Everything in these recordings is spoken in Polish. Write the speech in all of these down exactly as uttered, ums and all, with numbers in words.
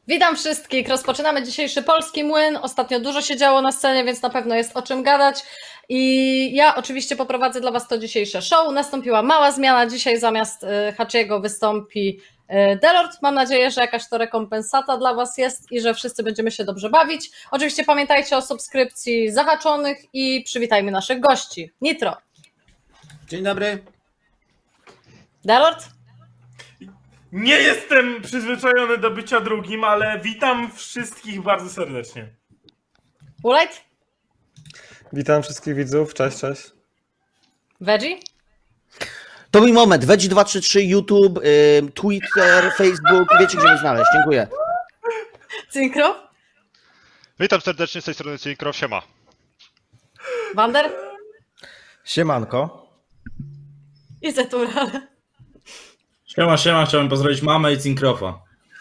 Witam wszystkich. Rozpoczynamy dzisiejszy Polski Młyn. Ostatnio dużo się działo na scenie, więc na pewno jest o czym gadać. I ja oczywiście poprowadzę dla Was to dzisiejsze show. Nastąpiła mała zmiana. Dzisiaj zamiast Hachiego wystąpi Delord. Mam nadzieję, że jakaś to rekompensata dla Was jest i że wszyscy będziemy się dobrze bawić. Oczywiście pamiętajcie o subskrypcji zahaczonych i przywitajmy naszych gości. Nitro. Dzień dobry. Delord. Nie jestem przyzwyczajony do bycia drugim, ale witam wszystkich bardzo serdecznie. Ulajt. Witam wszystkich widzów, cześć, cześć. Veggie. To mój moment. Veggie dwa trzy trzy, YouTube, y, Twitter, Facebook. Wiecie, gdzie mnie znaleźć. Dziękuję. Cinkrof. Witam serdecznie z tej strony Cinkrof, siema. Wander. Siemanko. I Zetural. Siema, siema, chciałem pozdrowić mamę i Cinkrofa.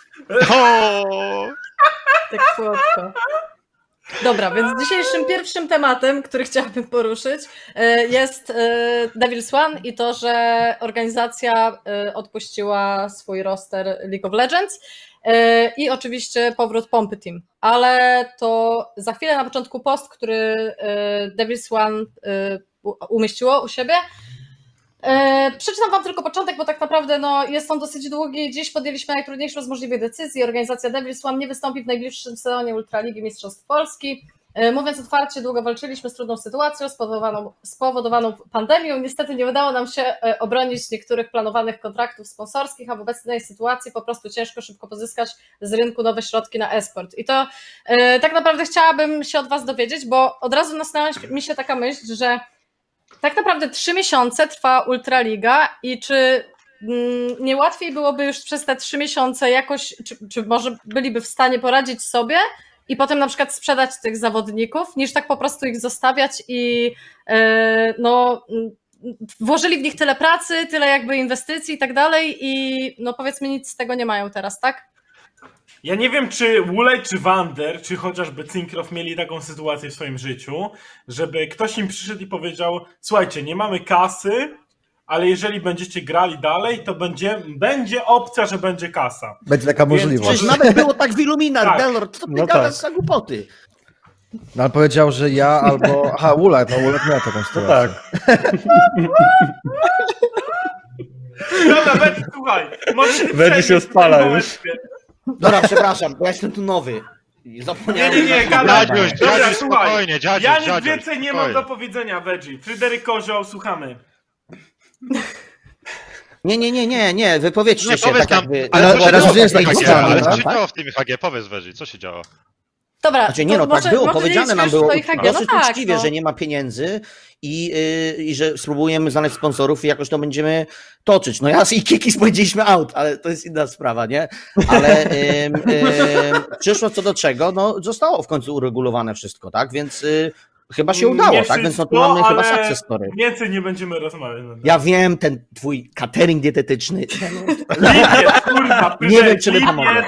Tak słodko. Dobra, więc dzisiejszym pierwszym tematem, który chciałabym poruszyć, jest Devil's One i to, że organizacja odpuściła swój roster League of Legends i oczywiście powrót Pompy Team. Ale to za chwilę, na początku post, który Devil's One umieściło u siebie. Eee, przeczytam Wam tylko początek, bo tak naprawdę no, jest on dosyć długi. Dziś podjęliśmy najtrudniejszą z możliwych decyzji. Organizacja Devil's One nie wystąpi w najbliższym sezonie Ultraligi Mistrzostw Polski. Eee, mówiąc otwarcie, długo walczyliśmy z trudną sytuacją spowodowaną, spowodowaną pandemią. Niestety nie udało nam się e, obronić niektórych planowanych kontraktów sponsorskich, a w obecnej sytuacji po prostu ciężko szybko pozyskać z rynku nowe środki na e-sport. I to e, tak naprawdę chciałabym się od Was dowiedzieć, bo od razu nasunęła mi się taka myśl, że tak naprawdę trzy miesiące trwa Ultraliga i czy mm, nie łatwiej byłoby już przez te trzy miesiące jakoś, czy, czy może byliby w stanie poradzić sobie i potem na przykład sprzedać tych zawodników, niż tak po prostu ich zostawiać i yy, no włożyli w nich tyle pracy, tyle jakby inwestycji i tak dalej i no powiedzmy nic z tego nie mają teraz, tak? Ja nie wiem, czy Wulej, czy Wander, czy chociażby Cinkrof mieli taką sytuację w swoim życiu, żeby ktoś im przyszedł i powiedział: słuchajcie, nie mamy kasy, ale jeżeli będziecie grali dalej, to będzie, będzie opcja, że będzie kasa. Będzie taka Więc możliwość. Przecież nawet było tak w Illuminar, Tak. Delord, co ty No gadasz tak. za głupoty? No, ale powiedział, że ja albo... Aha, Ulet, no Ulet miał taką sytuację. Tak. Dobra, Veggie, słuchaj. możesz Veggie się przejść w spala tym już. momencie. Dobra, przepraszam, bo ja jestem tu nowy. I Nie, Zapomniałem. nie, nie, że- gadaj. Dziadziuś, Dobra, dziadziuś, słuchaj. spokojnie, dziadziuś, Ja nic dziadziuś, więcej nie mam spokojnie. do powiedzenia, Veggie. Fryderyk Kozioł, słuchamy. Nie, nie, nie, nie, nie, wypowiedzcie Nie, się powiedz tak nam, jakby... ale Ale co się teraz działo już jest w tym taki H G? stan, Ale co tak? się działo w tym H G? Powiedz Werzy, co się działo? Dobra, Znaczy nie, no to tak może, było, może powiedziane nam już było to I H G, dosyć no tak, uczciwie, no. że nie ma pieniędzy i, yy, i że spróbujemy znaleźć sponsorów i jakoś to będziemy toczyć. No ja i Kikis powiedzieliśmy out, ale to jest inna sprawa, nie? Ale ym, ym, przyszło co do czego, no zostało w końcu uregulowane wszystko, tak? Więc yy, chyba się udało, Nie tak? Więc no tu wszystko, mamy chyba ale success story. Więcej nie będziemy rozmawiać. Ja wiem, ten twój catering dietetyczny. Lipiec, kurwa, Nie wiem, czy by lipiec, pomogło.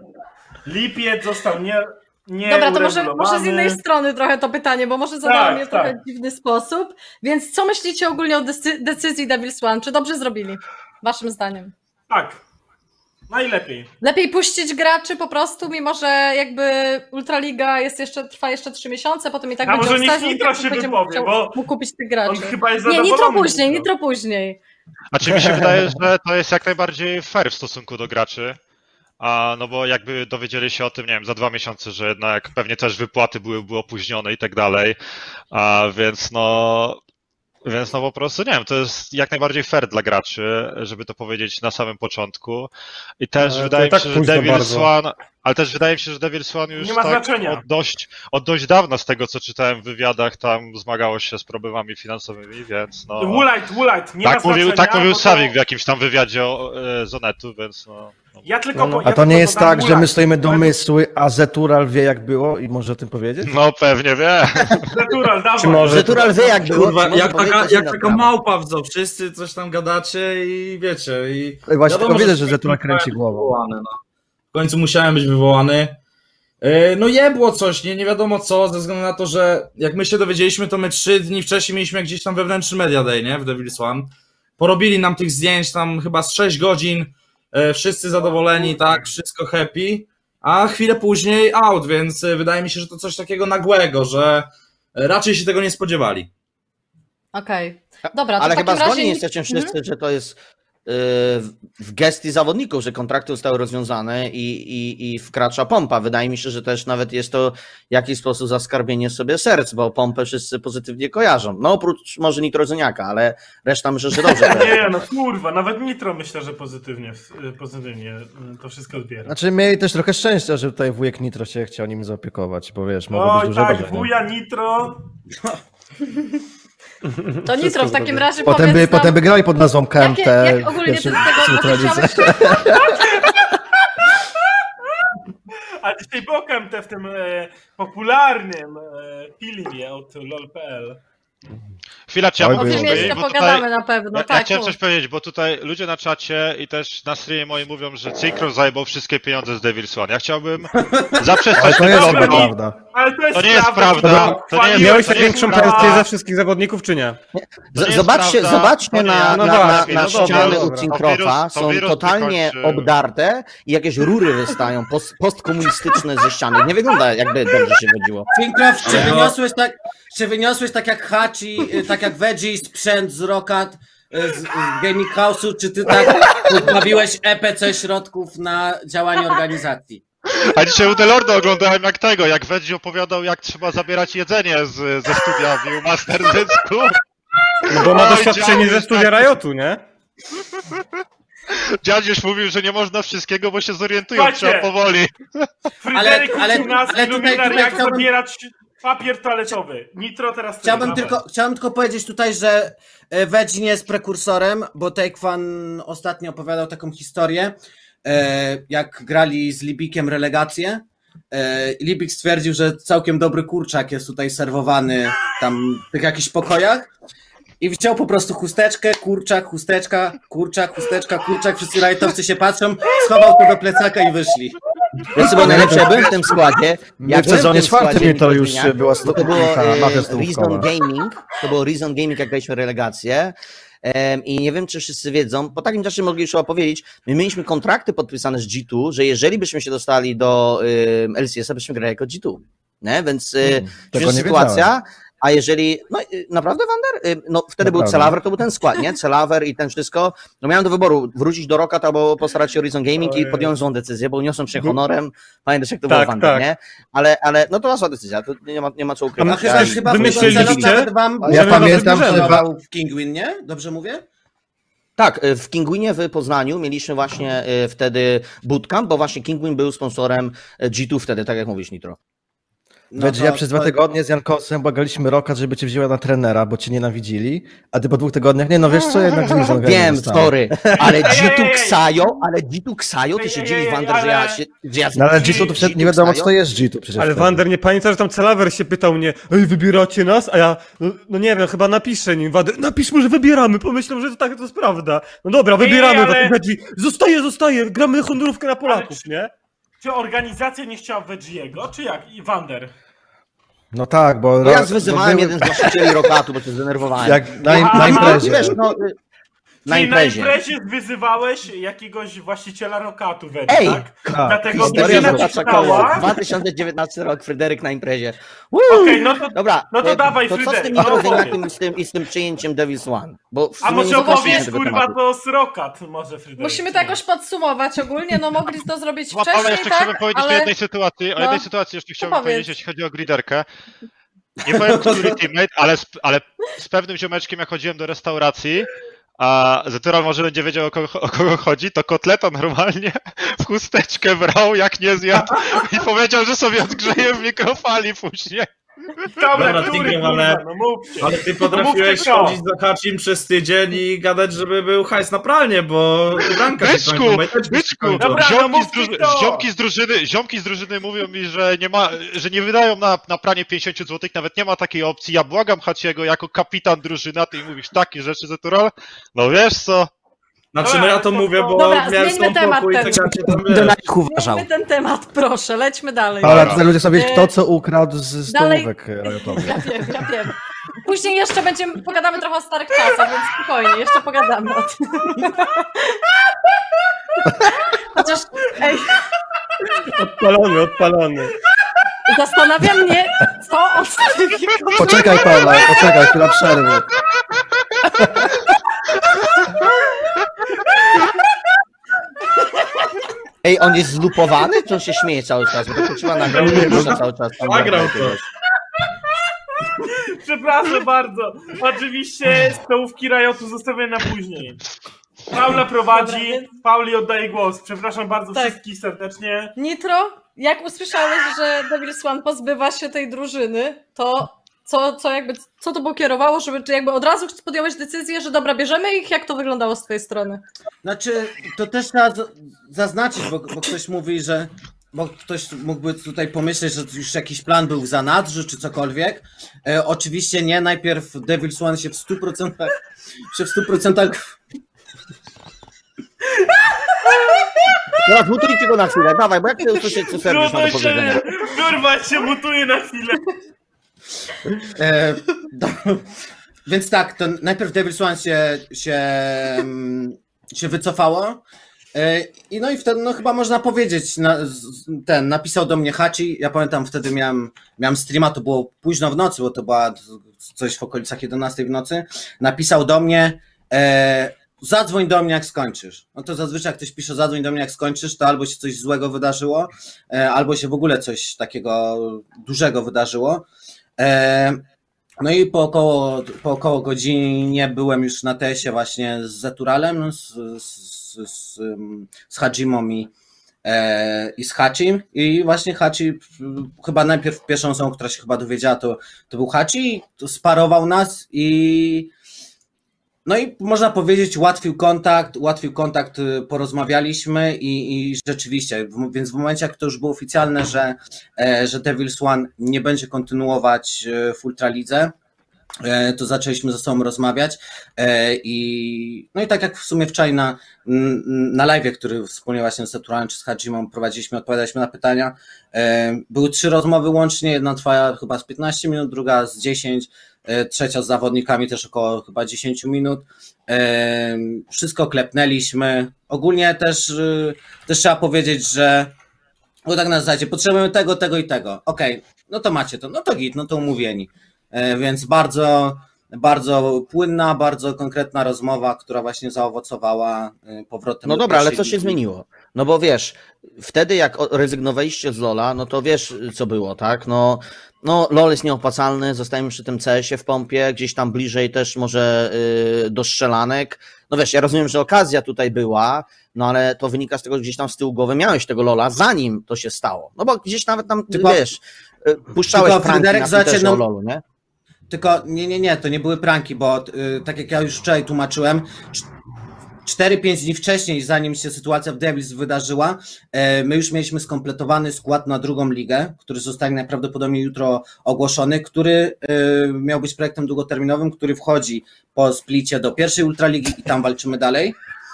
Lipiec został nie, nie Dobra, to może, uregulowany. może z innej strony trochę to pytanie, bo może zadałam Tak, je w trochę tak. dziwny sposób. Więc co myślicie ogólnie o decy- decyzji Devil's One? Czy dobrze zrobili? Waszym zdaniem? Tak. Najlepiej. Lepiej puścić graczy po prostu, mimo że jakby Ultraliga jest jeszcze, trwa jeszcze trzy miesiące, potem i tak A będzie może niech obsadził, Nitro i tak się będzie wypowie, chciał bo mógł kupić tych On graczy. chyba jest Nie, zadowolony. Nitro później, Nitro. Nitro później. A czy mi się wydaje, że to jest jak najbardziej fair w stosunku do graczy? A no bo jakby dowiedzieli się o tym, nie wiem, za dwa miesiące, że jednak pewnie też wypłaty były, były opóźnione i tak dalej. A więc no. Więc no po prostu nie wiem, to jest jak najbardziej fair dla graczy, żeby to powiedzieć na samym początku. I też Ale to wydaje i tak mi się, że późno Devil's bardzo. One, ale też wydaje mi się, że Devil's One już Nie ma tak znaczenia. od dość, od dość dawna z tego, co czytałem w wywiadach, tam zmagało się z problemami finansowymi, więc no. Wulajt, Wulajt, nie Tak ma mówił, znaczenia. tak mówił bo to- Sawik w jakimś tam wywiadzie o e, Zonetu, więc no. no. Ja tylko No, no. po- A ja to nie tylko jest dodam tak, że my Wulajt. stoimy domysły, a Zetural wie jak było i może o tym powiedzieć? No pewnie wie. Zetural, dawaj. Czy może- Zetural wie jak było. Kurwa, czy może jak powiedzieć, taka, to jest jak inna taka sprawa. małpa w zoo, wszyscy coś tam gadacie i wiecie. I Ej, właśnie wiadomo, tylko widzę, że z- Zetural kręci głową. wywołany, no. W końcu musiałem być wywołany. Yy, No je było coś, nie, nie wiadomo co, ze względu na to, że jak my się dowiedzieliśmy, to my trzy dni wcześniej mieliśmy gdzieś tam wewnętrzny Media Day, nie? W Devil's One. Porobili nam tych zdjęć tam chyba z sześć godzin, yy, wszyscy zadowoleni, tak, wszystko happy. a chwilę później out, więc wydaje mi się, że to coś takiego nagłego, że raczej się tego nie spodziewali. Okej, okay. Dobra, to ale w chyba takim razie... zgodni jesteście wszyscy, hmm? że to jest w gestii zawodników, że kontrakty zostały rozwiązane i, i, i wkracza Pompa. Wydaje mi się, że też nawet jest to w jakiś sposób zaskarbienie sobie serc, bo Pompę wszyscy pozytywnie kojarzą. No oprócz może Nitrozeniaka, ale reszta myślę, że dobrze. Nie, no kurwa, nawet Nitro myślę, że pozytywnie, pozytywnie to wszystko odbiera. Znaczy mieli też trochę szczęścia, że tutaj wujek Nitro się chciał nim zaopiekować, bo wiesz, mogło być Oj dużo tak, dobrze. wuja Nitro... To Nitro w takim razie potem powiedz by, nam, potem by grali pod nazwą K M T. Jakie, jak ogólnie ty z tego chciałeś... A dzisiaj było K M T w tym e, popularnym e, filmie od lol kropka p l. Chwila, czy ja Oj, O mogę tym coś jeszcze powiedzieć, bo pogadamy tutaj... na pewno. Ja, tak, ja chciałem mów. coś powiedzieć, bo tutaj ludzie na czacie i też na streamie moim mówią, że Cinkrof zajebał wszystkie pieniądze z Devil's One. Ja chciałbym zaprzestać Ale to tego jest Dobra, chyba nie- prawda. Ale to jest To nie jest prawda. prawda. bo To nie jest- chwaliłem Miałeś to się, nie jest większą kurwa. pensję ze wszystkich zawodników, czy nie? To nie Z, jest zobaczcie, prawda, zobaczcie to nie- na, no na, właśnie, na, no na dobra, ściany dobra. u Cinkrofa, To wirus- to są wirus totalnie wykończy. obdarte i jakieś rury wystają post, postkomunistyczne ze ściany. Nie wygląda jakby dobrze się wodziło. Cinkrof, czy Ale- wyniosłeś tak, czy wyniosłeś tak jak Hachi, y, tak jak Veggie sprzęt z Rokat, y, z, z Gaming House'u, czy ty tak pozbawiłeś E P C środków na działanie organizacji? A dzisiaj u Delorda oglądałem jak tego, jak Wedzi opowiadał, jak trzeba zabierać jedzenie z, ze studia Viewmaster Zysku. No bo ma Oj, doświadczenie dziaduś, ze studia tak. Riotu, nie? Dziadziuś mówił, że nie można wszystkiego, bo się zorientują, Słuchajcie. trzeba powoli. Fryderyk Ale- ale- uczył nas, ale tutaj- Luminar, tutaj jak chciałbym- zabierać papier toaletowy. Nitro teraz ty, Chciałbym dawaj. tylko, chciałbym tylko powiedzieć tutaj, że e, Veggie nie jest prekursorem, bo Takefan ostatnio opowiadał taką historię, e, jak grali z Libikiem relegację. E, Libik stwierdził, że całkiem dobry kurczak jest tutaj serwowany tam w tych jakichś pokojach i wziął po prostu chusteczkę, kurczak, chusteczka, kurczak, chusteczka, kurczak, wszyscy rajtowcy się patrzą, schował to do plecaka i wyszli. Wiesz co było najlepsze? Byłem w tym składzie. My w byłem sezonie tym czwartym składzie to już Nitrozyniak, była to było stołówka, e, mafia Reason stołówkowa. Gaming, to było Reason Gaming, jak graliśmy relegację. Em, I nie wiem, czy wszyscy wiedzą, po takim czasie mogli już chyba powiedzieć, my mieliśmy kontrakty podpisane z G dwa, że jeżeli byśmy się dostali do y, L C S a, byśmy grali jako G dwa. Nie? Więc y, Hmm, tego świetna nie sytuacja. wiedziałem. A jeżeli, no y, naprawdę Wander? Y, no wtedy był Naprawdę. Celaver, to był ten skład, nie? Celaver i ten wszystko. No miałem do wyboru, wrócić do Rokat albo postarać się o Reason Gaming i Ojej. podjąłem złą decyzję, bo uniosłem się honorem. Pamiętasz, jak to Tak, było Wander, tak. nie? Ale, ale no to była zła decyzja, to nie ma, nie ma co A ukrywać. chyba, Ja- chyba wymyśliliście? Celot nawet wam Ja pamiętam, że że w Kingwin, nie? Dobrze mówię? Tak, w Kingwinie w Poznaniu mieliśmy właśnie y, wtedy bootcamp, bo właśnie Kingwin był sponsorem G dwa wtedy, tak jak mówisz, Nitro. No Będzie to- ja przez dwa to- tygodnie z Jankosem błagaliśmy Rokat, żeby cię wzięła na trenera, bo cię nienawidzili, a ty po dwóch tygodniach, nie no wiesz co, jednak z Reason Gaming Wiem, zostałem. sorry, ale Ej, G ej, dwa ej, ej. Ksajo, ale G dwa Ksajo, ty Ej, się ej, dziwisz, ej, Wander, że ja ale- się... Że ja No ale G dwa to G przed, dwa nie wiadomo Ksajo? co to jest G dwa przecież. Ale wtedy. Wander, nie pamiętam, że tam Celaver się pytał mnie, ej, wybieracie nas? A ja, no, no nie wiem, chyba napiszę nim, Wander, napisz mu, że wybieramy, pomyślał, że to tak, to jest prawda. No dobra, Ej, wybieramy, ale- ale... zostaje, zostaje, gramy honorówkę na Polaków, nie? Czy organizacja nie chciała Veggie'ego, czy jak? I Wander. No tak, bo... No ja Ro- zwyzywałem były- jeden z właścicieli Rokatu, bo się zdenerwowałem. Jak na, im, Aha, na aha, imprezie. Wiesz, no, y, na Czyli imprezie. na imprezie wyzywałeś jakiegoś właściciela Rokatu, Veggie, Ej! tak? Tak. Dlatego Historia drużyna Złota ci Czakoło, stała. dwa tysiące dziewiętnasty rok, Fryderyk na imprezie. Okej, no to... Dobra, No to e, dawaj, to co z Fryderyk, tym no Nitrozyniakiem opowiedz. i z tym, i z tym przyjęciem Devil's One? Bo w A sumie może nie zakończyliśmy opowiesz, tego kurwa, tematu. to z Rokat, może Fryderyk. Musimy to jakoś podsumować ogólnie, no mogli to zrobić Ale wcześniej, jeszcze tak? chciałbym powiedzieć ale... o jednej sytuacji, o No. jednej sytuacji jeszcze chciałbym powiedz. powiedzieć, jeśli chodzi o griderkę. Nie powiem, który teammate, ale z, ale z pewnym ziomeczkiem, jak chodziłem do restauracji, a Zetural może będzie wiedział, o kogo, o kogo chodzi, to kotleta normalnie w chusteczkę brał, jak nie zjadł i powiedział, że sobie odgrzeje w mikrofali później. Dobra, Dobra, który, Tigrew, kurwa, ale- no mówcie. Ale ty No potrafiłeś mówcie kto. chodzić za Hachim przez tydzień i gadać, żeby był hajs na pralnię, bo ubranka się Byczku, kończą, majteczki się byczku, kończą. Dobra, no ziomki, z mówcie druży- kto. ziomki, z drużyny, ziomki z drużyny mówią mi, że nie ma, że nie wydają na, na pranie pięćdziesiąt złotych, nawet nie ma takiej opcji. Ja błagam Haciego jako kapitan drużyny, a ty mówisz takie rzeczy, Zetural? No wiesz co? Znaczy, no ja to mówię, bo Dobra, miałem zmieńmy stąd temat pokój i ten. tak jak się tam Będę na wiesz. nich uważał. Zmieńmy ten temat, proszę, lećmy dalej. Ale Dobra. tutaj ludzie sobie E, kto co ukradł z dalej- stołówek Riotowych. Ja wiem, ja wiem. Później jeszcze będziemy, pogadamy trochę o starych czasach, więc spokojnie, jeszcze pogadamy o tym. Chociaż, ej, Odpalony, odpalony. Zastanawia mnie, co on styfikował. Poczekaj, Paula, poczekaj, chwila przerwy. Ej, on jest zlupowany? Czy on się śmieje cały czas? Bo to trzeba nagrał, nie rusza cały czas. Tam Nagrał jakiegoś. Przepraszam bardzo. Oczywiście stołówki Riotu zostawię na później. Paula prowadzi, Dobra, więc- Pauli oddaję głos. Przepraszam bardzo Tak. wszystkich serdecznie. Nitro, jak usłyszałeś, że Devil Swan pozbywa się tej drużyny, to co, co jakby, co to było kierowało, żeby czy jakby od razu podjąłeś decyzję, że dobra, bierzemy ich? Jak to wyglądało z twojej strony? Znaczy, to też trzeba z- zaznaczyć, bo, bo ktoś mówi, że bo ktoś mógłby tutaj pomyśleć, że już jakiś plan był w zanadrzu, czy cokolwiek. E, oczywiście nie, najpierw Devil Swan się w stu procentach się w stu procentach Teraz mutujcie go na chwilę, dawaj, bo jak ty usłyszysz, co serwis ma do Trudno się, powiedzenia? kurwa, się mutuje na chwilę. E, do, więc tak, to najpierw Devil Swan się, się, mm, się wycofało. E, I no i wtedy, no chyba można powiedzieć, na, z- ten, napisał do mnie Hachi, ja pamiętam wtedy miałem, miałem streama, to było późno w nocy, bo to była coś w okolicach jedenastej w nocy, napisał do mnie, e, zadzwoń do mnie jak skończysz. No to zazwyczaj jak ktoś pisze zadzwoń do mnie jak skończysz, to albo się coś złego wydarzyło, e, albo się w ogóle coś takiego dużego wydarzyło. E, No i po około, po około godzinie byłem już na tesie właśnie z Zeturalem, z, z, z, z Hajimą i, e, i z Hachim. I właśnie Hachi, chyba najpierw pierwszą osobą, która się chyba dowiedziała, to, to był Hachi, to sparował nas i no i można powiedzieć ułatwił kontakt, ułatwił kontakt, porozmawialiśmy i, i rzeczywiście, w, więc w momencie jak to już było oficjalne, że, e, że Devil Swan nie będzie kontynuować w Ultralidze, e, to zaczęliśmy ze sobą rozmawiać e, i no i tak jak w sumie wczoraj na, na live'ie, który wspólnie właśnie z Saturałem czy z Hajimą prowadziliśmy, odpowiadaliśmy na pytania, e, były trzy rozmowy łącznie, jedna trwała chyba z piętnaście minut, druga z dziesięć, trzecia z zawodnikami też około chyba dziesięć minut. Wszystko klepnęliśmy. Ogólnie też, też trzeba powiedzieć, że bo tak na zasadzie potrzebujemy tego, tego i tego. Okej, okay, no to macie to, no to git, no to umówieni. Więc bardzo, bardzo płynna, bardzo konkretna rozmowa, która właśnie zaowocowała powrotem. No do dobra, ale pierwszej co się ligi. zmieniło? No bo wiesz, wtedy jak o- rezygnowaliście z Lola, no to wiesz co było, tak? No, no LoL jest nieopłacalny, zostajemy przy tym C S-ie w pompie, gdzieś tam bliżej też może yy, do strzelanek. No wiesz, ja rozumiem, że okazja tutaj była, no ale to wynika z tego, że gdzieś tam z tyłu głowy miałeś tego Lola, zanim to się stało. No bo gdzieś nawet tam, Tylko- wiesz, yy, puszczałeś tylko pranki Fryderyk, na zobaczcie, Twitterze no- o Lolu, nie? Tylko nie, nie, nie, to nie były pranki, bo y, tak jak ja już wczoraj tłumaczyłem, cztery pięć dni wcześniej, zanim się sytuacja w Devils wydarzyła, e, my już mieliśmy skompletowany skład na drugą ligę, który zostanie najprawdopodobniej jutro ogłoszony, który e, miał być projektem długoterminowym, który wchodzi po splicie do pierwszej Ultraligi i tam walczymy dalej.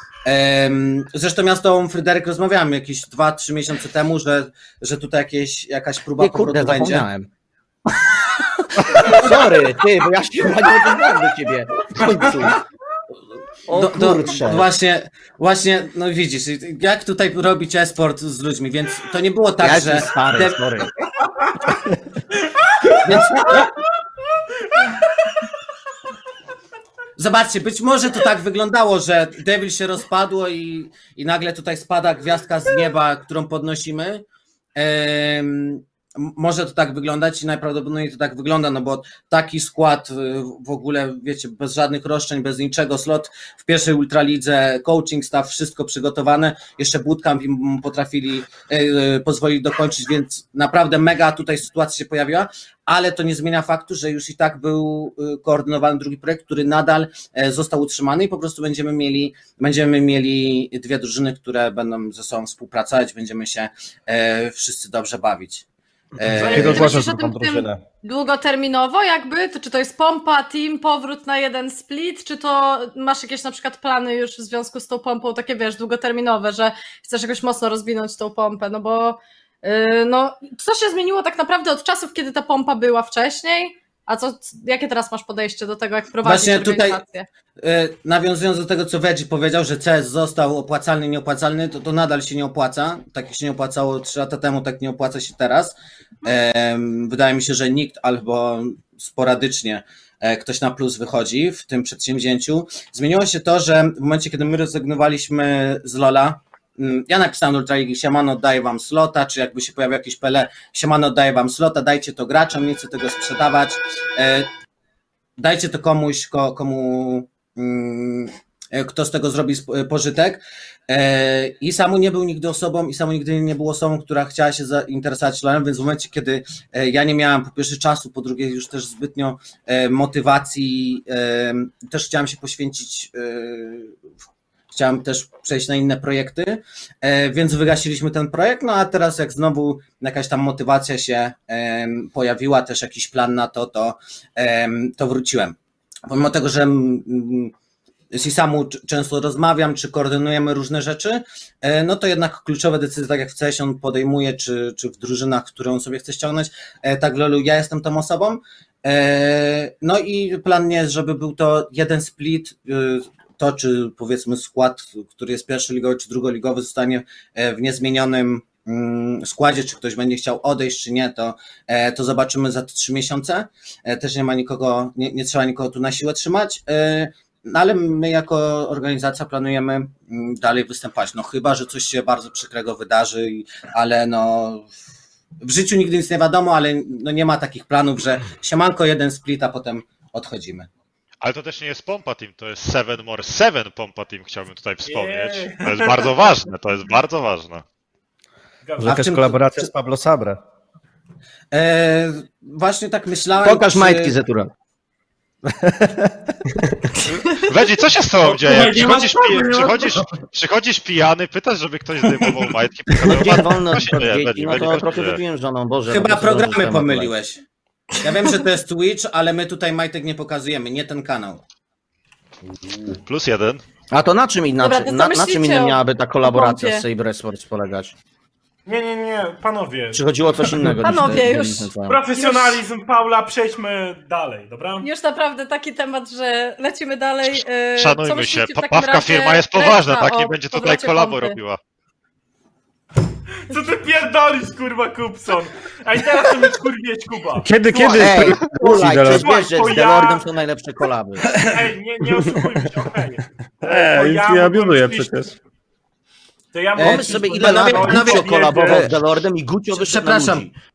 Em, Zresztą ja z tobą, Fryderyk, rozmawiałem jakieś dwa trzy miesiące temu, że, że tutaj jakieś, jakaś próba Nie, kurde, powrotu będzie. zapomniałem. Sorry, ty, bo ja się chyba nie odezwałem do ciebie w końcu. O Do, do, kurczę. właśnie, właśnie, no widzisz, jak tutaj robić e-sport z ludźmi, więc to nie było tak, ja że... jestem stary, de- sorry. Więc... Zobaczcie, być może to tak wyglądało, że Devil się rozpadło i, i nagle tutaj spada gwiazdka z nieba, którą podnosimy. Ehm, m- może to tak wyglądać i najprawdopodobniej to tak wygląda, no bo taki skład y, w ogóle, wiecie, bez żadnych roszczeń, bez niczego, slot w pierwszej Ultralidze, coaching staff, wszystko przygotowane, jeszcze bootcamp im potrafili y, y, pozwolić dokończyć, więc naprawdę mega tutaj sytuacja się pojawiła, ale to nie zmienia faktu, że już i tak był y, koordynowany drugi projekt, który nadal e, został utrzymany i po prostu będziemy mieli, będziemy mieli dwie drużyny, które będą ze sobą współpracować, będziemy się e, wszyscy dobrze bawić. E, Kiedy ogłaszasz myślisz o tą tym- drużynę? Długoterminowo jakby? To czy to jest pompa, team, powrót na jeden split, czy to masz jakieś na przykład plany już w związku z tą pompą, takie wiesz, długoterminowe, że chcesz jakoś mocno rozwinąć tą pompę, no bo yy, no, co się zmieniło tak naprawdę od czasów, kiedy ta pompa była wcześniej? A co, jakie teraz masz podejście do tego, jak prowadzisz Właśnie tutaj, organizację? e, nawiązując do tego, co Veggie powiedział, że C S został opłacalny, nieopłacalny, to to nadal się nie opłaca. Tak jak się nie opłacało trzy lata temu, tak nie opłaca się teraz. E, wydaje mi się, że nikt albo sporadycznie e, ktoś na plus wychodzi w tym przedsięwzięciu. Zmieniło się to, że w momencie, kiedy my rezygnowaliśmy z LoL'a, ja napisałem do Ultraligi, siemano, oddaję wam slota, czy jakby się pojawił jakiś pele, siemano, oddaję wam slota, dajcie to graczom, nie chcę tego sprzedawać, e, dajcie to komuś, ko, komu, mm, kto z tego zrobi pożytek. E, I Samu nie był nigdy osobą, i Samu nigdy nie był osobą, która chciała się zainteresować LoL'em, więc w momencie, kiedy ja nie miałem po pierwsze czasu, po drugie już też zbytnio e, motywacji, e, też chciałem się poświęcić e, Chciałem też przejść na inne projekty, więc wygasiliśmy ten projekt, no a teraz jak znowu jakaś tam motywacja się pojawiła, też jakiś plan na to, to, to wróciłem. Pomimo tego, że z Isamu często rozmawiam, czy koordynujemy różne rzeczy, no to jednak kluczowe decyzje, tak jak w C S on podejmuje, czy, czy w drużynach, które on sobie chce ściągnąć, tak w LoLu ja jestem tą osobą. No i plan nie jest, żeby był to jeden split, to, czy powiedzmy skład, który jest pierwszoligowy czy drugoligowy, zostanie w niezmienionym składzie, czy ktoś będzie chciał odejść, czy nie, to, to zobaczymy za trzy miesiące. Też nie ma nikogo, nie, nie trzeba nikogo tu na siłę trzymać, no ale my jako organizacja planujemy dalej występować. No chyba, że coś się bardzo przykrego wydarzy, ale no w życiu nigdy nic nie wiadomo, ale no nie ma takich planów, że siemanko, jeden split, a potem odchodzimy. Ale to też nie jest Pompa Team, to jest Seven More Seven Pompa Team, chciałbym tutaj wspomnieć. To jest bardzo ważne, to jest bardzo ważne. Może jakaś kolaboracja z Pablo Sabre. E, właśnie tak myślałem. Pokaż czy... majtki, Zetura. Wedzi, co się z tobą dzieje? Przychodzisz, pi- przychodzisz, przychodzisz pijany, pytasz, żeby ktoś zdejmował majtki. Dzień wolny od Co się dzieje, dzieci, Wedzi? no Wedzi, to co się trochę dzieje? wypiłem z żoną, Boże. Chyba no to programy zdążyłem pomyliłeś. Ja wiem, że to jest Twitch, ale my tutaj majtek nie pokazujemy, nie ten kanał. Plus jeden. A to na czym inaczej, Dobra, to na, co na czym myślicie innym o- miałaby ta kolaboracja o z Saber Esports polegać? Nie, nie, nie, panowie. Czy chodziło o coś innego? Panowie, niż te- już- niż te- Profesjonalizm Paula, przejdźmy dalej, dobra? Już naprawdę taki temat, że lecimy dalej. Yy, co Szanujmy myślicie się, w Pa- takim Pawka razie firma jest poważna, reszta tak nie o będzie tutaj powrocie kolabo pompy? robiła. Co ty pierdolisz, kurwa, Kupson? A i teraz to mi kurwieć, Kuba. Kiedy, kiedy? Ej, Ulaj, Idol. przecież wiesz, że To z ja- The Lordem są najlepsze kolaby. Ej, nie, nie oszukujmy się, okej. Ej, Bo ja ja abiuzuję mogłem przecież. To ja E, mogę Pomyśl sobie, coś ile lat panowie, powiedzieć. Gucio kolabował z The Lordem i Gucio wyszedł na Przepraszam. ludzi.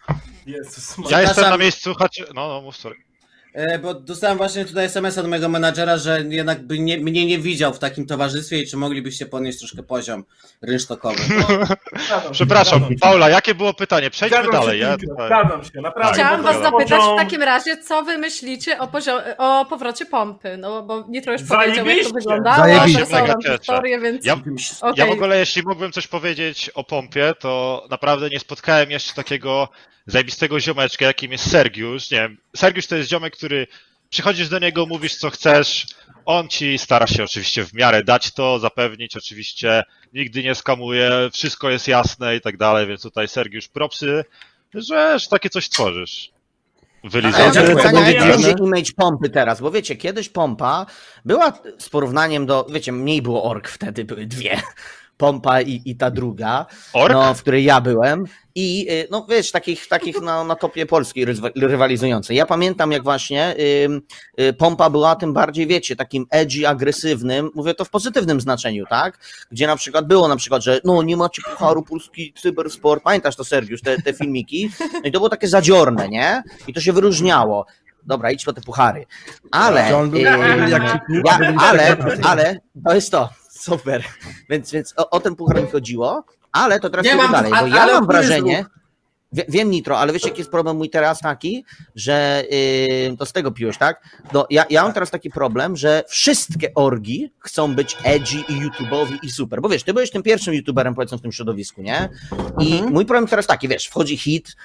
Jezus, Ja Maria. jestem na miejscu, chodź... No, no, mów, sorry. E, Bo dostałem właśnie tutaj es em es a od mojego menadżera, że jednak by nie, mnie nie widział w takim towarzystwie i czy moglibyście podnieść troszkę poziom rynsztokowy. Zgadzam się, Przepraszam, zgadzam się. Paula, jakie było pytanie? Przejdźmy Zgadzam dalej. się, Ja Pinkro, tutaj... Zgadzam się, naprawdę. Chciałam was Poziom- zapytać w takim razie, co wy myślicie o, poziom- o powrocie pompy? No bo Nitro już powiedział, jak to Zajebiście. wyglądało, Zajebiście. napisał nam Mega cieszę. historię, więc Ja, okej. ja w ogóle, jeśli mógłbym coś powiedzieć o Pompie, to naprawdę nie spotkałem jeszcze takiego zajebistego ziomeczka, jakim jest Sergiusz. Nie wiem, Sergiusz to jest ziomek, który przychodzisz do niego, mówisz co chcesz, on ci stara się oczywiście w miarę dać to, zapewnić, oczywiście nigdy nie skamuje, wszystko jest jasne i tak dalej, więc tutaj Sergiusz propsy, że, że takie coś tworzysz. A ja Wylizane. mam Ale pytanie, to jak będzie będzie image pompy teraz, bo wiecie, kiedyś pompa była z porównaniem do, wiecie, mniej było ork wtedy, były dwie. Pompa i, i ta druga, Ork? no, w której ja byłem. I y, no wiesz, takich, takich no, na topie polskiej ryzwa- rywalizującej. Ja pamiętam, jak właśnie y, y, Pompa była tym bardziej, wiecie, takim edgy, agresywnym, mówię to w pozytywnym znaczeniu, tak? Gdzie na przykład było na przykład, że no nie macie pucharu polski cybersport, pamiętasz to, Sergiusz, te, te filmiki? No i to było takie zadziorne, nie? I to się wyróżniało. Dobra, idź po te puchary. Ale, Że on był y, jak ja, ale, ale, to jest to, super. Więc, więc o, o ten puchar mi chodziło, ale to teraz Nie idę mam- dalej, a- bo ja ale mam który wrażenie, wie, wiem Nitro, ale wiesz jaki jest problem mój teraz taki, że yy, to z tego piłeś, tak? No, ja, ja mam teraz taki problem, że wszystkie orgi chcą być edgy i YouTube'owi i super, bo wiesz, ty byłeś tym pierwszym YouTuberem powiedzmy w tym środowisku, nie? I Mhm. mój problem teraz taki, wiesz, wchodzi hit,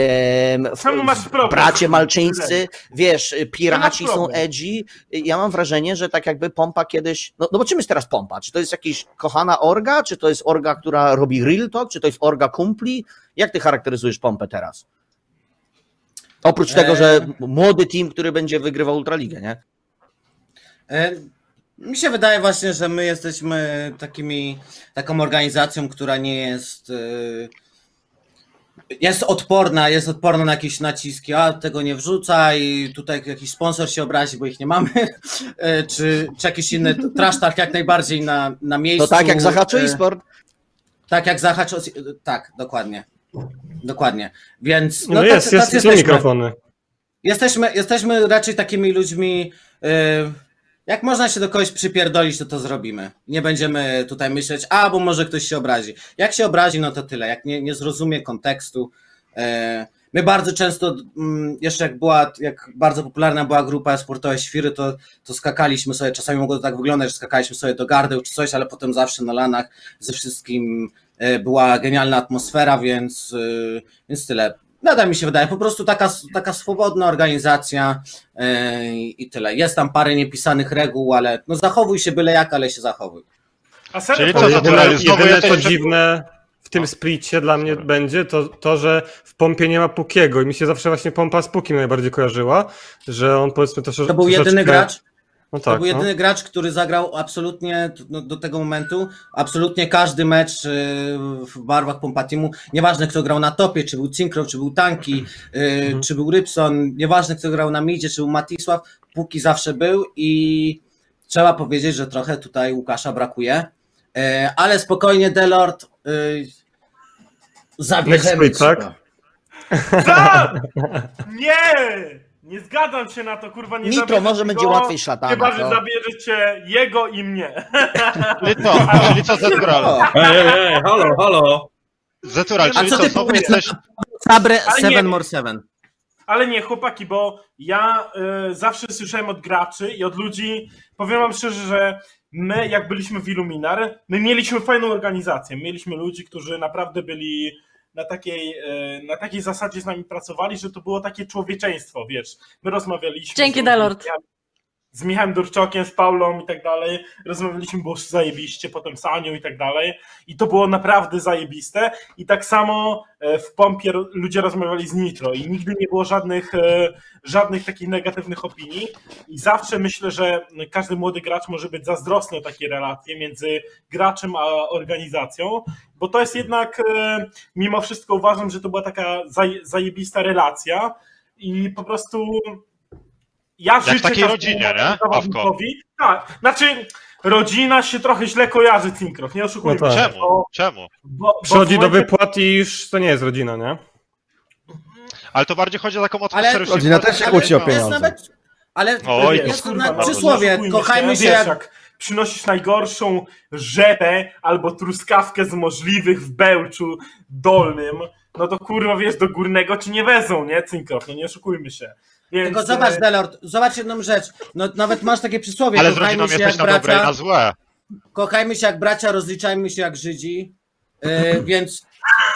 yy, Czemu masz problem? bracie malczyńscy, wiesz, piraci masz są problem. edgy. Ja mam wrażenie, że tak jakby Pompa kiedyś, no, no bo czym jest teraz Pompa? Czy to jest jakaś kochana orga, czy to jest orga, która robi real talk, czy to jest orga kumpli? Jak ty charakteryzujesz Pompę teraz? Oprócz tego, E, że młody team, który będzie wygrywał Ultraligę, nie? E, Mi się wydaje właśnie, że my jesteśmy takimi, taką organizacją, która nie jest, e, jest odporna, jest odporna na jakieś naciski, a tego nie wrzucaj, tutaj jakiś sponsor się obrazi, bo ich nie mamy, e, czy, czy jakiś inny trash talk jak najbardziej na, na miejscu. To tak jak zahaczy e, e-sport. Tak jak zahaczy, tak, dokładnie, dokładnie, więc No, no, jest, tacy, jest, tacy są jesteśmy. mikrofony. Jesteśmy, jesteśmy raczej takimi ludźmi, yy, jak można się do kogoś przypierdolić, to to zrobimy. Nie będziemy tutaj myśleć, a bo może ktoś się obrazi. Jak się obrazi, no to tyle. Jak nie, nie zrozumie kontekstu. Yy, my bardzo często, yy, jeszcze jak była, jak bardzo popularna była grupa sportowa Świry, to, to skakaliśmy sobie, czasami mogło to tak wyglądać, że skakaliśmy sobie do gardeł czy coś, ale potem zawsze na lanach ze wszystkim yy, była genialna atmosfera, więc, yy, więc tyle. Nadal mi się wydaje, po prostu taka, taka swobodna organizacja yy, i tyle. Jest tam parę niepisanych reguł, ale no zachowuj się byle jak, ale się zachowuj. A serio, Czyli to co, jest- za Jedyne, Znowu jedyne jesteś co przy- dziwne w tym splicie dla mnie będzie, to to, że w Pompie nie ma Pukiego i mi się zawsze właśnie Pompa z Pukim najbardziej kojarzyła, że on powiedzmy to, że To był jedyny gracz, No to tak, był no. jedyny gracz, który zagrał absolutnie do, do tego momentu, absolutnie każdy mecz yy, w barwach Pompa Teamu, nieważne kto grał na topie, czy był Cinkrow, czy był Tanki, yy, czy był Rybson, nieważne kto grał na midzie, czy był Matisław, Puki zawsze był i trzeba powiedzieć, że trochę tutaj Łukasza brakuje, yy, ale spokojnie Delord, yy, zabierzemy Next split, ci tak? go. Tak! Nie! Nie zgadzam się na to, kurwa, nie Nitro, zabierzecie może będzie go, łatwiej szatana, Chyba, że to- zabierzecie jego i mnie. Czyli co? Czyli co Zetural? O, Ej, ej, ej, halo, halo. Zetural, A czyli co co, ty znowu powiesz jesteś... Sabre Ale nie- seven more seven. Ale nie, chłopaki, bo ja y, zawsze słyszałem od graczy i od ludzi, powiem wam szczerze, że my, jak byliśmy w Illuminar, my mieliśmy fajną organizację. Mieliśmy ludzi, którzy naprawdę byli na takiej, y, na takiej zasadzie z nami pracowali, że to było takie człowieczeństwo, wiesz. My rozmawialiśmy... Dzięki, z, Delord. Z Michałem Durczokiem, z Paulą i tak dalej. Rozmawialiśmy, było zajebiście, potem z Anią i tak dalej. I to było naprawdę zajebiste. I tak samo e, w Pompie ro- ludzie rozmawiali z Nitro i nigdy nie było żadnych, e, żadnych takich negatywnych opinii. I zawsze myślę, że każdy młody gracz może być zazdrosny o takie relacje między graczem a organizacją, bo to jest jednak, e, mimo wszystko uważam, że to była taka zaj- zajebista relacja i po prostu... Ja w takiej rodzinie, nie, zawodnikowi. Tak, znaczy rodzina się trochę źle kojarzy, Cinkrow, nie oszukujmy No tak. się. Czemu? Bo, Czemu? bo, bo Przychodzi w do momencie- wypłat i już to nie jest rodzina, nie? Ale to bardziej chodzi o taką atmosferę... Ale- że Rodzina wchodzi- też się Ale kłóci o jest pieniądze. nawet, ale Oj, jest kurwa, na no, przysłowie, nie oszukujmy kochajmy się wiesz, jak... jak przynosisz najgorszą rzepę albo truskawkę z możliwych w bełczu dolnym, no to kurwa wiesz, do górnego ci nie wezą, nie, Cinkrow, no nie oszukujmy się. Więc, Tylko zobacz, e, Delord, zobacz jedną rzecz. No, nawet masz takie przysłowie, Ale z kochajmy rodziną się jesteś jak na dobre i na bracia, złe. kochajmy się jak bracia, rozliczajmy się jak Żydzi, yy, więc...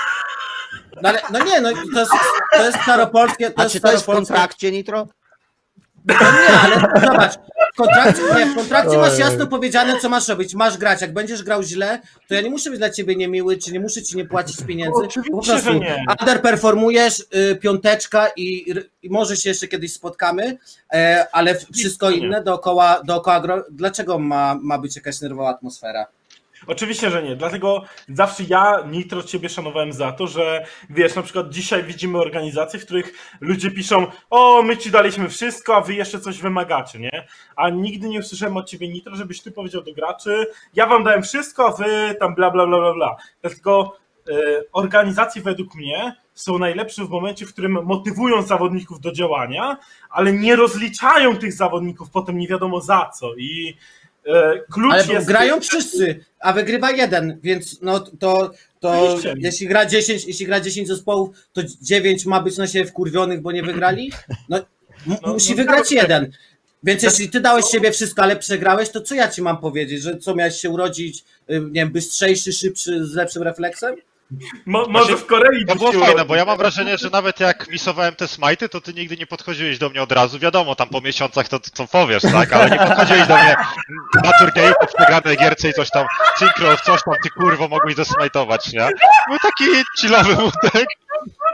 No, ale, no nie, no to jest, to jest staropolskie... To A jest czy to jest w staropolskie- kontrakcie, Nitro? No nie, ale zobacz, w kontrakcie, nie, w kontrakcie masz Ojej. jasno powiedziane, co masz robić. Masz grać. Jak będziesz grał źle, to ja nie muszę być dla ciebie niemiły, czy nie muszę ci nie płacić pieniędzy. Oczywiście, Po prostu że nie. underperformujesz, y, piąteczka i, i może się jeszcze kiedyś spotkamy, e, ale w- wszystko inne dookoła, dookoła gro... Dlaczego ma, ma być jakaś nerwowa atmosfera? Oczywiście, że nie. Dlatego zawsze ja, Nitro, ciebie szanowałem za to, że wiesz, na przykład dzisiaj widzimy organizacje, w których ludzie piszą: o, my ci daliśmy wszystko, a wy jeszcze coś wymagacie, nie? A nigdy nie usłyszałem od ciebie, Nitro, żebyś ty powiedział do graczy: ja wam dałem wszystko, a wy tam bla bla bla bla bla. Dlatego e, organizacje według mnie są najlepsze w momencie, w którym motywują zawodników do działania, ale nie rozliczają tych zawodników potem nie wiadomo za co. I e, klucz Ale jest... grają wszyscy, a wygrywa jeden, więc no to, to Oczywiście. jeśli gra dziesięć, jeśli gra dziesięć zespołów, to dziewięć ma być na siebie wkurwionych, bo nie wygrali. No, m- No, musi no, wygrać tak. jeden. Więc jeśli ty dałeś z siebie wszystko, ale przegrałeś, to co ja ci mam powiedzieć, że co miałeś się urodzić, y, nie wiem, bystrzejszy, szybszy, z lepszym refleksem? Mo, może w Korei To byś było się fajne, urodził. bo ja mam wrażenie, że nawet jak misowałem te smajty, to ty nigdy nie podchodziłeś do mnie od razu. Wiadomo, tam po miesiącach to co powiesz, tak? Ale nie podchodziłeś do mnie na turnieju po przegranej gierce i coś tam, Cinkrow, coś tam, ty kurwo, mogłeś zesmajtować, nie? Był taki chillowy mutek.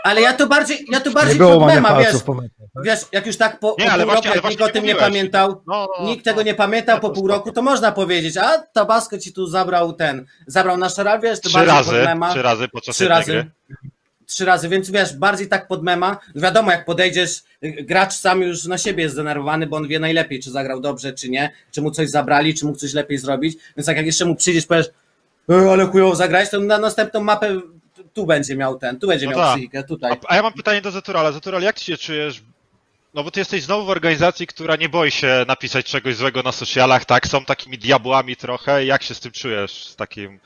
Ale ja to bardziej, ja to Nie bardziej było pod łamania mema, wiesz, palców po mecie. tak? wiesz, jak już tak po, Nie, po ale pół właśnie- roku, ale jak właśnie nikt o tym nie mówiłeś. pamiętał, No, no, nikt no. tego nie pamiętał, po to pół spoko. roku, to można powiedzieć, a Tabasco ci tu zabrał ten, zabrał nasz szara, wiesz, to Trzy bardziej razy, pod mema. trzy razy podczas Trzy jednej razy. gry. Trzy razy, więc wiesz, bardziej tak pod mema. Wiadomo, jak podejdziesz, gracz sam już na siebie jest zdenerwowany, bo on wie najlepiej, czy zagrał dobrze, czy nie, czy mu coś zabrali, czy mógł coś lepiej zrobić. Więc tak jak jeszcze mu przyjdziesz, powiesz, e, ale chujowo zagrać, to na następną mapę tu będzie miał ten, tu będzie No miał tak. psychikę, tutaj. A, a ja mam pytanie do Zeturala. Zetural, jak ty się czujesz? No bo ty jesteś znowu w organizacji, która nie boi się napisać czegoś złego na socialach, tak? Są takimi diabłami trochę. Jak się z tym czujesz? Z takim,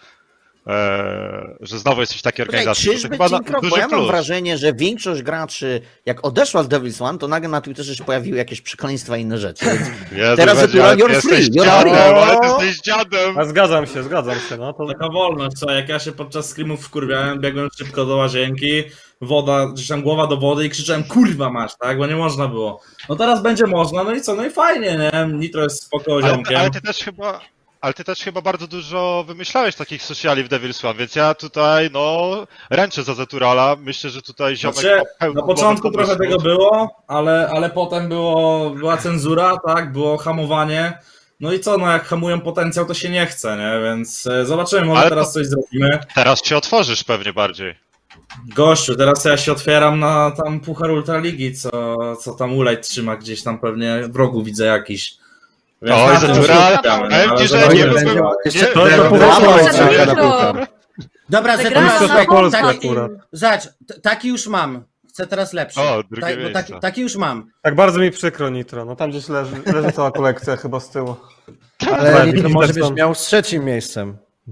e, że znowu jesteś w takiej Słuchaj, organizacji? To czyżby chyba na, Cinkrof, bo duży ja mam plus. wrażenie, że większość graczy, jak odeszła z Devil's One, to nagle na Twitterze się pojawiły jakieś przekleństwa i inne rzeczy. Więc Jezu, Teraz będzie, Zetural, ale ty you're jesteś free, you're dziadem, free. ale ty jesteś dziadem. A zgadzam się, zgadzam się, no to... Taka wolność, co, jak ja się podczas screamów wkurwiałem, biegłem szybko do łazienki, woda, gdzieś tam głowa do wody i krzyczałem, kurwa masz, tak, bo nie można było. No teraz będzie można, no i co, no i fajnie, nie, Nitro jest spoko Ale, ziomkiem. ale ty też chyba... Ale ty też chyba bardzo dużo wymyślałeś takich sociali w Devil's One, więc ja tutaj, no, ręczę za Zeturala. Myślę, że tutaj ziomek Znaczy, ma pełną na początku głowę trochę pomysłów. tego było, ale, ale potem było, była cenzura, tak, było hamowanie. No i co, no jak hamują potencjał, to się nie chce, nie, więc e, zobaczymy, może Ale teraz to- coś zrobimy. Teraz się otworzysz pewnie bardziej. Gościu, teraz ja się otwieram na tam Puchar Ultraligi, co, co tam Ulej trzyma gdzieś tam pewnie w rogu widzę jakiś. Więc Oj, na tym Zetural, się skupiamy, powiem ale ci, że zobaczymy, nie co byłbym- będzie. Jeszcze Nie, to nie, do nie, półrocza nie, będzie nie, na nie, puchar. Dobra, Wygrała Zetural, na tak, Polskę taki, akurat. zobacz, t- taki już mam. Chcę teraz lepszy. O, drugie Tak, bo miejsce. taki, taki już mam. Tak bardzo mi przykro, Nitro, no tam gdzieś leży, leży cała kolekcja chyba z tyłu. Ale Nitro może Zresztą- być miał z trzecim miejscem.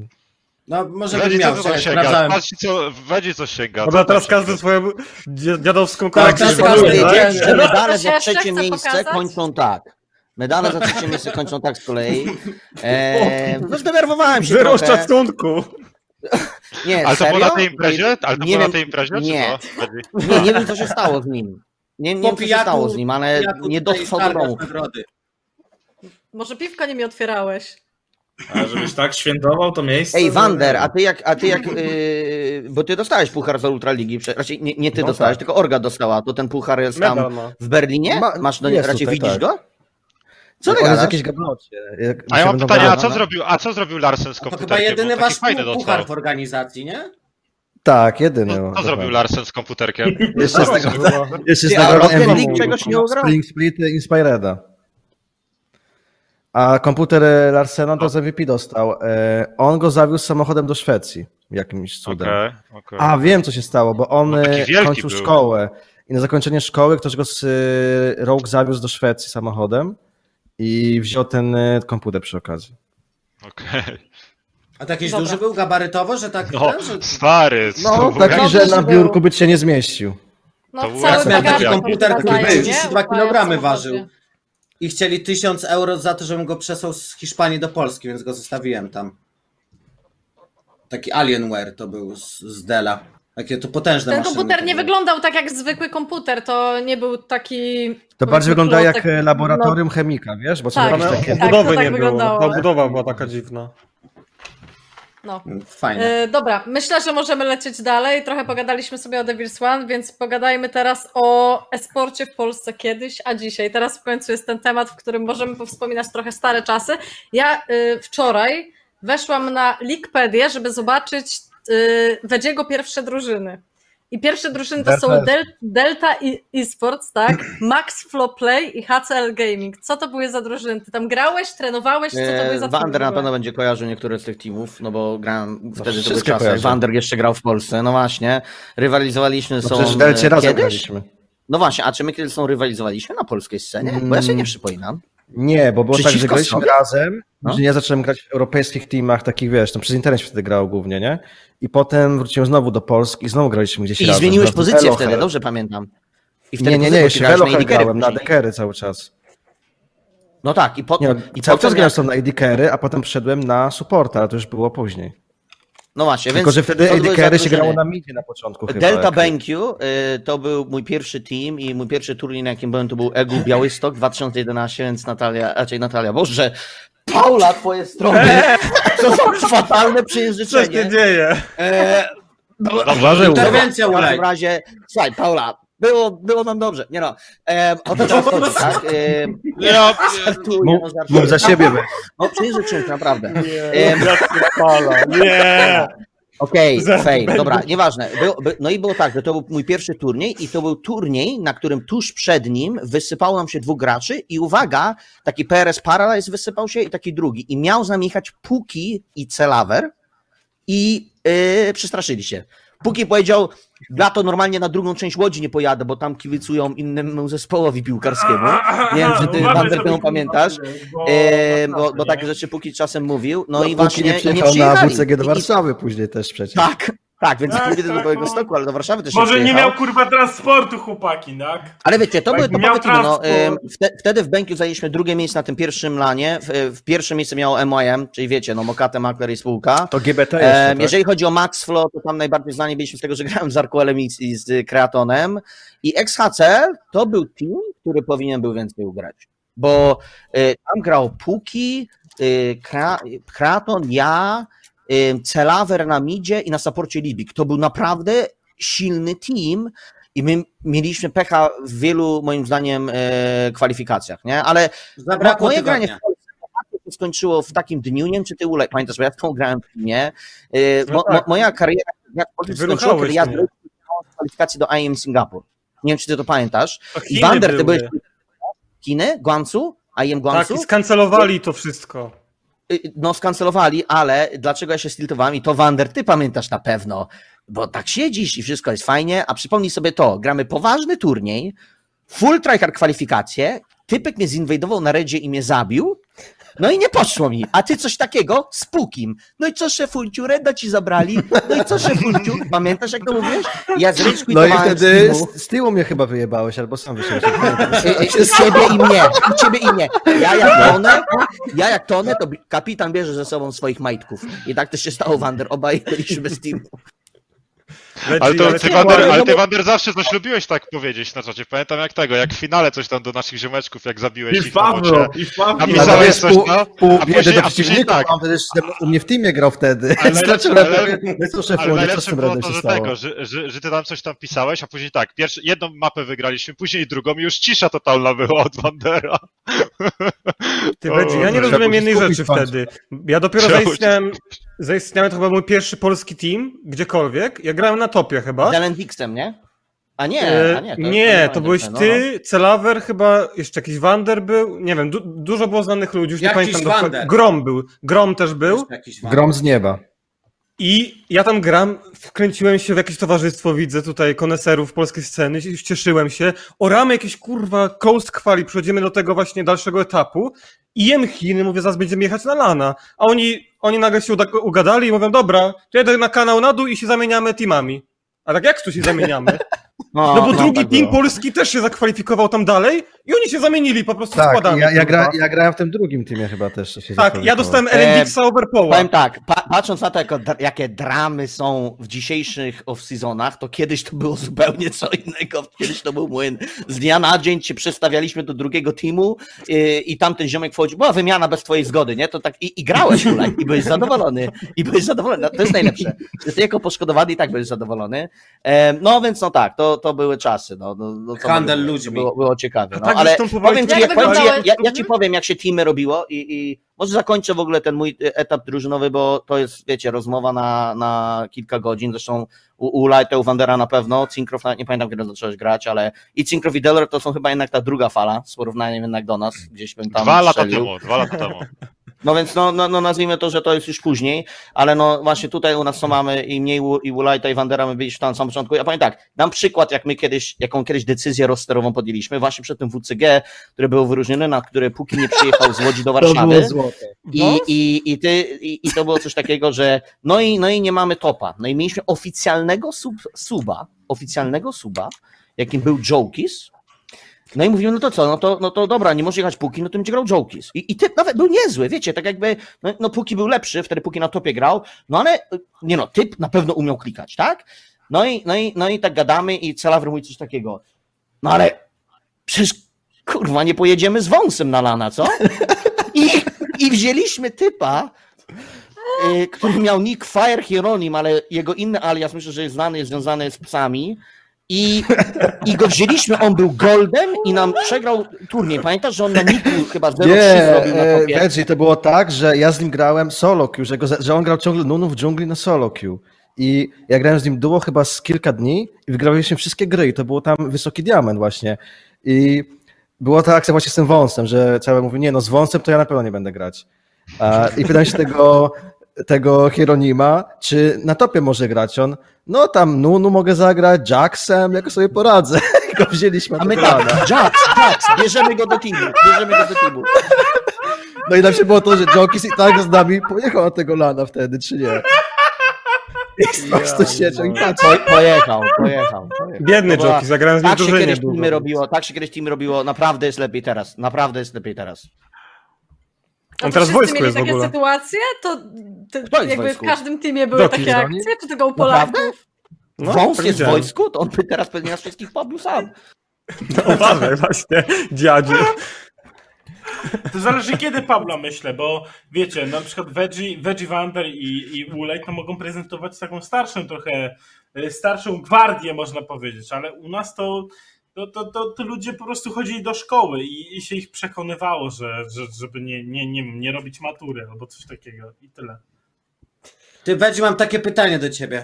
No, może bym Wedzi miał, co czekaj, to sięga, sprawdzałem. patrzcie co, Wedzi co sięga. Dobra, co teraz tam każdy sięga? swoją dzia- dziadowską Tak, kolekcję teraz Trzeba każdy- wybrał, tak? wiedzieć, że medale To się za jeszcze trzecie chce miejsce pokazać? kończą tak. Medale za trzecie miejsce kończą tak z kolei. Eee, no zdenerwowałem się Zero trochę. szacunku. Nie, Ale to było serio? na tej imprezie? Ale to Nie było na wiem- tej imprezie, nie. czy co? Wedzi? Nie, nie wiem co się stało z nim. Nie, nie Po wiem co się pijaku- stało z nim, ale Jaku nie tutaj dotrwał do targasz domu. nagrody. Może piwka nie mi otwierałeś. A żebyś tak świętował to miejsce? Ej, to- Wander, a ty jak, a ty jak, yy, bo ty dostałeś puchar za Ultraligi, prze- raczej nie, nie ty No dostałeś, tak. tylko Orga dostała, to ten puchar jest tam Medal ma. w Berlinie? Ma- Masz, no, jest raczej tutaj, widzisz tak. go? Co ty On jest gadasz? jakiś gablocie. Jak A ja się mam będą pytanie, a gadać. co no. zrobił, a co zrobił Larsen z To chyba komputerkiem? jedyny Bo taki wasz fajny pu- dostał. puchar w organizacji, nie? Tak, jedyny. Co, no, co dokładnie. zrobił Larsen z komputerkiem? Jeszcze z tego, jeszcze z Ty, a nagrodą Rocket M V P. League czegoś nie ugrał? Spring Split Inspireda. A komputer e, Larsena to z M V P dostał. E, On go zawiózł samochodem do Szwecji. Jakimś cudem. Okej, okej. A, wiem co się stało, bo on No, taki e, wielki kończył był. szkołę i na zakończenie szkoły ktoś go z e, Rogue zawiózł do Szwecji samochodem i wziął ten e, komputer przy okazji. Okej. A to jakiś Dobra. duży był gabarytowo, że tak... No, ten, że... stary. No, to był taki, jak- że na był. biurku by się nie zmieścił. No, To był cały jak miałem taki bagażnik komputer, który zadają, był nie? trzydzieści dwa Ufają kilogramy samochodzie. ważył. I chcieli tysiąc euro za to, żebym go przesłał z Hiszpanii do Polski, więc go zostawiłem tam. Taki Alienware to był z, z Della. Takie to potężne Ten maszyny komputer to nie były. wyglądał tak jak zwykły komputer, to nie był taki... To powiedzmy, bardziej wygląda jak klotek. e, laboratorium chemika, wiesz? Bo są Tak. jakieś Tam takie... Tak, to obudowy tak nie było, wyglądało. ta obudowa była taka dziwna. No. Fajne. E, dobra, myślę, że możemy lecieć dalej. Trochę pogadaliśmy sobie o Devil's One, więc pogadajmy teraz o e-sporcie w Polsce kiedyś, a dzisiaj. Teraz w końcu jest ten temat, w którym możemy powspominać trochę stare czasy. Ja y, wczoraj weszłam na Leaguepedię, żeby zobaczyć y, Wedziego pierwsze drużyny. I pierwsze drużyny to są Del, Delta i eSports, tak? Max Flow Play i H C L Gaming. Co to były za drużyny? Ty tam grałeś, trenowałeś? Co to były za Eee, Wander na drużyny? pewno będzie kojarzył niektóre z tych teamów, no bo grałem wtedy, to były wszystkie czasy, jak kojarzę. Wander jeszcze grał w Polsce, no właśnie, rywalizowaliśmy No są... przecież w Delcie e, razem kiedyś? graliśmy. No właśnie, a czy my kiedyś są rywalizowaliśmy na polskiej scenie? Bo ja sobie nie przypominam. Nie, bo było tak, że Przeciwko graliśmy sobie? razem, No. że ja zacząłem grać w europejskich teamach, takich wiesz, tam przez internet się wtedy grało głównie, nie? I potem wróciłem znowu do Polski i znowu graliśmy gdzieś I razem. zmieniłeś No, w pozycję Elohe. wtedy, dobrze pamiętam. I wtedy Nie, nie, nie, pozycję jeszcze w grałeś na Elohe A D carry grałem, na później. dekery cały czas. No tak, i, po, Nie, i cały potem czas grałem jak- są na A D carry, a potem wszedłem na supporta, ale to już było później. No właśnie, Tylko, więc... że wtedy to A D były carry się zagrożenie. grało na midzie na początku chyba. Delta jak- BenQ y, to był mój pierwszy team i mój pierwszy turniej, na jakim byłem, to był E G U Białystok dwa tysiące jedenaście, więc Natalia, raczej Natalia, Boże, Paula, twoje strony, to są fatalne Co się przejęzyczenie. dzieje? E, Dobrze, Interwencja W Ulej. każdym razie, słuchaj, Paula, było, było nam dobrze. Nie no, e, o to teraz chodzi, tak? E, Ja, żartuję, Mów, no, żartuję. mów za siebie. weź. No przyjrzyj czymś, naprawdę. Nie, Em, ja pierdolę, nie. Okej, Za- fail, dobra, nieważne. Było, by, no i było tak, że to był mój pierwszy turniej i to był turniej, na którym tuż przed nim wysypało nam się dwóch graczy i uwaga, taki P R S Paralyze wysypał się i taki drugi. I miał z nami jechać Puki i Celaver i yy, przestraszyli się. Puki powiedział, ja to normalnie na drugą część Łodzi nie pojadę, bo tam kibicują innemu zespołowi piłkarskiemu. Nie wiem, czy ty, Uważaj Wander, sobie, tę pamiętasz, bo- e, bo, bo nie? takie rzeczy Puki czasem mówił. No, No i i właśnie nie i nie przyjechał na przyjechali. W C G do I- i- Warszawy później też przecież. Tak, tak, więc Tak, nie wiem do tak, Białego no. Stoku, ale do Warszawy też Może nie przyjechał. miał kurwa transportu, chłopaki, tak? Ale wiecie, to Bo były to jakby miał powiedzmy, no, transport- ym, wte, wtedy w Bękiu zajęliśmy drugie miejsce na tym pierwszym lanie. W, w pierwsze miejsce miało M Y M, czyli wiecie, no Mokate, Makler i spółka. To G B T jeszcze, Em, tak? Jeżeli chodzi o Max Flow, to tam najbardziej znani byliśmy z tego, że grałem z Arkuelem i, i z Kreatonem. I X H C to był team, który powinien był więcej ugrać. Bo y, tam grał Puki, y, Kra, Kreaton, ja, y, Celaver na midzie i na supporcie Libik. To był naprawdę silny team i my mieliśmy pecha w wielu, moim zdaniem, e, kwalifikacjach, nie? Ale Zabrakło moje granie tygodnia. w Polsce się skończyło w takim dniu, nie wiem, czy ty Ulek, pamiętasz, bo ja w tą grałem w filmie. E, No mo, tak. mo, moja kariera w Polsce się skończyła, Wyruchałeś kiedy ja mnie. zrobiłem kwalifikację do I M Singapur. Nie wiem, czy ty to pamiętasz. To I Chiny Wander, ty były. byłeś Chiny? Guangzhou? I M Tak, Guangzhou? i skancelowali to wszystko. Y, No, skancelowali, ale dlaczego ja się stiltowałem? I to Wander, ty pamiętasz na pewno, bo tak siedzisz i wszystko jest fajnie, a przypomnij sobie to, gramy poważny turniej, full tryhard kwalifikacje, typek mnie zinwajdował na redzie i mnie zabił, no i nie poszło mi, a ty coś takiego z Pukim. No i co, szefulciu, reda ci zabrali, no i co, szefulciu, pamiętasz jak to mówiłeś? Ja No i zrequitowałem wtedy z teamu. z, z tyłu mnie chyba wyjebałeś, albo sam wyszedłeś. Y, y, z ciebie i mnie, i ciebie i mnie. Ja jak tonę, ja jak tonę, to kapitan bierze ze sobą swoich majtków. I tak też się stało, Wander, obaj byliśmy bez teamu. ale to ty, nie, Wander, no ale bo- ty, Wander, zawsze coś lubiłeś tak powiedzieć na czacie. Pamiętam jak tego, jak w finale coś tam do naszych ziomeczków, jak zabiłeś I ich na Pawlo, bocie. i Pawlo. A No, pisałeś wiesz, coś, pół, no? pół A biedy później- do a później przeciwnika, tak. on też u mnie w teamie grał wtedy. Ale Stracił najlepsze- ale... No co Ale szefu, nie co z najlepsze tym było radem to, się że stało? tego, że, że, że ty tam coś tam pisałeś, a później tak, pierwszy, jedną mapę wygraliśmy, później drugą i już cisza totalna była od Wandera. Ty, Wedzi, ja nie O, rozumiem trzeba jednej kupić rzeczy pan. wtedy. Ja dopiero Trzeba zaistniałem, zaistniałem, to chyba mój pierwszy polski team, gdziekolwiek. Ja grałem na topie chyba. Z Elendixem, nie? A nie, E, a nie. To, nie, to, to byłeś no, no. ty, Celaver chyba, jeszcze jakiś Wander był, nie wiem, du dużo było znanych ludzi, już nie Jakiś pamiętam. dokładnie. Wander. Grom był, Grom też był. Jeszcze jakiś fan. Grom z nieba. I ja tam gram, wkręciłem się w jakieś towarzystwo, widzę tutaj koneserów polskiej sceny, i cieszyłem się. Oramy jakieś kurwa coast kwali, przechodzimy do tego właśnie dalszego etapu i jem Chiny, mówię, zaraz będziemy jechać na lana. A oni, oni nagle się uda- ugadali i mówią, dobra, to jedę na kanał na dół i się zamieniamy teamami. A tak jak tu się zamieniamy? No bo drugi tak team było. polski też się zakwalifikował tam dalej i oni się zamienili po prostu Tak, składami. ja, ja, gra, kurwa. ja grałem w tym drugim teamie chyba też. Się Tak, ja zakwalifikował. dostałem E, Elendixa Overpoła. Powiem tak, pa patrząc na to, jako, dr- jakie dramy są w dzisiejszych off-seasonach, to kiedyś to było zupełnie co innego. Kiedyś to był młyn. Z dnia na dzień się przestawialiśmy do drugiego teamu yy, i tamten ziomek wchodził, była wymiana bez twojej zgody, nie? To tak i, i grałeś, Ulaj, i byłeś zadowolony. I byłeś zadowolony. To jest najlepsze. Że ty jako poszkodowany i tak byłeś zadowolony. E, no więc no tak, to, to były czasy. No, no, no, to Handel było, ludźmi. Było, było ciekawe. A No, tak ale występowałeś powiem ci, jak ja, powiem ci, ja, wyglądałeś? ja, ja ci powiem, jak się teamy robiło i, i może zakończę w ogóle ten mój etap drużynowy, bo to jest, wiecie, rozmowa na, na kilka godzin. Zresztą u, u Lighta, u Wandera na pewno. Cinkrof, nawet nie pamiętam, kiedy zacząłeś grać, ale i Cinkrof i Deller to są chyba jednak ta druga fala z porównaniem jednak do nas. Gdzieś bym tam Dwa lata strzelił. temu, dwa lata temu. No więc no, no, no nazwijmy to, że to jest już później, ale no właśnie tutaj u nas co mamy i mnie i u, i u Lighta i Wandera, my byliśmy tam na samym początku. Ja powiem tak, dam przykład, jak my kiedyś, jaką kiedyś decyzję rosterową podjęliśmy, właśnie przed tym W C G, które było wyróżnione, na które póki nie przyjechał z Łodzi do To było Warszawy. złote. I, i, i, ty, i, I to było coś takiego, że no i, no i nie mamy topa. No i mieliśmy oficjalnego sub, suba, oficjalnego suba, jakim był Jokis. No i mówimy, no to co, no to, no to dobra, nie może jechać Puki, no to będzie grał Jokis. I, i typ nawet był niezły, wiecie, tak jakby, no, no Puki był lepszy, wtedy Puki na topie grał, no ale, nie no, typ na pewno umiał klikać, tak? No i, no i, no i tak gadamy i Celaver mówi coś takiego, no ale przecież, kurwa, nie pojedziemy z wąsem na lana, co? I, i wzięliśmy typa, y, który miał nick Fire Hieronim, ale jego inny alias, myślę, że jest znany, jest związany z psami. I, I go wzięliśmy, on był goldem i nam przegrał turniej. Pamiętasz, że on na niku chyba zero trzy zrobił na topie? Veggie, to było tak, że ja z nim grałem solo queue, że, go, że on grał ciągle Nunu w dżungli na solo queue. I ja grałem z nim duo chyba z kilka dni i wygraliśmy wszystkie gry i to było tam wysoki diament właśnie. I była ta akcja właśnie z tym wąsem, że cały mówi, nie no z wąsem to ja na pewno nie będę grać. A, I pytam się tego, tego Hieronima, czy na topie może grać on? No tam Nunu mogę zagrać, Jacksem, jak sobie poradzę. I go wzięliśmy. A my tak, Jax, Jax, bierzemy go do teamu, bierzemy go do teamu. No i najlepsze było to, że Jokis i tak z nami pojechał na tego lana wtedy, czy nie? I po prostu siedział i patrzył. Po, pojechał, pojechał, pojechał. Biedny Była- Joki, zagrałem z nim Tak się drużynie kiedyś długo. teamy robiło, tak się kiedyś teamy robiło, naprawdę jest lepiej teraz, naprawdę jest lepiej teraz. A On to teraz w wszyscy wojsku mieli jest w takie ogóle. sytuacje? To, to Kto jest w jakby w wojsku? każdym teamie były Joki, takie no akcje, czy tylko u Naprawdę? Polaków? No, Wąs tak jest w widziałem. wojsku, to on by teraz pewnie nas wszystkich pobił sam. Uważaj właśnie, dziadziu. To zależy kiedy Pabla myślę, bo wiecie, na przykład Veggie, Veggie Wander i, i Ulej to mogą prezentować taką starszą trochę, e, starszą gwardię można powiedzieć, ale u nas to, to, to, to, to ludzie po prostu chodzili do szkoły i, i się ich przekonywało, że, że, żeby nie, nie, nie, wiem, nie robić matury albo coś takiego i tyle. Ty, Veggie, mam takie pytanie do ciebie.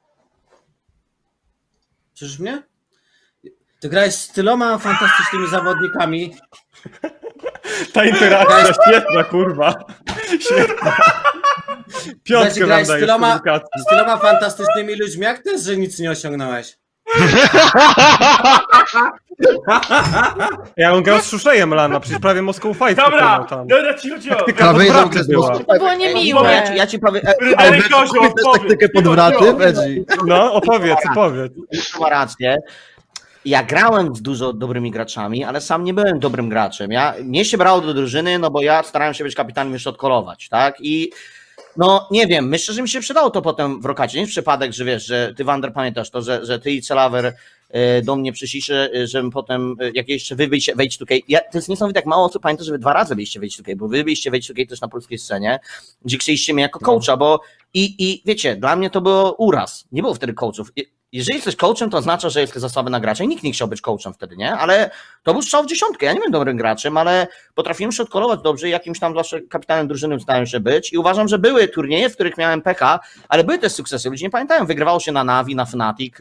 Czyż mnie? Ty grałeś z tyloma fantastycznymi zawodnikami. Ta interakcja świetna, kurwa. Świetna. Piątkę Veggie, wam grałeś z daję tyloma, z z tyloma fantastycznymi ludźmi. Jak to jest, że nic nie osiągnąłeś? Ja bym grał z Szuszejem Lana, przecież prawie Moscow Fight Dobra, wykonał tam. dobra, ci chodziło. Taktyka Prawie podwraty jest była. To było niemiłe. Ja ci, ja ci powiem, e, Fryderyk Kozioł, Też taktykę podwraty, Veggie. No, opowiedz, opowiedz. Już ma rację. Ja grałem z dużo dobrymi graczami, ale sam nie byłem dobrym graczem. Ja, mnie się brało do drużyny, no bo ja starałem się być kapitanem już odkolować, tak? I no nie wiem, myślę, że mi się przydało to potem w Rokacie. Nie jest przypadek, że wiesz, że ty, Wander, pamiętasz to, że, że ty i Celaver e, do mnie przyszliście, e, żebym potem, e, jak jeszcze wy byliście Wage two K. Ja, to jest niesamowite, jak mało osób pamięta, że wy dwa razy byliście Wage two K, bo wy byliście Wage two K też na polskiej scenie, gdzie chcieliście mnie jako coacha, bo i, i wiecie, dla mnie to było uraz. Nie było wtedy coachów. Jeżeli jesteś coachem, to oznacza, że jesteś za słaby na gracza i nikt nie chciał być coachem wtedy, nie? Ale to był strzał w dziesiątkę. Ja nie byłem dobrym graczem, ale potrafiłem się odkolować dobrze i jakimś tam zawsze kapitanem drużyny starałem się być i uważam, że były turnieje, w których miałem pecha, ale były też sukcesy. Ludzie nie pamiętają, wygrywało się na Navi, na Fnatic,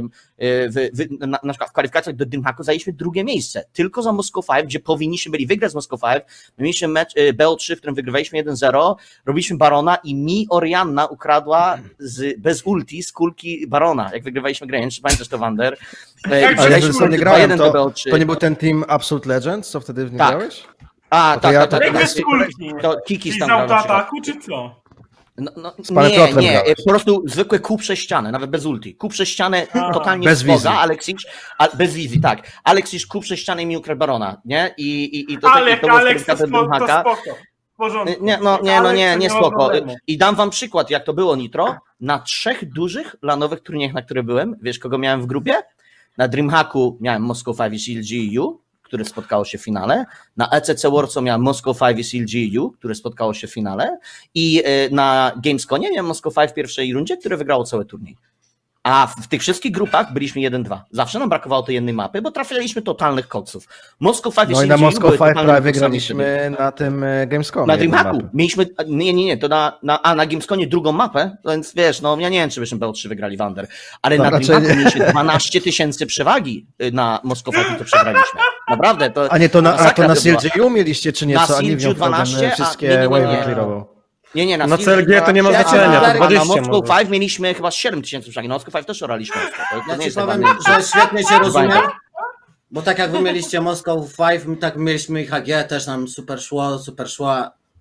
w, w, na, na przykład w kwalifikacjach do Dreamhacku zajęliśmy drugie miejsce. Tylko za Moscow pięć, gdzie powinniśmy byli wygrać z Moscow pięć. My mieliśmy mecz B O trzy, w którym wygrywaliśmy jeden zero, robiliśmy Barona i mi Orianna ukradła z, bez ulti z kulki Barona, jak wygrywaliśmy grę. Nie wiem, czy pamiętasz to, Wander? Jak Ale Graliśmy że sobie nie dwa grałem, jeden do B O to, trzy. to nie był ten team Absolute Legends, co wtedy w nim Tak. grałeś? A, to tak, ja tak, to- tak. Jak tak. bez kulki? To Kiki Czyli z tam grał na przykład. autoataku, czy co? No, no, panem nie, Piotrem nie, grałeś. po prostu zwykłe kół przez ścianę, nawet bez ulti. Kół przez ścianę A. totalnie Bez z Boga, wizji. Alexisz, a, bez wizji, tak. Alexisz kół przez ścianę i mi ukradł Barona, nie? I, i, i to Ale taki- to było Alex, to, z spoko, to Dreamhacka. spoko. W porządku. Nie, no, nie, no Alex, nie, to nie ma spoko. problemu. I dam wam przykład, jak to było, Nitro. Na trzech dużych lanowych turniejach, na które byłem, wiesz, kogo miałem w grupie? Na Dreamhacku miałem Moscow pięć i C L G U, które spotkało się w finale. Na E C C Warsaw miałem Moscow pięć i C L G U, które spotkało się w finale. I y, na Gamesconie miałem Moscow pięć w pierwszej rundzie, które wygrało cały turniej. A w tych wszystkich grupach byliśmy jeden dwa. Zawsze nam brakowało tej jednej mapy, bo trafialiśmy totalnych koksów. Moscow pięć No i C na L G U Moscow były pięć totalnymi prawie koksami wtedy. graliśmy na tym e, Gamescomie. Na jedną Dreamhacku. mapę. Mieliśmy, nie, nie, nie, to na, na, a na Gamesconie drugą mapę, więc wiesz, no ja nie wiem, czy byśmy B O trzy wygrali Wander, ale No, na raczej Dreamhacku nie. mieliśmy dwanaście tysięcy przewagi y, na Moscow pięć i to przegraliśmy. Naprawdę, to A nie, to na, a to masakra na by C L była. G U mieliście, czy nie? Na Co, a nie C L G wiem, dwanaście, Foden a wszystkie nie, nie, nie, wave'y nie. clearował. Nie, nie, na, Na C C L G to nie ma dwanaście, znaczenia, a to na dwadzieścia Moscow może. pięć mieliśmy chyba siedem tysięcy przewagi, na Moscow pięć też oraliśmy. To, to Ja nie ci jest powiem, najważniejsze. że świetnie się rozumiem, bo tak jak wy mieliście Moscow pięć, my tak mieliśmy I H G, też nam super szło, super szło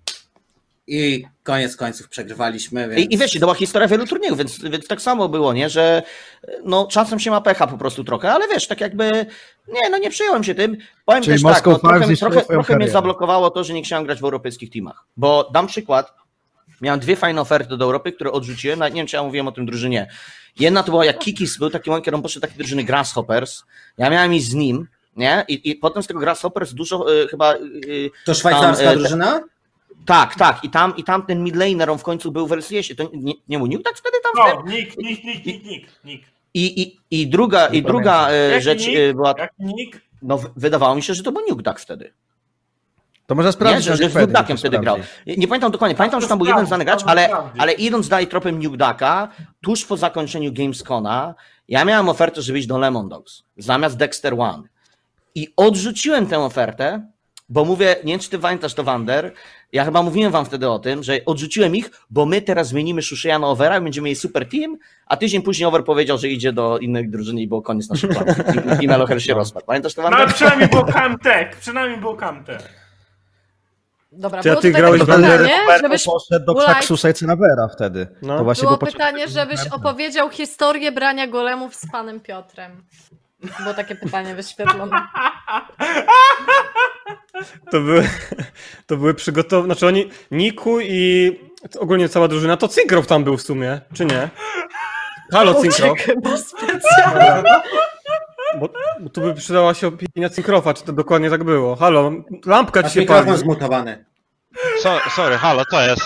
i koniec końców przegrywaliśmy, więc... I, I wiecie, to była historia wielu turniejów, więc, więc tak samo było, nie, że no czasem się ma pecha po prostu trochę, ale wiesz, tak jakby, nie, no nie przyjąłem się tym. Powiem Czyli też tak, Moscow no, pięć trochę, zniszczyło trochę, twoją trochę mnie karierę. zablokowało to, że nie chciałem grać w europejskich teamach, bo dam przykład, miałem dwie fajne oferty do Europy, które odrzuciłem, nawet nie wiem, czy ja mówiłem o tym drużynie. Jedna to była jak Kikis, był taki moment, kiedy on poszedł do takiej drużyny Grasshoppers, ja miałem iść z nim, nie, i, i potem z tego Grasshoppers dużo y, chyba... Y, To szwajcarska tam, e, drużyna? Tak, tak. I tam, i tam ten midlaner on w końcu był w L C S-ie. To nie, nie mu nikt tak wtedy tam No, wtedy? nick, nick, nick, nick, nick, nick. I, i, i druga, i druga e, Jaki rzecz nick? e, była. Jaki nick? No, w- wydawało mi się, że to był Nuke Duck wtedy. To można Nie, sprawdzić. że, na że z Wikipedii, Nuke Duckiem muszę wtedy grał. sprawdzić. Nie, nie pamiętam dokładnie. Pamiętam, że tam był jeden znany gracz, Sprawdzi, ale, sprawdzi. ale idąc dalej tropem Nuke Ducka, tuż po zakończeniu Gamescona, ja miałem ofertę, żeby iść do Lemon Dogs zamiast Dexter One. I odrzuciłem tę ofertę, bo mówię, nie wiem, czy ty pamiętasz to, Wander, ja chyba mówiłem wam wtedy o tym, że odrzuciłem ich, bo my teraz zmienimy Shusheya na Overa, będziemy mieli super team, a tydzień później Over powiedział, że idzie do innej drużyny i było koniec naszych planów. I, i Meloher się rozpadł. Pamiętasz to, No ale Wander? przynajmniej było Camtek, przynajmniej było Camtek. Dobra, Czy było ty tutaj grałeś takie w Bandery? pytanie, Roberto żebyś, poszedł do Ulaj- Xaxusa i Cenavera wtedy. No. To właśnie było było pytanie, żebyś opowiedział historię brania golemów z panem Piotrem. Było takie pytanie wyświetlone. To były, to były przygotowane, znaczy oni, Niku i ogólnie cała drużyna, to Cinkrow tam był w sumie, czy nie? Halo Cinkrow, Chyba specjalnie. bo, bo tu by przydała się opinia Cinkrowa, czy to dokładnie tak było. Halo, lampka ci Masz się mikrofon pali. zmutowany. So, sorry, halo, to jest.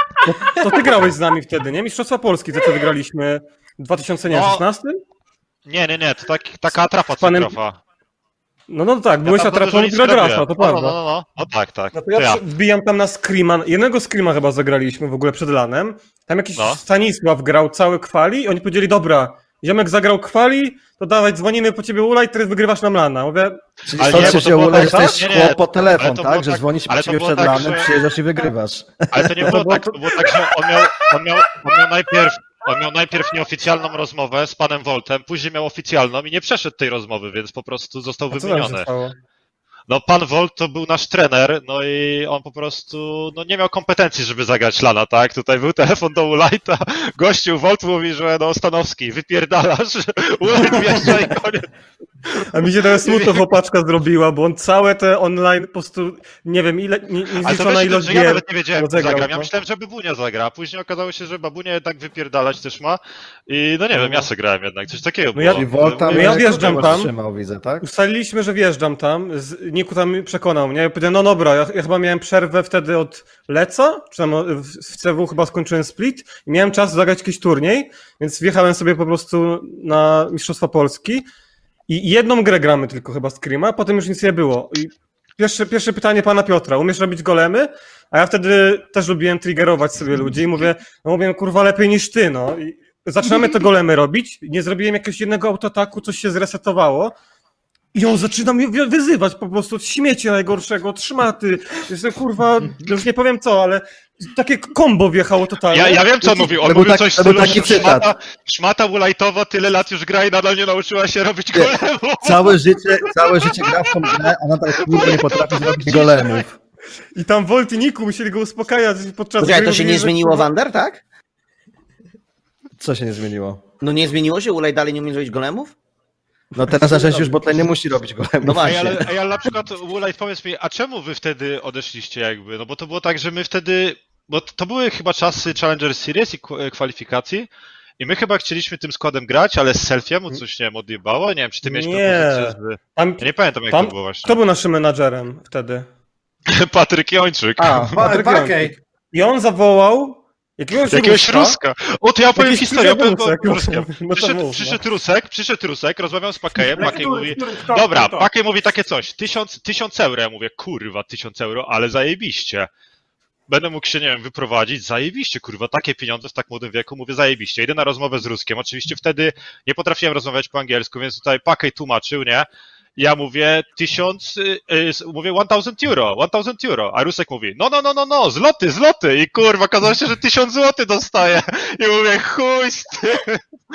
To ty grałeś z nami wtedy, nie? Mistrzostwa Polski, to co wygraliśmy w dwa tysiące szesnastym? Nie, nie, nie, to tak, taka atrapa panem- Cinkrofa. No, no tak, byłeś Ja tam atrapą dużo i nic Gragrasa, robiłem. to No, no, prawda. no, no, no tak, tak. No to To ja ja. przy- wbijam tam na Screama, jednego Screama chyba zagraliśmy w ogóle przed lanem, tam jakiś No. Stanisław grał cały kwali i oni powiedzieli, dobra, ziomek zagrał kwali, to dawaj, dzwonimy po ciebie Ula i teraz wygrywasz nam lana. Mówię, Czyli Ale stąd nie, się bo to wzięło, było że tak, jesteś nie, nie, szkło po telefon, ale to tak? było Że tak- dzwoni się po ale to ciebie było przed tak, lanem, że- przyjeżdżasz i wygrywasz. Ale to nie było tak, to było tak, że on miał, on miał, on miał najpierw, on miał najpierw nieoficjalną rozmowę z panem Voltem, później miał oficjalną i nie przeszedł tej rozmowy, więc po prostu został a co tam się wymieniony. stało? No pan Volt to był nasz trener, no i on po prostu no nie miał kompetencji, żeby zagrać lana, tak? Tutaj był telefon do Ulajta, gościu Volt mówi, że no Stanowski, wypierdalasz, Ulajt wjeżdża i koniec. A mi się teraz smutno chłopaczka zrobiła, bo on całe te online po prostu, nie wiem, ile, nie, Ale to niezliczona wiesz, ilość że ja gier nawet nie wiedziałem, kto rozegrał, zagram. Ja no. myślałem, że Babunia zagra, a później okazało się, że Babunia jednak wypierdalać też ma i no nie wiem, ja se grałem jednak, coś takiego No ja- było. I Volta No ja wjeżdżam kurwa tam. trzymał, widzę, tak? Ustaliliśmy, że wjeżdżam tam, z, Niku tam przekonał mnie, ja powiedziałem, no dobra, ja, ja chyba miałem przerwę wtedy od Leca, czy tam w, w C W chyba skończyłem split i miałem czas zagrać jakiś turniej, więc wjechałem sobie po prostu na Mistrzostwa Polski i jedną grę gramy tylko chyba Screama, a potem już nic nie było. I pierwsze, pierwsze pytanie pana Piotra, umiesz robić golemy? A ja wtedy też lubiłem triggerować sobie ludzi i mówię, no mówię, kurwa, lepiej niż ty, no. I zaczynamy te golemy robić, nie zrobiłem jakiegoś jednego autoataku, coś się zresetowało i on zaczyna mnie wy- wyzywać po prostu od śmieci najgorszego, od szmaty. Jestem, kurwa, już nie powiem co, ale takie kombo wjechało totalnie. Ja, ja wiem, co on mówił. On to był mówił tak- coś w to był stylu, taki że cytat. szmata, szmata Ulajtowa tyle lat już gra i nadal nie nauczyła się robić Nie. golemów. Całe życie, całe życie gra w tą grę, a nadal kurwa nie potrafi zrobić golemów. I tam Volt i Niku musieli go uspokajać podczas Słuchaj, gry. to się Mówili, nie że, zmieniło, kurwa, Wander, tak? Co się nie zmieniło? No nie zmieniło się? Ulej dalej nie umie zrobić golemów? No teraz na szczęście już botlane nie musi robić golemów. No Ej, właśnie. ale, ej, ale na przykład, Ulajt, powiedz mi, a czemu wy wtedy odeszliście jakby? No bo to było tak, że my wtedy, bo to były chyba czasy Challenger Series i kwa- kwalifikacji i my chyba chcieliśmy tym składem grać, ale z Selfiemu coś, nie wiem, odjebało? Nie wiem, czy ty miałeś Nie. propozycję, żeby... Tam, Ja nie pamiętam, jak tam, to było właśnie. kto był naszym menadżerem wtedy? Patryk Jończyk. A, Patryk Barkej. I on zawołał jakiegoś, Jakiegoś Ruska. Ruska. O, to ja powiem Jakiś historię, opowiem Rusek, o Ruskiem. no to Przyszedł, mów, przyszedł Rusek, przyszedł Rusek, rozmawiam z Pakejem, Pakej Który- mówi, który- kto- dobra, kto? Pakej mówi takie coś, tysiąc, tysiąc euro, ja mówię, kurwa, tysiąc euro, ale zajebiście. Będę mógł się, nie wiem, wyprowadzić, zajebiście, kurwa, takie pieniądze w tak młodym wieku, mówię, zajebiście. Idę na rozmowę z Ruskiem, oczywiście wtedy nie potrafiłem rozmawiać po angielsku, więc tutaj Pakej tłumaczył, nie? Ja mówię tysiąc, y, y, mówię one thousand euro, one thousand euro, a Rusek mówi, no, no, no, no, no, zloty, zloty i kurwa, okazało się, że tysiąc złotych dostaje i mówię, chuj z tym.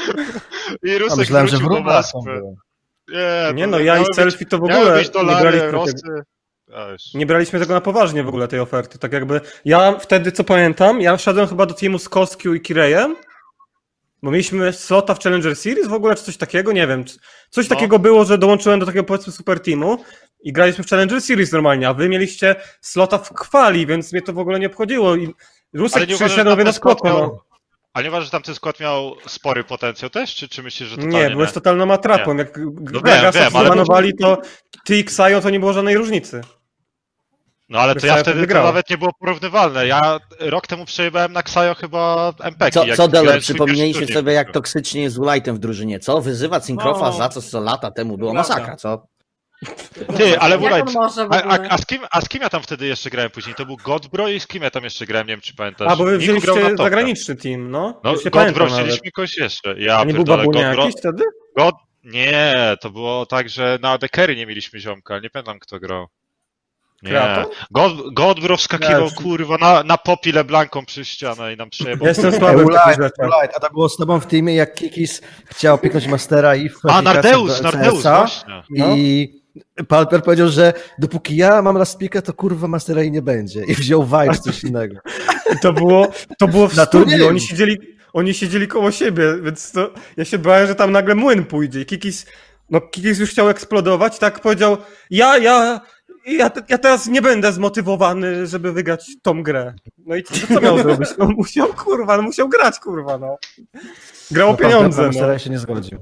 I A Rusek myślałem, że w wrócił do rublach są Moskwy. były. Nie, Nie to no, ja miały i być- Selfie to w miały ogóle być nie dolary, braliśmy, tego, rosty. A, już. nie braliśmy tego na poważnie w ogóle tej oferty. Tak jakby, ja wtedy co pamiętam, ja wszedłem chyba do teamu z Koskiu i Kirejem, bo mieliśmy slota w Challenger Series w ogóle, czy coś takiego, nie wiem. czy- Coś No. takiego było, że dołączyłem do takiego powiedzmy super teamu i graliśmy w Challenger Series normalnie, a wy mieliście slota w kwali, więc mnie to w ogóle nie obchodziło i Rusek Ale nie uważasz, że przyszedł, mówię, tamten no skład spoko, miał, no. a nie uważasz, że tamten skład miał spory potencjał też, czy, czy myślisz, że totalnie Nie, byłeś totalną atrapą. Jak wiem, Gragasa wiem, ale- zbanowali, to ty i Ksajo to nie było żadnej różnicy. No ale to Xayo ja wtedy to wygrał. nawet nie było porównywalne. Ja rok temu przejebałem na Xayo chyba M P K. Co, jak co grałem Dele, swój przypomnieliście pierwszy sobie, jak turniej. toksycznie jest z Wulajtem w drużynie, co? Wyzywa Cinkrofa No. za coś, co lata temu było Prawda. masakra, co? Ty, ale Jak Wulaj, on może w a, ogóle? a, a, z kim, a z kim ja tam wtedy jeszcze grałem później? To był Godbro i z kim ja tam jeszcze grałem? Nie wiem, czy pamiętasz. A, bo wy Miku grał na wzięliście topie. zagraniczny team, no. No, Już nie Godbro pamiętam wzięliśmy nawet. kogoś jeszcze. Ja A nie był pierdolę, Babunia Godbro... jakiś wtedy? God... Nie, to było tak, że na Dekery nie mieliśmy ziomka, nie pamiętam kto grał. Nie. Kraton? God, Godbro wskakiwał, Nie, kurwa, na, na Popi Leblanką przez ścianę i nam przejebał. Ja jestem słaby w takich Light, rzeczach. Light, a to było z tobą w teamie, jak Kikis chciał piknąć Mastera i w A, kwalifikacjach Nardeus, do Nardeus, C S a. właśnie. I Palper powiedział, że dopóki ja mam last picka, to kurwa Mastera i nie będzie. I wziął Vibe coś innego. I to było, to było w Na studiu, turnieju. oni siedzieli, oni siedzieli koło siebie, więc to, ja się bałem, że tam nagle młyn pójdzie i Kikis, no Kikis już chciał eksplodować, tak powiedział, ja, ja, ja, ja teraz nie będę zmotywowany, żeby wygrać tą grę. No i co, co miał zrobić? No musiał, kurwa, no musiał grać, kurwa, no. Grał o No, Palper pieniądze, na no. Mastera się nie zgodził.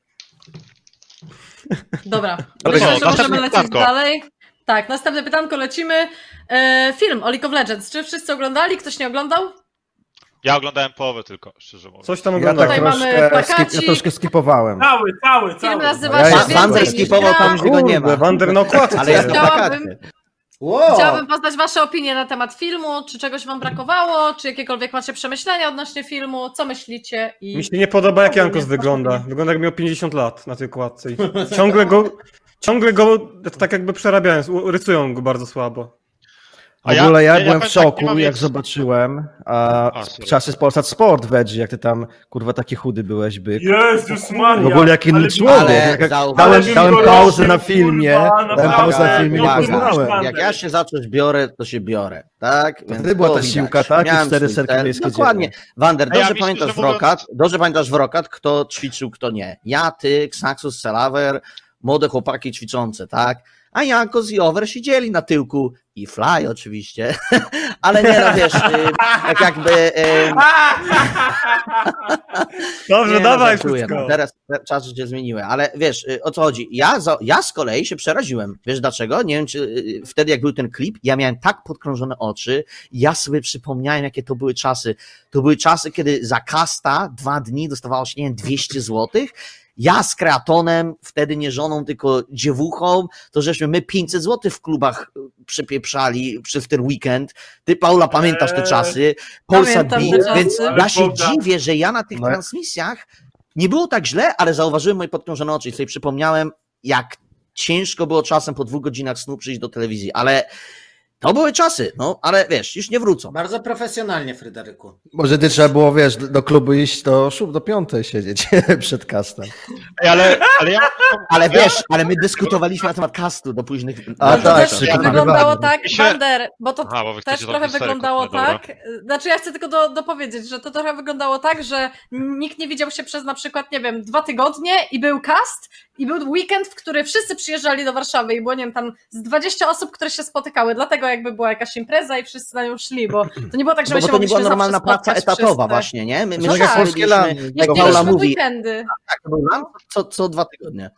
Dobra, Dobra, myślę, no, że następne możemy lecieć pytanko. dalej. Tak, następne pytanko, lecimy. E, film o League of Legends. Czy wszyscy oglądali? Ktoś nie oglądał? Ja oglądałem połowę tylko, szczerze mówiąc. Coś tam Ja oglądałem. tak Tutaj mamy troszkę, skip, plakacik. ja troszkę skipowałem. Cały, cały, Film cały. nazywa Ja się jestem- Wander Więcej niż skipował, gra. tam już go nie ma. Kurde, Wander na okładce. Ale jest na Chciałabym- plakacie. Wow. Chciałabym poznać wasze opinie na temat filmu. Czy czegoś wam brakowało? Czy jakiekolwiek macie przemyślenia odnośnie filmu? Co myślicie? I Mi się nie podoba, jak Jankos Ogólnie, wygląda. ogólnie. Wygląda, jak miał pięćdziesiąt lat na tej kładce. I ciągle go, ciągle go tak jakby przerabiają, u- rysują go bardzo słabo. W A ja- ogóle ja, ja- ja byłem w powiem tak, szoku, nie mam jak nic- zobaczyłem a, A, sorry. czasy z Polsat Sport, Wedzi, jak ty tam, kurwa, taki chudy byłeś, byk. Jezus Maria. W ogóle jak inny ale- człowiek. ale Jak, jak zauważ- dałem, ale dałem bym pauzę go na robił, filmie, kurwa, dałem pauzę na naprawdę. filmie, No, nie poznałem. no, Jak ja się za coś biorę, to się biorę, tak? Więc wtedy była to ta widać. siłka, tak? I Miałem cztery swój serki cel. wiejskie Dokładnie. Wander, A ja dobrze myślę, pamiętasz że w mówiąc- Rokat, dobrze pamiętasz w Rokat, kto ćwiczył, kto nie. Ja, ty, Xaxus, Selaver, młode chłopaki ćwiczące, tak? A Jankos i Over siedzieli na tyłku i Fly oczywiście, ale nie no wiesz, y, tak jakby... y, Dobrze, Nie, no, dawaj żartuję, wszystko. no, teraz te czasy się zmieniły, ale wiesz, y, o co chodzi? Ja, za, ja z kolei się przeraziłem. Wiesz dlaczego? Nie wiem, czy y, wtedy jak był ten klip, ja miałem tak podkrążone oczy, ja sobie przypomniałem, jakie to były czasy. To były czasy, kiedy za kasta dwa dni dostawało się, nie wiem, dwieście złotych. Ja z kreatonem, wtedy nie żoną, tylko dziewuchą, to żeśmy my pięćset złotych w klubach przypieprzali przez ten weekend. Ty, Paula, pamiętasz te Eee, czasy? Polsat pamiętam Beat, te czasy. więc Ale ja się Bogdan- dziwię, że ja na tych No. transmisjach nie było tak źle, ale zauważyłem moje podkrążone oczy i sobie przypomniałem, jak ciężko było czasem po dwóch godzinach snu przyjść do telewizji, ale to były czasy, no, ale wiesz, już nie wrócą. Bardzo profesjonalnie, Fryderyku. Może ty trzeba było, wiesz, do klubu iść do szub do piątej siedzieć przed kastem. Ej, ale, ale ja... Ale wiesz, ale my dyskutowaliśmy na temat castu do późnych... A, Ale to tak, też przykład wyglądało wywalny. tak, Mi się- Wander, bo to Aha, bo wy też chcecie trochę tą historię wyglądało kopnąć, dobra. tak. Znaczy ja chcę tylko do, dopowiedzieć, że to trochę wyglądało tak, że nikt nie widział się przez na przykład, nie wiem, dwa tygodnie i był cast i był weekend, w który wszyscy przyjeżdżali do Warszawy i było, nie wiem, tam z dwadzieścia osób, które się spotykały, dlatego jakby była jakaś impreza i wszyscy na nią szli, bo to nie było tak, że No my bo się to nie była mogliśmy normalna zawsze praca spotkać etatowa wszyscy. właśnie, nie? My, my No wszyscy tak. robiliśmy, Polskie jak Jak Paula mieliśmy mówi, weekendy. tak, to był land co, co dwa tygodnie.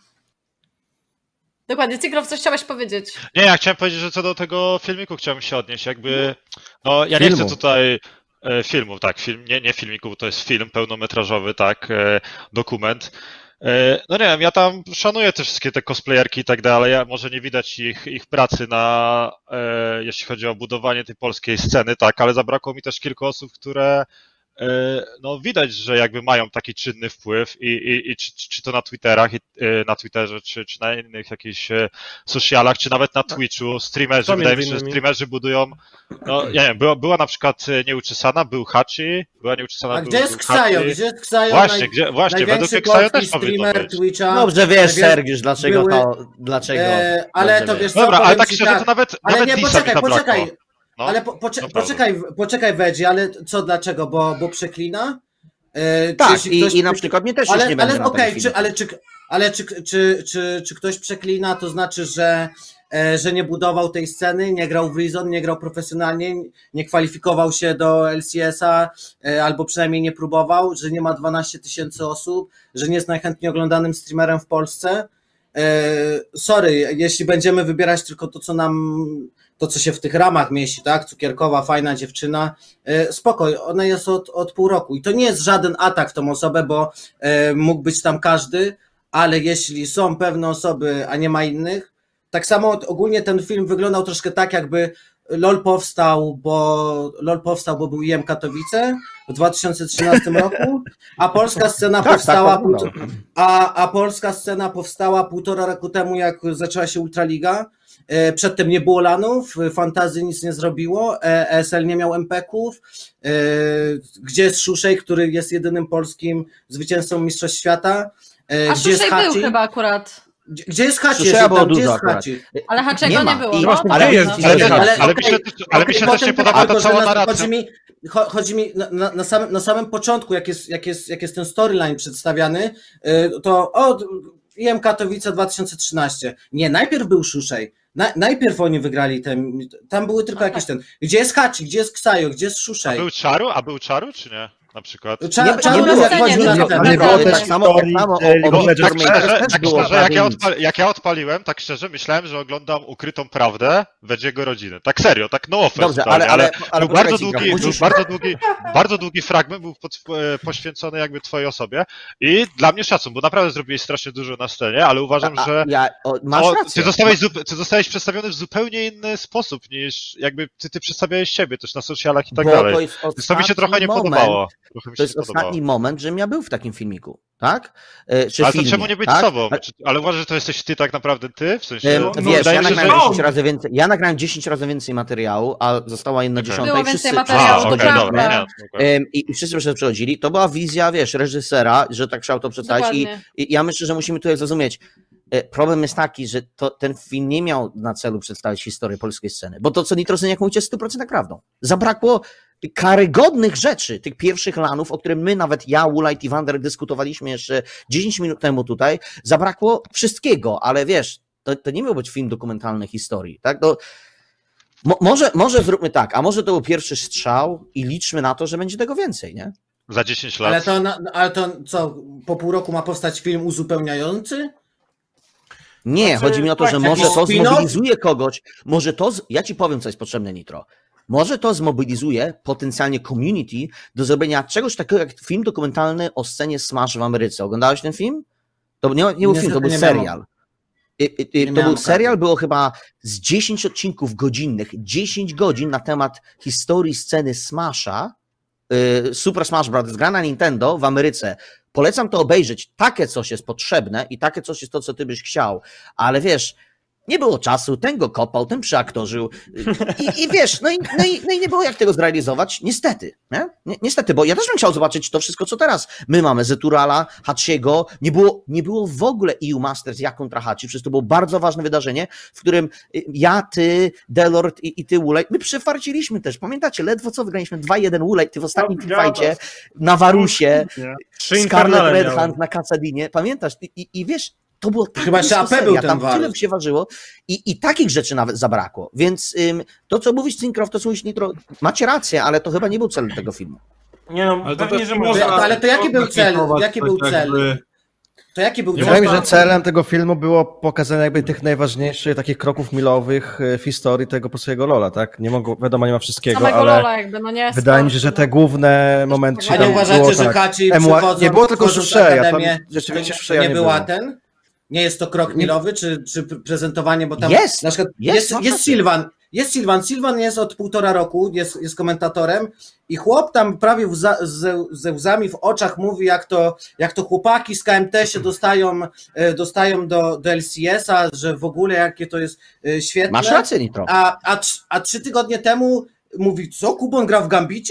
Dokładnie, Cigrow, coś chciałeś powiedzieć. Nie, ja chciałem powiedzieć, że co do tego filmiku chciałem się odnieść, jakby, no ja nie Filmu. chcę tutaj e, filmu, tak, film, nie, nie filmiku, bo to jest film pełnometrażowy, tak, e, dokument. E, no nie wiem, ja tam szanuję te wszystkie te cosplayerki i tak dalej, a może nie widać ich, ich pracy na, e, jeśli chodzi o budowanie tej polskiej sceny, tak, ale zabrakło mi też kilku osób, które e, no widać, że jakby mają taki czynny wpływ i, i, i czy, czy to na Twitterach, i, e, na Twitterze, czy, czy na innych jakichś e, socialach, czy nawet na Twitchu, streamerzy, Co wydaje mi między się, że innymi? streamerzy budują, no ja nie wiem, była, była na przykład e, Nieuczesana, był Hachi, była Nieuczesana, A był, gdzie jest był Ksajo? Hachi. Gdzie jest Ksajo? Właśnie, Naj- gdzie, właśnie, według największy mnie Ksajo polski też powinno streamer być. Twitcha. Dobrze wiesz, Najwię- Sergiusz, dlaczego były- to, dlaczego. E, ale Dobrze to wiesz co, Dobra, ale powiem tak ci szczerze, to nawet, Ale nawet nie, Disa mi poczekaj, zabrakło. poczekaj. No. Ale po, poczekaj, to prawda. poczekaj, poczekaj Wedzi, ale co, dlaczego? Bo, bo przeklina? E, czy Tak, jeśli i, ktoś i na przek- przykład mnie też ale, już nie będzie ale na okej, tym czy, filmie. ale, czy, ale czy, czy, czy, czy ktoś przeklina, to znaczy, że, e, że nie budował tej sceny, nie grał w Reason, nie grał profesjonalnie, nie kwalifikował się do L C S a, e, albo przynajmniej nie próbował, że nie ma dwanaście tysięcy osób, że nie jest najchętniej oglądanym streamerem w Polsce. E, sorry, jeśli będziemy wybierać tylko to, co nam to, co się w tych ramach mieści, tak? Cukierkowa, fajna dziewczyna, e, spokoj, ona jest od, od pół roku i to nie jest żaden atak w tą osobę, bo e, mógł być tam każdy, ale jeśli są pewne osoby, a nie ma innych, tak samo ogólnie ten film wyglądał troszkę tak, jakby LOL powstał, bo LOL powstał, bo był I M Katowice w dwa tysiące trzynastym roku, a polska scena Tak, powstała tak, pół, a, a polska scena powstała półtora roku temu, jak zaczęła się Ultraliga. Przedtem nie było lanów, Fantasy nic nie zrobiło, E S L nie miał em pe ków, gdzie jest Szuszej, który jest jedynym polskim zwycięzcą Mistrzostw Świata. A Gdzie jest Szuszej Haci? był chyba akurat. Gdzie, gdzie jest Haci? Szuszej Jeżeli było tam, gdzie dużo jest akurat. Haci? Ale Haczego Nie nie, ma. było. I- no, ale tak, jest- no. ale- Ale, ale okej, mi się, ale mi się okej, też nie potem podoba tylko, ta że cała na- narracja. Chodzi mi, cho- chodzi mi na, na, na, samym, na samym początku, jak jest, jak jest, jak jest ten storyline przedstawiany, y, to o, I M Katowice dwa tysiące trzynaście. Nie, najpierw był Szuszej. Na, najpierw oni wygrali ten, tam były tylko jakieś ten. Gdzie jest Haci, gdzie jest Ksajo, gdzie jest A Szuszej? był Czaru? A był Czaru, czy nie? Na przykład. Cza, Nie, Cza nie był, było, jak nie, chodził nie, na nie, ten. nie, było nie, tak samo, tak samo o, o Bo Midterm tak szczerze, też tak było szczerze jak, ja prawie nic. odpali, jak ja odpaliłem, tak szczerze myślałem, że oglądam Ukrytą Prawdę Wedziego rodziny. Tak serio, tak no offense Dobrze, totalnie, ale, ale, ale, ale był bardzo poczekaj, długi, Ciga, był musisz- bardzo długi, bardzo długi fragment, był pod, e, poświęcony jakby twojej osobie i dla mnie szacun, bo naprawdę zrobiłeś strasznie dużo na scenie, ale uważam, A- że ja, o, masz o, rację. ty, zostałeś, zup- ty zostałeś przedstawiony w zupełnie inny sposób niż jakby ty, ty przedstawiałeś siebie też na socialach i tak Bo dalej. to jest Więc to mi się ostatni trochę nie moment, podobało. Trochę mi To się jest nie podobało. ostatni moment, żebym ja był w takim filmiku, tak? E, Czy Ale to filmie, czemu nie być tak? sobą? Ale- Czy- Ale uważasz, że to jesteś ty tak naprawdę ty? W sensie, E, no, Wiesz, wydaje ja mi się, nagrałem że... że- dziesięć razy więcej, ja nagrałem dziesięć razy więcej materiału, a została jedna Okej. dziesiąta Było i wszyscy, więcej materiału, A, wszyscy to okej, przychodzili, prawda. dobra. Nie, okej. Em, I, I wszyscy przez to przechodzili. To była wizja, wiesz, reżysera, że tak chciał to przedstawić. I, Dokładnie. I ja myślę, że musimy tutaj zrozumieć. e, Problem jest taki, że to, ten film nie miał na celu przedstawić historię polskiej sceny, bo to, co Nitrozyniak mówicie, jest sto procent prawdą. Zabrakło karygodnych rzeczy, tych pierwszych lanów, o których my, nawet ja, Woolite i Wander dyskutowaliśmy jeszcze dziesięć minut temu tutaj. Zabrakło wszystkiego, ale wiesz, to, to nie miał być film dokumentalny historii, tak? To, mo, może, może zróbmy tak, a może to był pierwszy strzał i liczmy na to, że będzie tego więcej, nie? Za dziesięć lat. Ale to, na- ale to co, po pół roku ma powstać film uzupełniający? Nie, Znaczy, chodzi mi o to, że słuchajcie, może jakiś to spin-off? zmobilizuje kogoś, może to, z... ja ci powiem, co jest potrzebne, Nitro. Może to zmobilizuje potencjalnie community do zrobienia czegoś takiego jak film dokumentalny o scenie Smash w Ameryce. Oglądałeś ten film? To nie, nie był film, to Niestety był nie miałem. serial. I, i, i, Nie to miałem był serial, okazji. było chyba z dziesięć odcinków godzinnych, dziesięć godzin na temat historii sceny Smasha, y, Super Smash Bros. Gra na Nintendo w Ameryce. Polecam to obejrzeć. Takie coś jest potrzebne i takie coś jest to, co ty byś chciał. Ale wiesz, nie było czasu, ten go kopał, ten przyaktorzył i, i wiesz, no i, no, i, no i nie było jak tego zrealizować, niestety, nie? Ni- niestety, bo ja też bym chciał zobaczyć to wszystko, co teraz my mamy, Zeturala, Hachiego, nie było, nie było w ogóle E U Masters jak kontra Hachi, przecież to było bardzo ważne wydarzenie, w którym ja, ty, Delord i, i ty, Woolite, my przefarciliśmy też, pamiętacie, ledwo co wygraliśmy dwa jeden Woolite, ty w ostatnim No, teamfightie na Warusie, Nie. Trzy Scarlet infernale Red miałem. Hand na Kasadinie, pamiętasz? I, i, i wiesz, to było tak Chyba jeszcze blisko A P był seria, ten tam Warus. tyle się ważyło i, i takich rzeczy nawet zabrakło, więc ym, to, co mówisz, Cinkrow, to co mówisz, Nitro, macie rację, ale to chyba nie był cel tego filmu. Nie no, Ale to pewnie, też że nie może. można- Ale to jaki był cel? Zakwitować Jaki coś był cel? jakby- To jaki był Nie cel? Wydaje mi się, można- że celem tego filmu było pokazanie jakby tych najważniejszych takich kroków milowych e, w historii tego polskiego Lola, tak? Nie mogło, wiadomo, nie ma wszystkiego, Samego ale Lola jakby, no nie. wydaje mi się, sport, że no. te główne momenty A nie tam uważacie, było że tak. Haci Emua- przychodząc, nie było tylko wchodząc w Szuszej, a tam akademię, rzeczywiście to Szuszeja nie nie była było. ten? Nie jest to krok milowy, czy, czy prezentowanie, bo tam Jest, na przykład jest, jest, masz jest rację. Sylwan, jest Sylwan, Sylwan jest od półtora roku, jest, jest komentatorem i chłop tam prawie łza, ze, ze łzami w oczach mówi, jak to, jak to chłopaki z K M T się dostają, e, dostają do, do L C S a, że w ogóle jakie to jest e, świetne. Masz rację, Nitro. A, a, trz- a trzy tygodnie temu mówi, co, Kubon gra w Gambicie?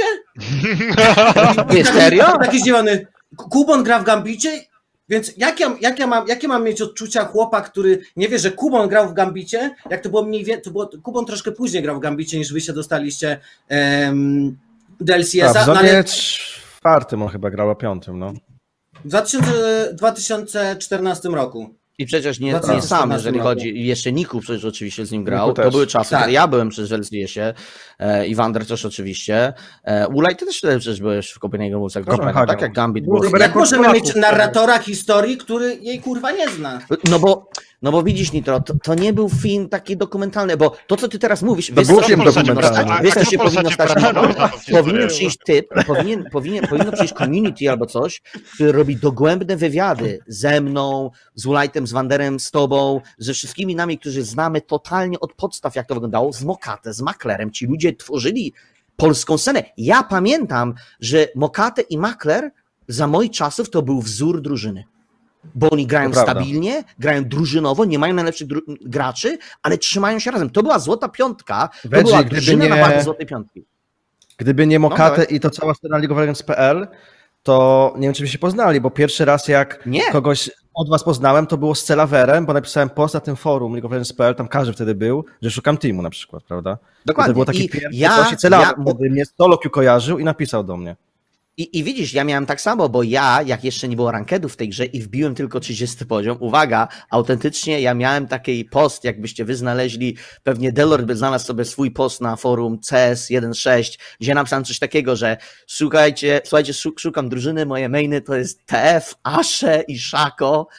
Nie, serio? Taki zdziwiony. Kubon gra w Gambicie? Więc jak ja, jak ja mam, jakie mam mieć odczucia chłopa, który nie wie, że Kubon grał w Gambicie, jak to było mniej więcej, to było, Kubon troszkę później grał w Gambicie, niż wy się dostaliście um, do L C S Tak, a, w no, zonie ale czwartym on chyba grał, a piątym, no. w dwa tysiące czternastym roku. I przecież nie, dwa nie tysiące sam, czternastym jeżeli roku. chodzi, i jeszcze Niku przecież oczywiście z nim grał, Niku to też. były czasy, Tak. kiedy ja byłem przecież w L C S ie, e, i Wander też oczywiście, e, Woolite, ty też wtedy przecież byłeś w Copenhagen Bulls, jak dobrze pamiętam, Kopenhagen. tak jak Gambit Był był. chyba Jak rekord możemy Polaków mieć wtedy. narratora historii, który jej kurwa nie zna? No bo No bo widzisz, Nitro, to, to nie był film taki dokumentalny, bo to, co ty teraz mówisz, wiesz, był co film się powinno dokumentalny. stać? Wiesz, co się powinno stać? Powinien Powinien przyjść typ, powinien, powinien, powinno przyjść community albo coś, który robi dogłębne wywiady ze mną, z Ulajtem, z Wanderem, z tobą, ze wszystkimi nami, którzy znamy totalnie od podstaw, jak to wyglądało, z Mokate, z Maklerem. Ci ludzie tworzyli polską scenę. Ja pamiętam, że Mokate i Makler za moich czasów to był wzór drużyny. Bo oni grają To prawda. stabilnie, grają drużynowo, nie mają najlepszych dru- graczy, ale trzymają się razem. To była złota piątka, to Wedzi, była gdyby drużyna nie- na bardzo złotej piątki. Gdyby nie Mokate dawaj. i to cała strona League of Legends kropka p l, to nie wiem, czy by się poznali, bo pierwszy raz jak Nie. kogoś od was poznałem, to było z Celaverem, bo napisałem post na tym forum League of Legends kropka p l, tam każdy wtedy był, że szukam teamu na przykład, prawda? Dokładnie. To było taki I pierwszy ja- właśnie Celaver, ja- wtedy mnie SoloQ kojarzył i napisał do mnie. I, I widzisz, ja miałem tak samo, bo ja, jak jeszcze nie było rankedów w tej grze i wbiłem tylko trzydziesty poziom, uwaga, autentycznie ja miałem taki post, jakbyście wy znaleźli, pewnie Delord by znalazł sobie swój post na forum C S jeden sześć, gdzie napisałem coś takiego, że szukajcie, słuchajcie, szuk, szukam drużyny, moje mainy to jest T F, Ashe i Szako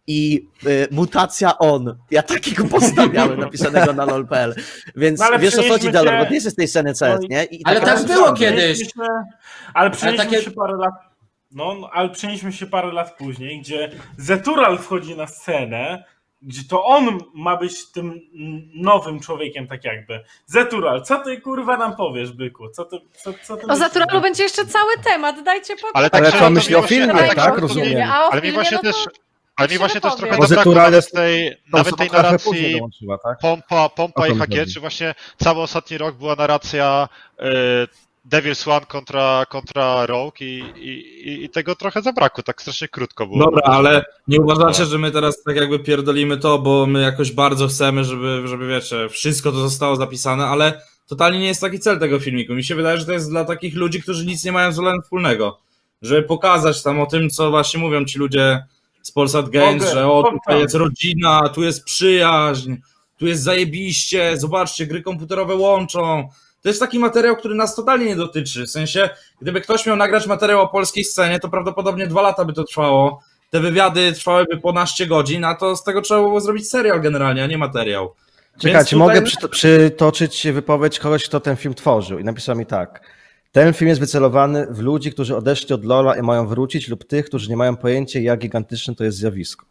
i y, mutacja on. Ja takiego posta miałem napisanego na lol kropka p l. Więc No ale wiesz o co ci przenieśmy Delord, się- bo ty jesteś z tej sceny C S, No i- nie? I Ale taka- tak było Przenieśmy kiedyś. się- Ale przenieśmy takie- się parę lat. No, no, ale przenieśmy się parę lat później, gdzie Zetural wchodzi na scenę, gdzie to on ma być tym mm, nowym człowiekiem, tak jakby. Zetural, co ty kurwa nam powiesz, byku? Co ty, co, co ty O myślisz? Zaturalu będzie jeszcze cały temat, dajcie po... Ale Ale tak to szczerze, myśli mi o właśnie- filmie, ale tak? tak- Rozumiem. A o Ale mi filmie, właśnie no też, to... ale mi się właśnie też wypowiem. trochę Bo zabrakło Zeturale nawet tej, To nawet tej trochę później narracji dołączyła, tak? pompa, pompa O i to mi H G, chodzi. czy właśnie cały ostatni rok była narracja y, Devil's One kontra, kontra Rogue i, i, i tego trochę zabrakło, tak strasznie krótko było. Dobra, ale nie uważacie, że my teraz tak jakby pierdolimy to, bo my jakoś bardzo chcemy, żeby, żeby wiecie, wszystko to zostało zapisane, ale totalnie nie jest taki cel tego filmiku. Mi się wydaje, że to jest dla takich ludzi, którzy nic nie mają z Olem wspólnego. Żeby pokazać tam o tym, co właśnie mówią ci ludzie z Polsat Games, Mogę, że o, mogę. tutaj jest rodzina, tu jest przyjaźń, tu jest zajebiście, zobaczcie, gry komputerowe łączą. To jest taki materiał, który nas totalnie nie dotyczy. W sensie, gdyby ktoś miał nagrać materiał o polskiej scenie, to prawdopodobnie dwa lata by to trwało. Te wywiady trwałyby ponaście godzin, a to z tego trzeba było zrobić serial generalnie, a nie materiał. Czekajcie, Więc tutaj- mogę przy, przytoczyć wypowiedź kogoś, kto ten film tworzył i napisał mi tak. Ten film jest wycelowany w ludzi, którzy odeszli od LoL'a i mają wrócić lub tych, którzy nie mają pojęcia, jak gigantyczne to jest zjawisko.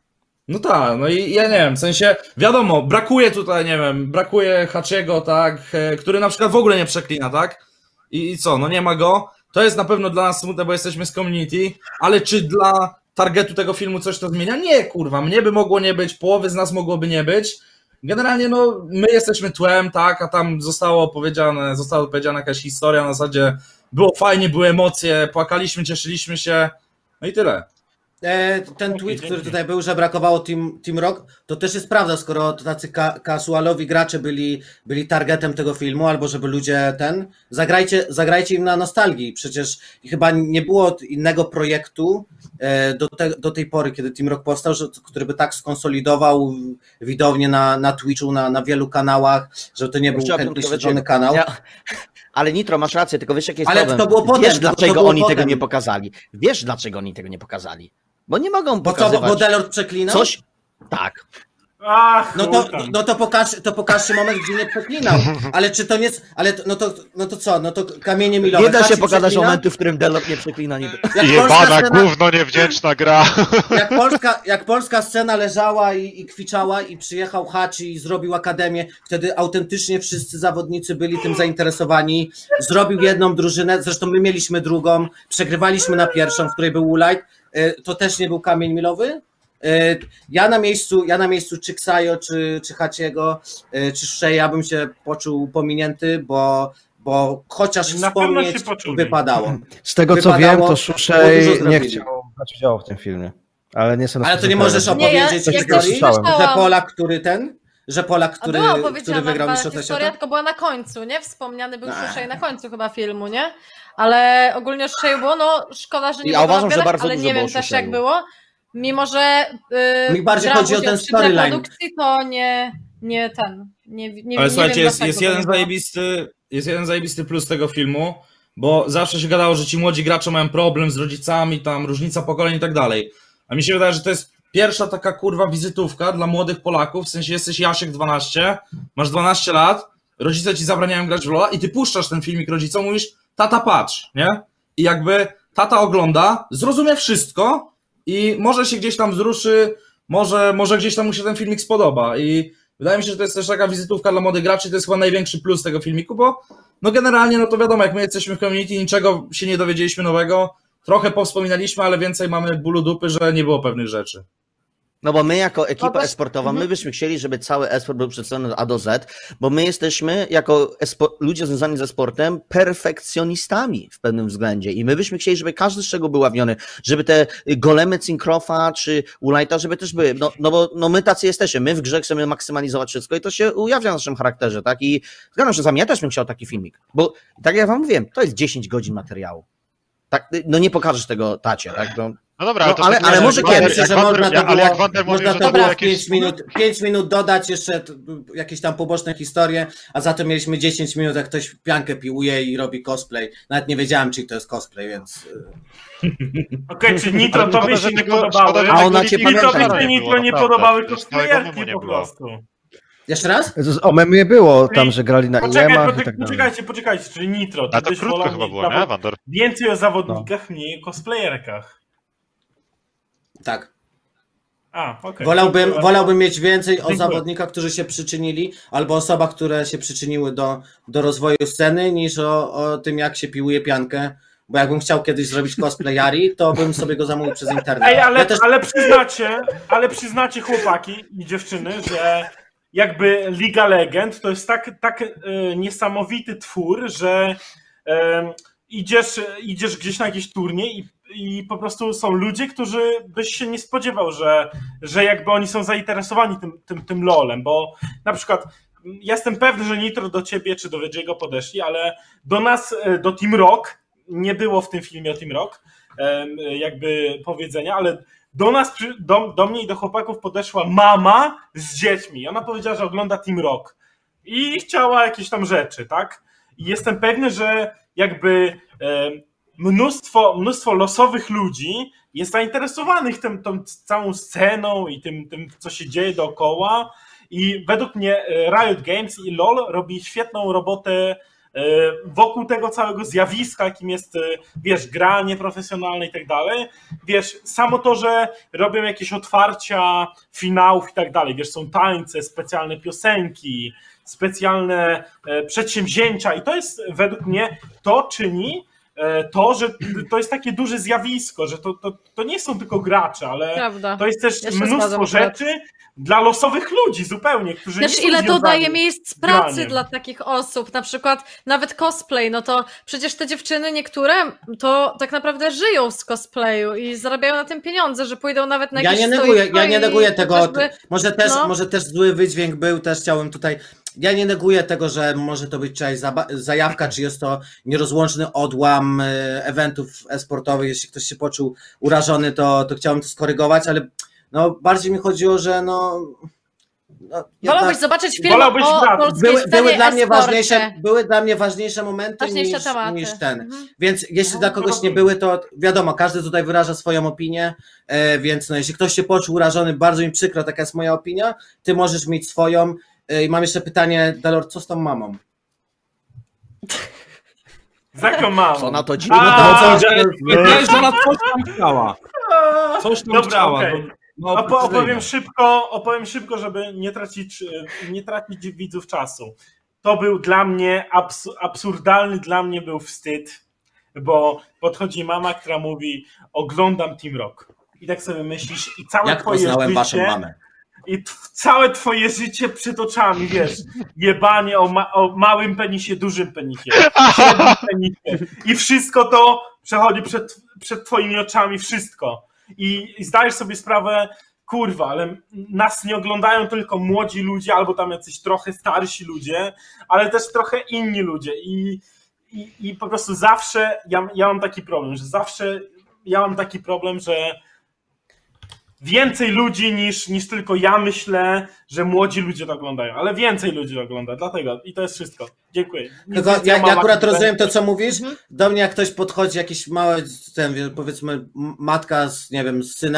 No tak, no i ja nie wiem, w sensie, wiadomo, brakuje tutaj, nie wiem, brakuje Hachiego, tak, e, który na przykład w ogóle nie przeklina, tak? I, I co, no nie ma go. To jest na pewno dla nas smutne, bo jesteśmy z community, ale czy dla targetu tego filmu coś to zmienia? Nie, kurwa, mnie by mogło nie być, połowy z nas mogłoby nie być. Generalnie, no, my jesteśmy tłem, tak, a tam zostało powiedziane, została opowiedziana jakaś historia na zasadzie było fajnie, były emocje, płakaliśmy, cieszyliśmy się, no i tyle. E, ten tweet, który tutaj był, że brakowało Team, Team Rock, to też jest prawda, skoro tacy ka- casualowi gracze byli, byli targetem tego filmu, albo żeby ludzie ten, zagrajcie, zagrajcie im na nostalgii, przecież chyba nie było innego projektu e, do, te, do tej pory, kiedy Team Rock powstał, że, który by tak skonsolidował widownię na, na Twitchu, na, na wielu kanałach, że to nie był Chciałbym chętnie tylko śledzony wiecie, kanał. ja- Ale Nitro, masz rację, tylko wiesz jaki jest Ale problem. to było potem, Wiesz to- to dlaczego było oni potem. tego nie pokazali. Wiesz dlaczego oni tego nie pokazali. Bo nie mogą Bo co, pokazywać bo Delord przeklinał? coś... Tak. Ach, No to, chuj tam. no to, pokaż, to pokażcie moment, gdzie nie przeklinał. Ale czy to nie jest. Ale to, no, to, no to co? No to kamienie milowe. Nie da się Hachi pokazać przeklina? momentu, w którym Delord nie przeklina Nitro. Jak Jebana, polska, scena, gówno, niewdzięczna gra. jak, polska, jak polska scena leżała i, i kwiczała i przyjechał Hachi i zrobił akademię, wtedy autentycznie wszyscy zawodnicy byli tym zainteresowani. Zrobił jedną drużynę, zresztą my mieliśmy drugą, przegrywaliśmy na pierwszą, w której był Woolite. To też nie był kamień milowy? Ja na miejscu, ja na miejscu czy Ksajo, czy, czy Hachiego, czy Szeja bym się poczuł pominięty, bo, bo chociaż Na pewno wspomnieć się poczuli. wypadało. Z tego co Wypadało, wiem, to bo Szuszej dużo nie zrobili. chciał brać udziału w tym filmie. Ale nie jestem na Ale to nie pewien. możesz Nie, ja, opowiedzieć jak historii? już Słyszałem. że słyszałam, Polak, który ten, że Polak, a który, była który opowiedziana wygrał chyba Mistrzostwa historia, Świata? tylko była na końcu, nie? Wspomniany był Ech. Szuszej na końcu chyba filmu, nie? Ale ogólnie Szuszej było, no szkoda, że nie Ja było uważam, że nagrane, bardzo ale dużo nie wiem było też Szuszeju. jak było. Mimo, że yy, Mi bardziej brał chodzi o udział ten przy storyline. produkcji, to nie, nie ten, nie, nie, Ale nie słuchajcie, wiem jest, dlaczego jest to jeden nie było. zajebisty, jest jeden zajebisty plus tego filmu, bo zawsze się gadało, że ci młodzi gracze mają problem z rodzicami, tam różnica pokoleń i tak dalej. A mi się wydaje, że to jest pierwsza taka kurwa wizytówka dla młodych Polaków, w sensie jesteś Jasiek dwanaście, masz dwanaście lat, rodzice ci zabraniają grać w LoL'a i ty puszczasz ten filmik rodzicom, mówisz, tata patrz, nie? I jakby tata ogląda, zrozumie wszystko i może się gdzieś tam wzruszy, może, może gdzieś tam mu się ten filmik spodoba i wydaje mi się, że to jest też taka wizytówka dla młodych graczy, to jest chyba największy plus tego filmiku, bo no generalnie, no to wiadomo, jak my jesteśmy w community, niczego się nie dowiedzieliśmy nowego, trochę powspominaliśmy, ale więcej mamy bólu dupy, że nie było pewnych rzeczy. No bo my jako ekipa Wobec- esportowa, my Mhm. byśmy chcieli, żeby cały esport był przedstawiony od A do Z, bo my jesteśmy jako espo- ludzie związani ze sportem perfekcjonistami w pewnym względzie i my byśmy chcieli, żeby każdy z czego był ławniony, żeby te golemy Cinkrofa czy Ulajta, żeby też były, no, no bo no my tacy jesteśmy, my w grze chcemy maksymalizować wszystko i to się ujawnia w naszym charakterze, tak? I zgadzam się z wami, ja też bym chciał taki filmik, bo tak jak wam mówiłem, to jest dziesięć godzin materiału. Tak, no nie pokażesz tego tacie, tak? No, No dobra, No, ale to ale- w takim ale razie może jak Wander- kiedyś, jak że Wander- można to ja- Ale jak było- Wander mówił, Można że to to było było w pięć jakieś... minut, pięć minut dodać jeszcze t- jakieś tam poboczne historie, a za to mieliśmy dziesięć minut, jak ktoś piankę piłuje i robi cosplay. Nawet nie wiedziałem, czy to jest cosplay, więc... Okej, czy Nitro Ale tobie szkoda, się że nie tego- podobały? szkoda, że A tego ona cię Nitro pamięta, Tobie nie się było, Nitro nie naprawdę. podobały Przecież całego cosplayerki memu nie po było. prostu. Jeszcze raz? O memie było tam, że grali na Poczekaj, ilemach i poczekaj, tak dalej. poczekajcie, poczekajcie, czyli Nitro. ty A to byś krótko wolał chyba mieć było, nie, zawod- Wander? Więcej o zawodnikach, mniej o cosplayerkach. Tak. A, okej. Wolałbym, Dziękuję. wolałbym mieć więcej o Dziękuję. zawodnikach, którzy się przyczynili, albo osobach, które się przyczyniły do, do rozwoju sceny, niż o, o tym, jak się piłuje piankę. Bo jakbym chciał kiedyś zrobić cosplay Yari, to bym sobie go zamówił przez internet. Ej, ale, Ja też... ale przyznacie, ale przyznacie chłopaki i dziewczyny, że jakby Liga Legend to jest tak, tak e, niesamowity twór, że e, idziesz, idziesz gdzieś na jakiś turniej i, i po prostu są ludzie, którzy byś się nie spodziewał, że, że jakby oni są zainteresowani tym, tym, tym lolem, bo na przykład ja jestem pewny, że Nitro do ciebie czy do Veggie'ego podeszli, ale do nas, e, do Team Rock, nie było w tym filmie o Team Rock e, jakby powiedzenia, ale do nas, przy- do, do mnie i do chłopaków podeszła mama z dziećmi. Ona powiedziała, że ogląda Team Rock i chciała jakieś tam rzeczy, tak? I jestem pewny, że jakby e, mnóstwo, mnóstwo losowych ludzi jest zainteresowanych tym, tą całą sceną i tym, tym, co się dzieje dookoła. I według mnie e, Riot Games i LoL robi świetną robotę e, wokół tego całego zjawiska, jakim jest, e, wiesz, granie profesjonalne i tak dalej. Wiesz, samo to, że robią jakieś otwarcia finałów i tak dalej, wiesz, są tańce, specjalne piosenki, specjalne e, przedsięwzięcia i to jest według mnie, to czyni e, to, że to jest takie duże zjawisko, że to, to, to nie są tylko gracze, ale Prawda. to jest też Ja się mnóstwo zgadzam akurat. rzeczy dla losowych ludzi zupełnie, którzy nie Wiesz, są ile to związani daje miejsc pracy graniem. dla takich osób, na przykład nawet cosplay, no to przecież te dziewczyny niektóre to tak naprawdę żyją z cosplayu i zarabiają na tym pieniądze, że pójdą nawet na Ja jakieś nie neguję, stoisko ja nie i neguję tego. chociażby- Może też, no. może też zły wydźwięk był, też chciałem tutaj. Ja nie neguję tego, że może to być czyjaś zaba- zajawka, czy jest to nierozłączny odłam e, eventów e-sportowych. Jeśli ktoś się poczuł urażony, to, to chciałem to skorygować, ale no, bardziej mi chodziło, że no. no Wolałbyś zobaczyć film Wolałbyś o brać. polskiej były, scenie były, dla mnie e-sporcie. ważniejsze, były dla mnie ważniejsze momenty Ważniejsze niż, tematy. niż ten. Mhm. Więc jeśli No, dla kogoś nie były, to wiadomo, każdy tutaj wyraża swoją opinię, e, więc no, jeśli ktoś się poczuł urażony, bardzo mi przykro, taka jest moja opinia, ty możesz mieć swoją. E, I mam jeszcze pytanie, Delor, co z tą mamą? Z jaką mamą? Co na to dziwi? A, No to- co, że, że ona coś tam chciała. Coś tam Dobra, chciała. okej. No, no, Opo- opowiem precyzyjnie. szybko, opowiem szybko, żeby nie tracić, e, nie tracić widzów czasu. To był dla mnie, abs- absurdalny dla mnie był wstyd, bo podchodzi mama, która mówi, oglądam Team Rock. I tak sobie myślisz, i całe Jak twoje poznałem życie, waszą mamę? i t- całe twoje życie przed oczami, wiesz, jebanie o, ma- o małym penisie, dużym penisie, średnim penisie i wszystko to przechodzi przed, przed twoimi oczami, wszystko. I, I zdajesz sobie sprawę, kurwa, ale nas nie oglądają tylko młodzi ludzie albo tam jacyś trochę starsi ludzie, ale też trochę inni ludzie i, i, i po prostu zawsze, ja, ja mam taki problem, że zawsze ja mam taki problem, że więcej ludzi niż, niż tylko ja myślę, że młodzi ludzie to oglądają, ale więcej ludzi to ogląda, dlatego i to jest wszystko. Dziękuję. Nic Tylko więcej ja, o ja mamach akurat nie rozumiem to, co mówisz. Mhm. Do mnie jak ktoś podchodzi, jakiś mały, ten, wie- powiedzmy, m- matka z, nie wiem, z synem,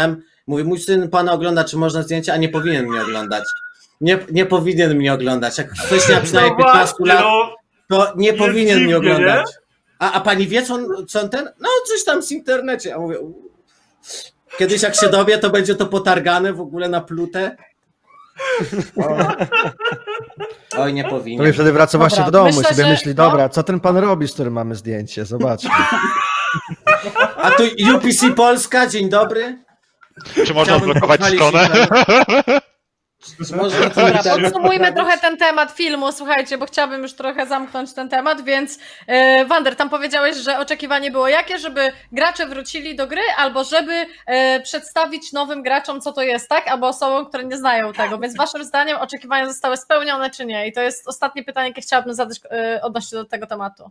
Mówi, mój syn pana ogląda, czy można zdjęcia, a nie powinien mnie oglądać. Nie, nie powinien mnie oglądać. Jak ktoś ma przynajmniej No piętnaście lat, no, to nie jest powinien dziwnie, mnie oglądać. nie? A, a pani wie, co on, co on ten? No coś tam z internecie. Ja mówię, u. Kiedyś jak się dowie, to będzie to potargane w ogóle na plutę. O. Oj, nie To powinien. mi wtedy wraca Dobra, właśnie do domu myślę, i sobie że- myśli, no. dobra, co ten pan robi, z którym mamy zdjęcie? Zobaczmy. A tu U P C Polska, dzień dobry. Czy można Chciałbym blokować pochwalić stronę? się Czy można to Dobra, tak podsumujmy poprawić? trochę ten temat filmu, słuchajcie, bo chciałabym już trochę zamknąć ten temat, więc e, Wander, tam powiedziałeś, że oczekiwanie było jakie, żeby gracze wrócili do gry, albo żeby e, przedstawić nowym graczom, co to jest, tak? Albo osobom, które nie znają tego, więc waszym zdaniem oczekiwania zostały spełnione, czy nie? I to jest ostatnie pytanie, jakie chciałabym zadać e, odnośnie do tego tematu.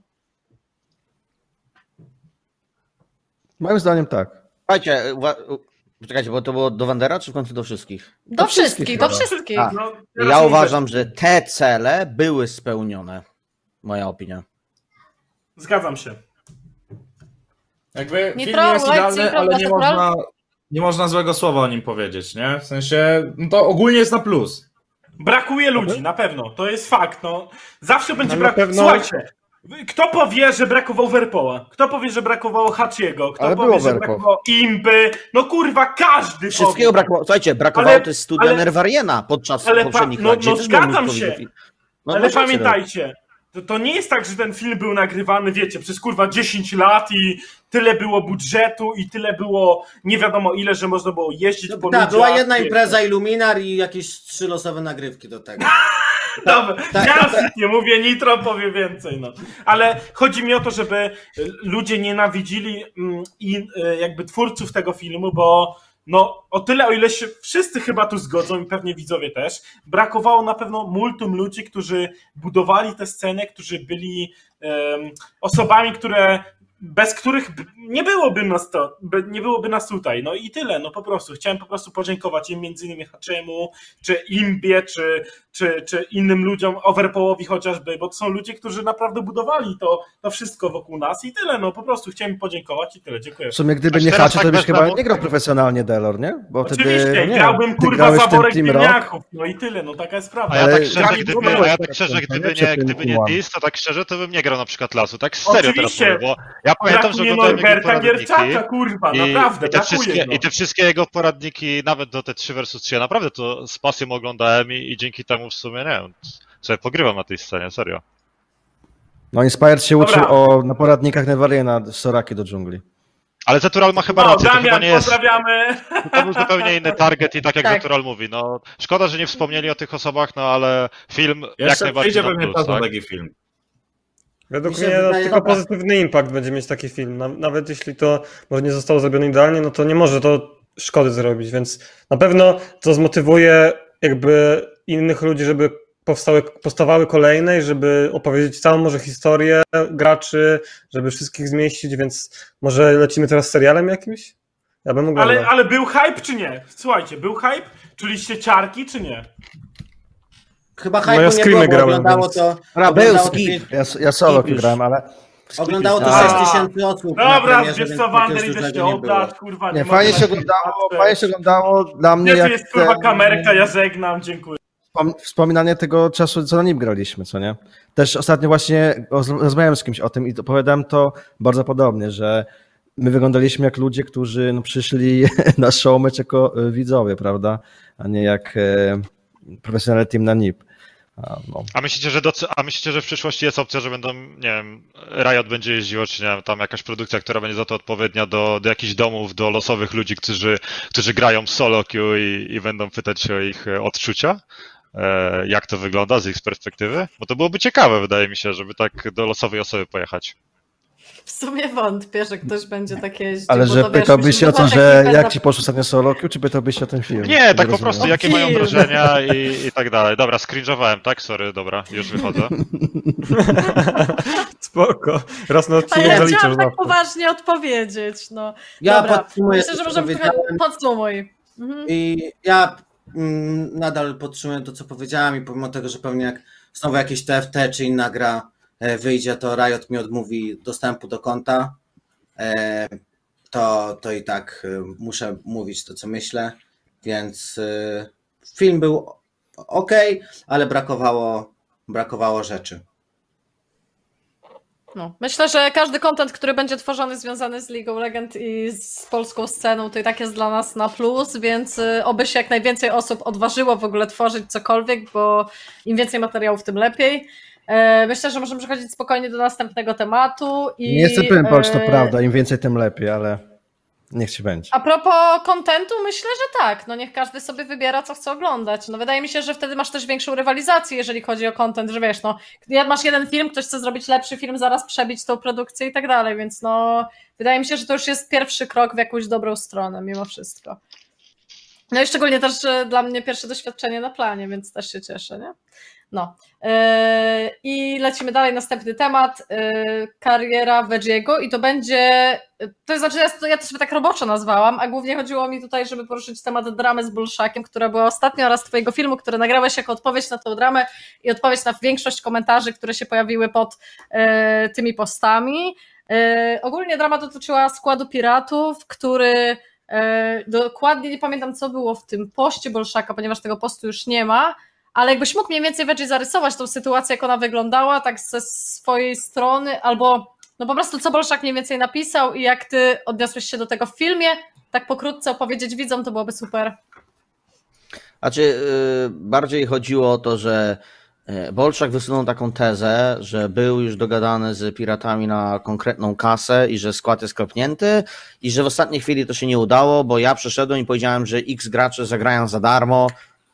Moim zdaniem tak. Słuchajcie, uwa- poczekajcie, bo to było do Wandera, czy w końcu do wszystkich? Do Do wszystkich wszystkich, do chyba. wszystkich. A. No, teraz Ja mówię, uważam, że te cele były spełnione. Moja opinia. Zgadzam się. Jakby Nie film nie jest troll, idealny, lekcji, ale nie troll, można, nie można złego słowa o nim powiedzieć, nie? W sensie, no to ogólnie jest na plus. Brakuje ludzi, na pewno. To jest fakt. No. Zawsze będzie na brak. pewno- Słuchajcie, kto powie, że brakowało Werpoła? Kto powie, że brakowało Hachiego? Kto Ale powie, było że Werpow. brakowało Imby? No kurwa, każdy Wszystkiego powie. brakowało. Słuchajcie, brakowało Ale- też studia ale- Nerwariena podczas ale pa- poprzednich no- lat. gdzie no też było zgadzam mnóstwo się. widzów. No, Ale możecie, pamiętajcie, to, to nie jest tak, że ten film był nagrywany, wiecie, przez kurwa dziesięć lat i tyle było budżetu i tyle było nie wiadomo ile, że można było jeździć po Tak, ludziach. była jedna wiecie. impreza Illuminar i jakieś trzy losowe nagrywki do tego. Dobra, tak, ja tak. nie mówię, Nitro powie więcej, no. Ale chodzi mi o to, żeby ludzie nienawidzili mm, i y, jakby twórców tego filmu, bo no o tyle, o ile się wszyscy chyba tu zgodzą i pewnie widzowie też, brakowało na pewno multum ludzi, którzy budowali tę scenę, którzy byli em, osobami, które bez których b- nie byłoby nas to, by- nie byłoby nas tutaj, no i tyle, no po prostu. Chciałem po prostu podziękować im, między innymi Haczemu, czy Imbie, czy, czy, czy innym ludziom, Overpołowi chociażby, bo to są ludzie, którzy naprawdę budowali to, to wszystko wokół nas i tyle, no po prostu chciałem im podziękować i tyle, dziękuję. W sumie gdyby Aż nie teraz Haczy, tak to byś wezmę, chyba bo- nie grał profesjonalnie Delor, nie? Bo Oczywiście, wtedy, nie, grałbym ty kurwa grałeś ten zaborek Team Rock. ziemniaków, no i tyle, no taka jest prawda. A ja Ale tak szczerze, grali gdyby, dużo a ja tak tak szczerze, nie? gdyby Czy nie, ten gdyby nie Team Dis, to tak szczerze, to bym nie grał na przykład Lasu. Tak serio teraz Oczywiście. mówię, bo ja pamiętam, że Brakuje oglądałem jego Norberta poradniki. Gierczaka, kurwa, I, naprawdę, i, te brakuje wszystkie, go. I te wszystkie jego poradniki, nawet do te trzy versus trzy, ja naprawdę to z pasją oglądałem i, i dzięki temu w sumie, nie wiem, sobie pogrywam na tej scenie, serio. No Inspired się Dobra. uczył o, na poradnikach Nevariena z Soraki do dżungli. Ale Zetural ma chyba No, rację, to chyba Damian, nie jest, pozdrawiamy. to był zupełnie inny target i tak jak Tak. Zetural mówi, no szkoda, że nie wspomnieli o tych osobach, no ale film jak Jeszcze najbardziej przyjdzie na pewnie plus, czas na tak? taki film. Według Mi się mnie no, wydaje, tylko dobra. pozytywny impact będzie mieć taki film. Na- Nawet jeśli to może nie zostało zrobione idealnie, no to nie może to szkody zrobić, więc na pewno to zmotywuje jakby innych ludzi, żeby powstały, powstawały kolejne i żeby opowiedzieć całą może historię graczy, żeby wszystkich zmieścić, więc może lecimy teraz z serialem jakimś? Ja bym oglądał. Ale, ale był hype czy nie? Słuchajcie, był hype? Czuliście ciarki czy nie? Chyba No hype'u ja nie Screamy było, bo grałem, oglądało więc- to... Dobra, był oglądało to skip. pięć- Ja, ja solo Skip już. grałem, ale... Oglądało to A. sześć tysięcy osób na Dobra, premierze, wiesz więc co, jakiegoś Wander, idę dużego się nie było. oddać, kurwa. Nie, mogę fajnie na się ciebie oglądało, patrzeć. fajnie się oglądało dla mnie, Gdzie tu jak jest kurwa ten- kamerka, ja żegnam, dziękuję. wspom- wspominanie tego czasu, co na nim graliśmy, co nie? Też ostatnio właśnie roz- rozmawiałem z kimś o tym i opowiadałem to bardzo podobnie, że my wyglądaliśmy jak ludzie, którzy no, przyszli na showmatch jako e, widzowie, prawda? A nie jak e, profesjonalny team na N I P. A, no. A myślicie, że docy- a myślicie, że w przyszłości jest opcja, że będą, nie wiem, Riot będzie jeździło, czy nie wiem, tam jakaś produkcja, która będzie za to odpowiednia do, do jakichś domów, do losowych ludzi, którzy, którzy grają solo queue i, i będą pytać się o ich e, odczucia? E, jak to wygląda z ich perspektywy? Bo to byłoby ciekawe, wydaje mi się, żeby tak do losowej osoby pojechać. W sumie wątpię, że ktoś będzie takie jeździł. Ale bo że to, wiesz, pytałbyś się o to, musimy że zobaczyć jak ekipę ci poszło ostatnio solo queue, czy pytałbyś się o ten film? Nie, tak po rozumiem. prostu, O jakie mają film. wrażenia i, i tak dalej. Dobra, scringe'owałem, tak? Sorry, dobra, już wychodzę. Spoko. Raz na A odcinek ja zaliczę chciałam tak zawsze. poważnie odpowiedzieć. No. Ja Dobra, podsumuję myślę, to, że co możemy trochę powiedziałem. podsumuj. Mhm. I ja mm, nadal podtrzymuję to, co powiedziałem i pomimo tego, że pewnie jak znowu jakieś T F T czy inna gra e, wyjdzie, to Riot mi odmówi dostępu do konta. E, to, to i tak y, muszę mówić to, co myślę, więc y, film był ok, ale brakowało, brakowało rzeczy. No, myślę, że każdy content, który będzie tworzony związany z League of Legends i z polską sceną, to i tak jest dla nas na plus, więc y, oby się jak najwięcej osób odważyło w ogóle tworzyć cokolwiek, bo im więcej materiałów, tym lepiej. E, myślę, że możemy przechodzić spokojnie do następnego tematu. I, Nie jestem pewien, Polcz, to e, prawda, im więcej, tym lepiej, ale niech ci będzie. A propos kontentu, myślę, że tak. No niech każdy sobie wybiera, co chce oglądać. No wydaje mi się, że wtedy masz też większą rywalizację, jeżeli chodzi o kontent, że wiesz, no masz jeden film, ktoś chce zrobić lepszy film, zaraz przebić tą produkcję i tak dalej, więc no wydaje mi się, że to już jest pierwszy krok w jakąś dobrą stronę, mimo wszystko. No i szczególnie też, że dla mnie pierwsze doświadczenie na planie, więc też się cieszę, nie? No. Yy, I lecimy dalej, następny temat, yy, kariera Wedgiego i to będzie, to znaczy ja to, ja to sobie tak roboczo nazwałam, a głównie chodziło mi tutaj, żeby poruszyć temat dramy z Bolszakiem, która była ostatnio, oraz twojego filmu, który nagrałeś jako odpowiedź na tę dramę i odpowiedź na większość komentarzy, które się pojawiły pod yy, tymi postami. Yy, ogólnie drama dotyczyła składu piratów, który yy, dokładnie nie pamiętam, co było w tym poście Bolszaka, ponieważ tego postu już nie ma. Ale jakbyś mógł mniej więcej Wedgie zarysować tą sytuację, jak ona wyglądała, tak ze swojej strony, albo no po prostu co Bolszak mniej więcej napisał i jak ty odniosłeś się do tego w filmie, tak pokrótce opowiedzieć widzom, to byłoby super. Znaczy, yy, bardziej chodziło o to, że Bolszak wysunął taką tezę, że był już dogadany z piratami na konkretną kasę i że skład jest kopnięty i że w ostatniej chwili to się nie udało, bo ja przyszedłem i powiedziałem, że X gracze zagrają za darmo,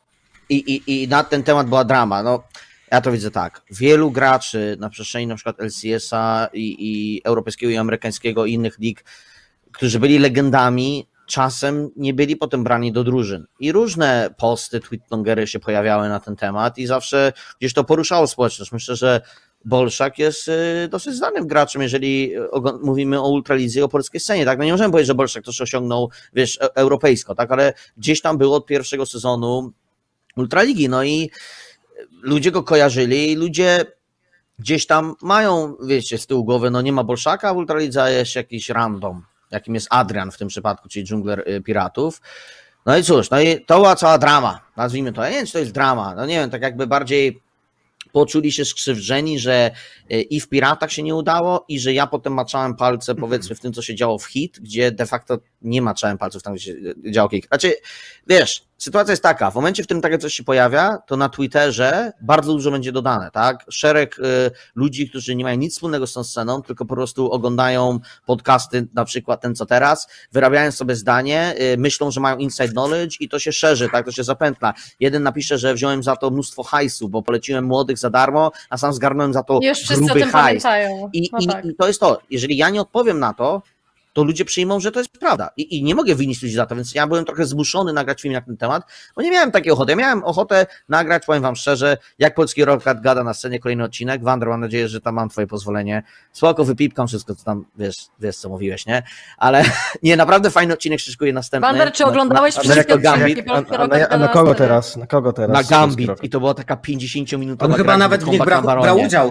I, i, i na ten temat była drama. No, ja to widzę tak. Wielu graczy na przestrzeni na przykład L C S-a i, i europejskiego i amerykańskiego i innych lig, którzy byli legendami, czasem nie byli potem brani do drużyn. I różne posty, tweetlongery się pojawiały na ten temat i zawsze gdzieś to poruszało społeczność. Myślę, że Bolszak jest dosyć znanym graczem, jeżeli mówimy o Ultralidze i o polskiej scenie. Tak? No nie możemy powiedzieć, że Bolszak też osiągnął, wiesz, europejsko, tak? Ale gdzieś tam było od pierwszego sezonu Ultraligi, no i ludzie go kojarzyli i ludzie gdzieś tam mają, wiecie, z tyłu głowy, no nie ma Bolszaka, a w Ultralidze jest jakiś random, jakim jest Adrian w tym przypadku, czyli dżungler Piratów. No i cóż, no i to była cała drama, nazwijmy to, ja nie wiem, czy to jest drama, no nie wiem, tak jakby bardziej poczuli się skrzywdzeni, że i w Piratach się nie udało i że ja potem maczałem palce, powiedzmy, w tym, co się działo w Hit, gdzie de facto nie maczałem palców tam, gdzie się działo kick. Znaczy, wiesz, sytuacja jest taka, w momencie, w którym takie coś się pojawia, to na Twitterze bardzo dużo będzie dodane, tak? Szereg y, ludzi, którzy nie mają nic wspólnego z tą sceną, tylko po prostu oglądają podcasty, na przykład ten, co teraz, wyrabiają sobie zdanie, y, myślą, że mają inside knowledge i to się szerzy, tak? To się zapętla. Jeden napisze, że wziąłem za to mnóstwo hajsu, bo poleciłem młodych za darmo, a sam zgarnąłem za to Już wszyscy gruby o tym hajs. pamiętają. I, no i, tak. I to jest to, jeżeli ja nie odpowiem na to, to ludzie przyjmą, że to jest prawda. I, I nie mogę winić ludzi za to, więc ja byłem trochę zmuszony nagrać film na ten temat, bo nie miałem takiej ochoty. Ja miałem ochotę nagrać, powiem wam szczerze, jak polski Rocket gada na scenie, kolejny odcinek. Wander, mam nadzieję, że tam mam twoje pozwolenie. Spoko, wypipkam wszystko, co tam, wiesz, wiesz co mówiłeś, nie? Ale nie, naprawdę fajny odcinek szykuje następny. Wander, czy oglądałeś na, na, wszystkie na, Gambit, odcinki A, polskiego a, Rocket a, a na na kogo scenie? teraz? Na kogo teraz? na Gambit Polski i to była taka pięćdziesięciominutowa On chyba gra, nawet w nich brał, brał udział.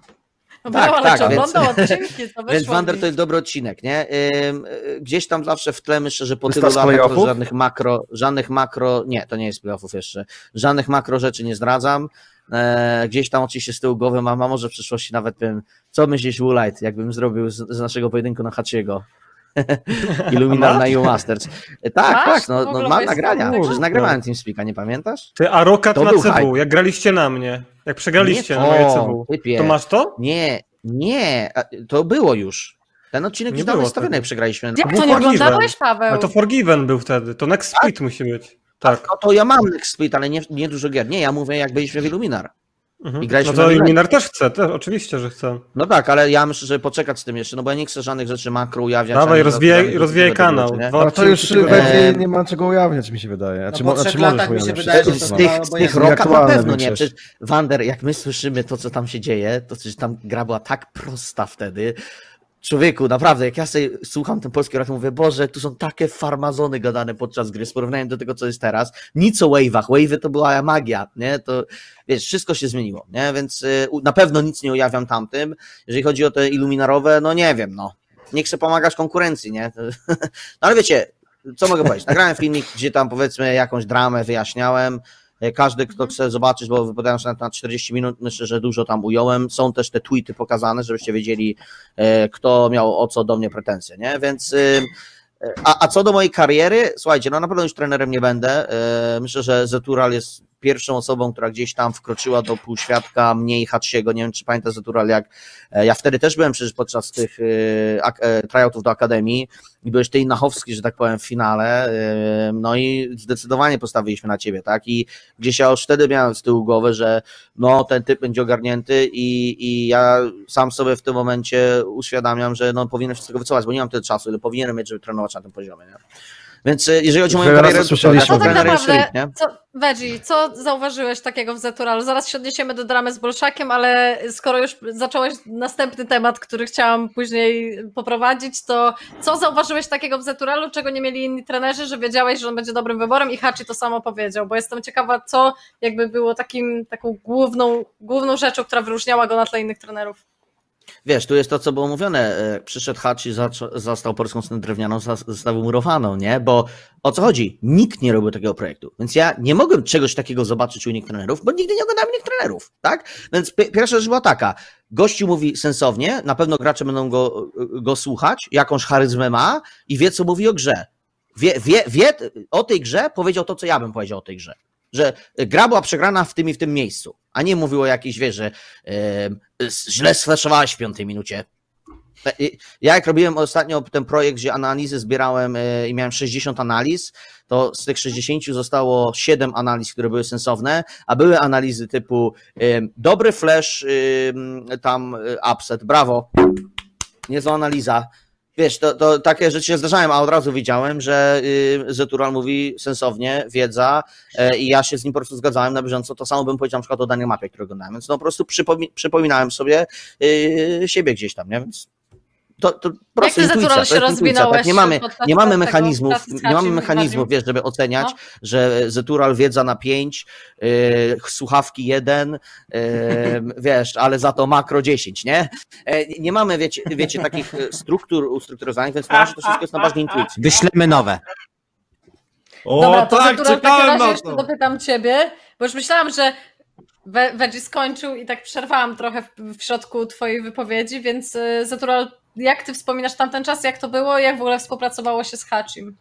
No Tak, brał, ale tak, czy więc- oglądał odcinki, to Więc wyszło Wander mi. to jest dobry odcinek, nie? Ym, y, Gdzieś tam zawsze w tle myślę, że po Jest tylu to z latach to playoffów? żadnych makro, żadnych makro, nie, to nie jest playoffów jeszcze, żadnych makro rzeczy nie zdradzam. E, gdzieś tam oczywiście z tyłu głowy mam, a może w przyszłości nawet wiem, co myślisz Woolite, jakbym zrobił z, z naszego pojedynku na Hachiego. Illuminar na U Masters. E, tak, Masz? tak, W no, ogóle no mam jest nagrania, tego? przecież nagrywałem TeamSpeaka, nie pamiętasz? Ty, a Rokat To na był C W, hype. jak graliście na mnie, jak przegraliście Nie na moje to, C W, typie. to masz to? Nie, nie, a, to było już. Ten odcinek Nie już dawno było jest stawiony, tego. jak przegraliśmy. Jak był to nie Forgiven. oglądałeś, Paweł? Ale to Forgiven był wtedy, to Next Speed musi być. Tak. No to ja mam Next Split, ale nie, nie dużo gier. Nie, ja mówię, jak byliśmy w Illuminar. Mhm. I graliśmy No to na Illuminar. Illuminar też chce, też, oczywiście, że chce. No tak, ale ja myślę, że poczekać z tym jeszcze, no bo ja nie chcę żadnych rzeczy makro ujawniać. Dawaj, ani rozwijaj, żadnych rozwijaj rzeczy, które kanał. będą, nie? Dwa No to już odcinki będzie Eee, nie ma czego ujawniać, mi się wydaje. Znaczy, po mo- znaczy trzech możesz latach mi się ujawniać wydaje, wszystko. że Z to tych, ma z tych obojętnie. rokach na Nieaktualne pewno nie. większość. Przecież Wander, jak my słyszymy to, co tam się dzieje, to przecież tam gra była tak prosta wtedy. Człowieku, naprawdę, jak ja sobie słucham ten polski rok, mówię, Boże, tu są takie farmazony gadane podczas gry, z porównaniem do tego, co jest teraz. Nic o wave'ach, wave'y to była magia, nie? To, wiesz, wszystko się zmieniło, nie? Więc y, na pewno nic nie ujawniam tamtym. Jeżeli chodzi o te iluminarowe, no nie wiem, no. nie chcę pomagać konkurencji, nie? No ale wiecie, co mogę powiedzieć? Nagrałem filmik, gdzie tam powiedzmy jakąś dramę wyjaśniałem. Każdy, kto chce zobaczyć, bo wypowiadałem się na czterdzieści minut, myślę, że dużo tam ująłem. Są też te tweety pokazane, żebyście wiedzieli, kto miał o co do mnie pretensje, nie? Więc... A, a co do mojej kariery, słuchajcie, no na pewno już trenerem nie będę. Myślę, że Zetural jest pierwszą osobą, która gdzieś tam wkroczyła do półświadka mnie i Hatsiego. Nie wiem, czy pamiętasz Zetural, jak ja wtedy też byłem przecież podczas tych tryoutów do Akademii i byłeś ty i Nachowski, że tak powiem, w finale, no i zdecydowanie postawiliśmy na ciebie, tak? I gdzieś ja już wtedy miałem z tyłu głowy, że no ten typ będzie ogarnięty i, i ja sam sobie w tym momencie uświadamiam, że no powinienem wszystkiego wycofać, bo nie mam tyle czasu, ile powinienem mieć, żeby trenować na tym poziomie, nie? Więc jeżeli chodzi o moją karierę, to słyszeliśmy. tak, tak naprawdę, naprawdę, nie? co, Veggie, co zauważyłeś takiego w Zeturalu? Zaraz się odniesiemy do dramy z Bolszakiem, ale skoro już zacząłeś następny temat, który chciałam później poprowadzić, to co zauważyłeś takiego w Zeturalu, czego nie mieli inni trenerzy, że wiedziałeś, że on będzie dobrym wyborem i Hachi to samo powiedział, bo jestem ciekawa, co jakby było takim, taką główną, główną rzeczą, która wyróżniała go na tle innych trenerów. Wiesz, tu jest to, co było mówione. Przyszedł Hachi, zastał polską scenę drewnianą, został murowaną, nie? Bo o co chodzi? Nikt nie robił takiego projektu. Więc ja nie mogłem czegoś takiego zobaczyć u innych trenerów, bo nigdy nie oglądałem innych trenerów, tak? Więc pierwsza rzecz była taka. Gościu mówi sensownie, na pewno gracze będą go, go słuchać, jakąś charyzmę ma i wie, co mówi o grze. Wie, wie, wie o tej grze, powiedział to, co ja bym powiedział o tej grze. Że gra była przegrana w tym i w tym miejscu, a nie mówił o jakiejś, wiesz, że yy, źle sfleszowałeś w piątej minucie. Ja jak robiłem ostatnio ten projekt, gdzie analizy zbierałem yy, i miałem sześćdziesiąt analiz, to z tych sześćdziesięciu zostało siedem analiz, które były sensowne, a były analizy typu yy, dobry flash, yy, tam yy, upset, brawo, niezła analiza. Wiesz, to, to takie rzeczy się zdarzają, a od razu widziałem, że y, Zetural mówi sensownie, wiedza y, i ja się z nim po prostu zgadzałem na bieżąco. To samo bym powiedział na przykład o danej mapie, którego oglądałem, więc no po prostu przypomi przypominałem sobie y, siebie gdzieś tam, nie? Więc to, to po prostu Jak ty Zetural się rozwinąłeś? Tak? Nie mamy, nie mamy tego, mechanizmów, nie mamy mechanizmów, wiesz, żeby oceniać, no. Że Zetural wiedza na pięć, y, słuchawki jeden, y, wiesz, ale za to makro dziesięć, nie? Nie mamy, wiecie, wiecie takich struktur ustrukturyzowanych, więc na razie to wszystko jest na bazie intuicji. Wyślemy nowe. O, Dobra, to tak, Zetural, w takim razie na jeszcze to. dopytam ciebie, bo już myślałam, że Veggie skończył i tak przerwałam trochę w, w środku twojej wypowiedzi, więc Zetural, jak ty wspominasz tamten czas, jak to było, jak w ogóle współpracowało się z Hachim?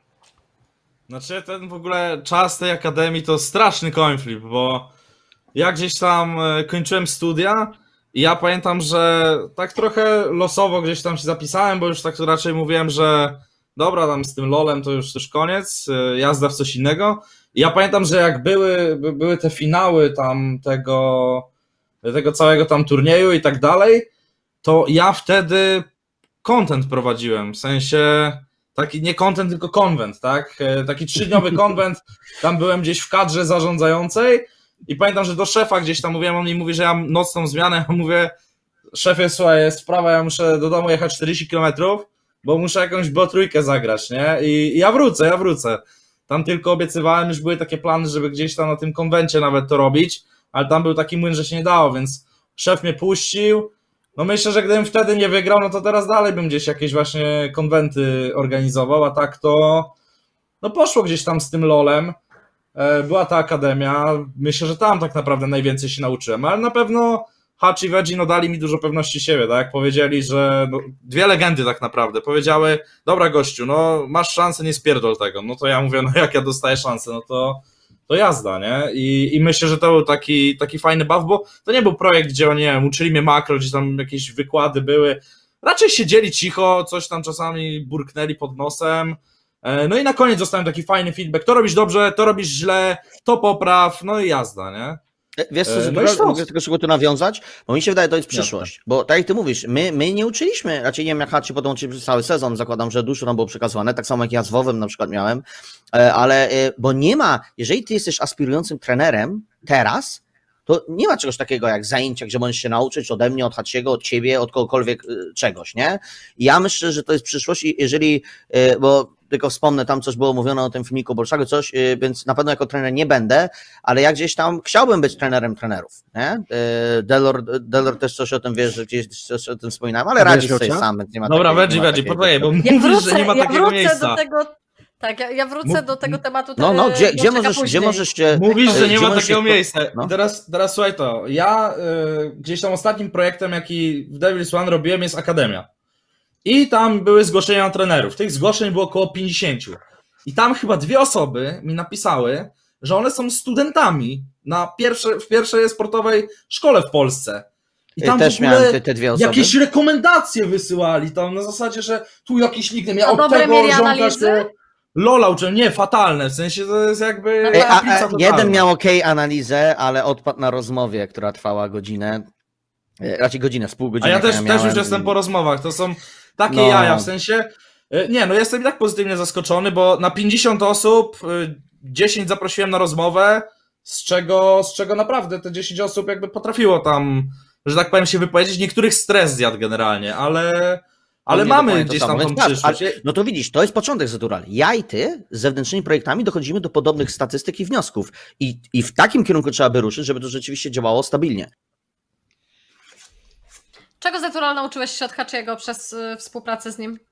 Znaczy ten w ogóle czas tej akademii to straszny konflikt, bo ja gdzieś tam kończyłem studia i ja pamiętam, że tak trochę losowo gdzieś tam się zapisałem, bo już tak raczej mówiłem, że dobra, tam z tym lolem to już też koniec, jazda w coś innego. I ja pamiętam, że jak były, były te finały tam tego, tego całego tam turnieju i tak dalej, to ja wtedy content prowadziłem, w sensie taki nie content, tylko konwent, tak? Taki trzydniowy konwent, tam byłem gdzieś w kadrze zarządzającej i pamiętam, że do szefa gdzieś tam mówiłem, on mi mówi, że ja mam nocną zmianę, ja mówię, szefie, słuchaj, jest sprawa, ja muszę do domu jechać czterdzieści kilometrów, bo muszę jakąś B O trójkę zagrać, nie? I, i ja wrócę, ja wrócę. Tam tylko obiecywałem, już były takie plany, żeby gdzieś tam na tym konwencie nawet to robić, ale tam był taki młyn, że się nie dało, więc szef mnie puścił. No myślę, że gdybym wtedy nie wygrał, no to teraz dalej bym gdzieś jakieś właśnie konwenty organizował, a tak to no poszło gdzieś tam z tym lolem. Była ta akademia, myślę, że tam tak naprawdę najwięcej się nauczyłem, ale na pewno Hachi i Veggie no dali mi dużo pewności siebie, tak? Powiedzieli, że no, dwie legendy tak naprawdę powiedziały, dobra gościu, no masz szansę, nie spierdol tego. No to ja mówię, no jak ja dostaję szansę, no to, to jazda, nie? I, i myślę, że to był taki, taki fajny baw, bo to nie był projekt, gdzie oni, nie wiem, uczyli mnie makro, gdzie tam jakieś wykłady były. Raczej siedzieli cicho, coś tam czasami burknęli pod nosem. No i na koniec dostałem taki fajny feedback, to robisz dobrze, to robisz źle, to popraw, no i jazda, nie? Wiesz co, no no mogę tego szybko tu nawiązać, bo mi się wydaje, to jest przyszłość, bo tak jak ty mówisz, my, my nie uczyliśmy, raczej nie wiem jak Hachi podłączyli przez cały sezon, zakładam, że dużo nam było przekazywane, tak samo jak ja z Wowem na przykład miałem, ale bo nie ma, jeżeli ty jesteś aspirującym trenerem teraz, to nie ma czegoś takiego jak zajęcia, gdzie możesz się nauczyć ode mnie, od Haciego, od ciebie, od kogokolwiek czegoś, nie? I ja myślę, że to jest przyszłość i jeżeli, bo tylko wspomnę, tam coś było mówione o tym filmiku Bolszaku, coś, więc na pewno jako trener nie będę, ale ja gdzieś tam chciałbym być trenerem trenerów, nie? Delor, Delor też coś o tym wiesz, że gdzieś coś o tym wspominałem, ale radzisz sobie sam, więc nie ma Dobra, takiej, Wedzi, nie ma Wedzi, takiej- poczekaj, bo Ja mówisz, wrócę, że nie ma ja takiego wrócę miejsca. do tego. Tak, ja, ja wrócę Mów- do tego tematu. No, no, e, gdzie, gdzie, Bolszaka możesz, gdzie później. możesz się... Mówisz, że nie gdzie ma możesz takiego się- miejsca. no. I teraz, teraz słuchaj to. Ja y, gdzieś tam ostatnim projektem, jaki w Devil's One robiłem, jest Akademia. I tam były zgłoszenia trenerów. Tych zgłoszeń było około pięćdziesiąt. I tam chyba dwie osoby mi napisały, że one są studentami na pierwsze, w pierwszej sportowej szkole w Polsce. I tam Też w ogóle miałem te, te dwie osoby. jakieś rekomendacje wysyłali tam na zasadzie, że tu jakiś nickname, ja A od dobre tego mieli ziomka analizy? się Lola uczyłem. Nie, fatalne, w sensie to jest jakby Ej, Ej, a, kaplica a, totalna. jeden miał ok analizę, ale odpadł na rozmowie, która trwała godzinę, e, raczej godzinę, z pół godziny. A ja też, jak też już miałem. jestem po rozmowach, to są takie No. jaja, w sensie, y, nie, no jestem i tak pozytywnie zaskoczony, bo na pięćdziesiąt osób y, dziesięć zaprosiłem na rozmowę, z czego, z czego naprawdę te dziesięć osób jakby potrafiło tam, że tak powiem, się wypowiedzieć. Niektórych stres zjadł generalnie, ale, ale Nie mamy dokładnie to gdzieś samo, tam tą więc patrz, przyszłość. ale- No to widzisz, to jest początek Zeturali. Ja i ty z zewnętrznymi projektami dochodzimy do podobnych statystyk i wniosków. I, I w takim kierunku trzeba by ruszyć, żeby to rzeczywiście działało stabilnie. Czego Zetural nauczyłeś się od Hachiego przez y, współpracę z nim?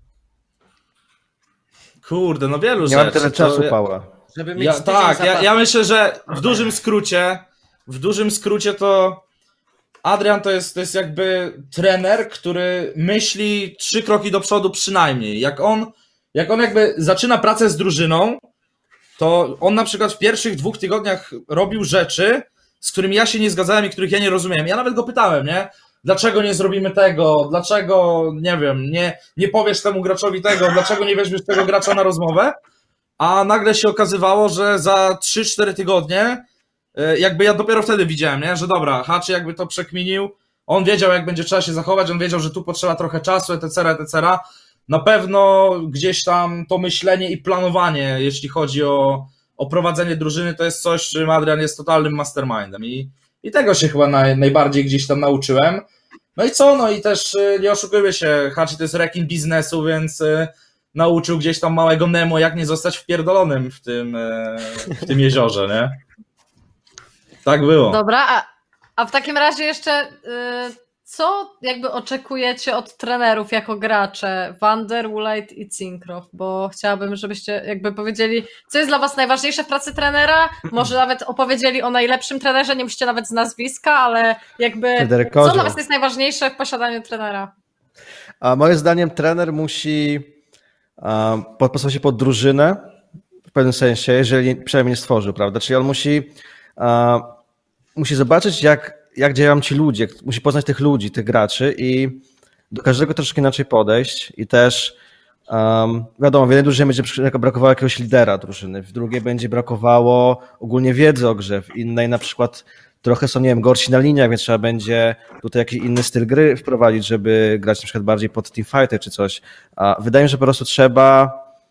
Kurde, no wielu Nie rzeczy. mam tyle to czasu, ja- Pała. Żeby mieć Ja, tydzień tak, ja, zapasu. ja myślę, że w dużym skrócie, w dużym skrócie to Adrian to jest, to jest jakby trener, który myśli trzy kroki do przodu przynajmniej. Jak on, jak on jakby zaczyna pracę z drużyną, to on na przykład w pierwszych dwóch tygodniach robił rzeczy, z którymi ja się nie zgadzałem i których ja nie rozumiałem. Ja nawet go pytałem, nie? Dlaczego nie zrobimy tego? Dlaczego, nie wiem, nie, nie powiesz temu graczowi tego? Dlaczego nie weźmiesz tego gracza na rozmowę? A nagle się okazywało, że za trzy cztery tygodnie, y, jakby ja dopiero wtedy widziałem, nie? Że dobra, Haczy jakby to przekminił, on wiedział, jak będzie trzeba się zachować, on wiedział, że tu potrzeba trochę czasu, et cetera, et cetera. Na pewno gdzieś tam to myślenie i planowanie, jeśli chodzi o, o prowadzenie drużyny, to jest coś, czym Adrian jest totalnym mastermindem i, i tego się chyba naj, najbardziej gdzieś tam nauczyłem. No i co? No i też y, nie oszukujmy się, Hachi to jest rekin biznesu, więc y, nauczył gdzieś tam małego Nemo, jak nie zostać wpierdolonym w tym, y, w tym jeziorze, nie? Tak było. Dobra, a, a w takim razie jeszcze y, co jakby oczekujecie od trenerów jako gracze Wander, Woolite i Cinkrof? Bo chciałabym, żebyście jakby powiedzieli, co jest dla was najważniejsze w pracy trenera, może nawet opowiedzieli o najlepszym trenerze, nie musicie nawet z nazwiska, ale jakby Fryderyk co Kozioł. dla was jest najważniejsze w posiadaniu trenera? A moim zdaniem trener musi um, podpasować się pod drużynę w pewnym sensie, jeżeli przynajmniej nie stworzył, prawda? Czyli on musi, um, musi zobaczyć, jak, jak działają ci ludzie, musi poznać tych ludzi, tych graczy i do każdego troszkę inaczej podejść i też um, wiadomo, w jednej drużynie będzie brakowało jakiegoś lidera drużyny, w drugiej będzie brakowało ogólnie wiedzy o grze, w innej na przykład trochę są, nie wiem, gorsi na liniach, więc trzeba będzie tutaj jakiś inny styl gry wprowadzić, żeby grać na przykład bardziej pod teamfighter czy coś. A wydaje mi się, że po prostu trzeba...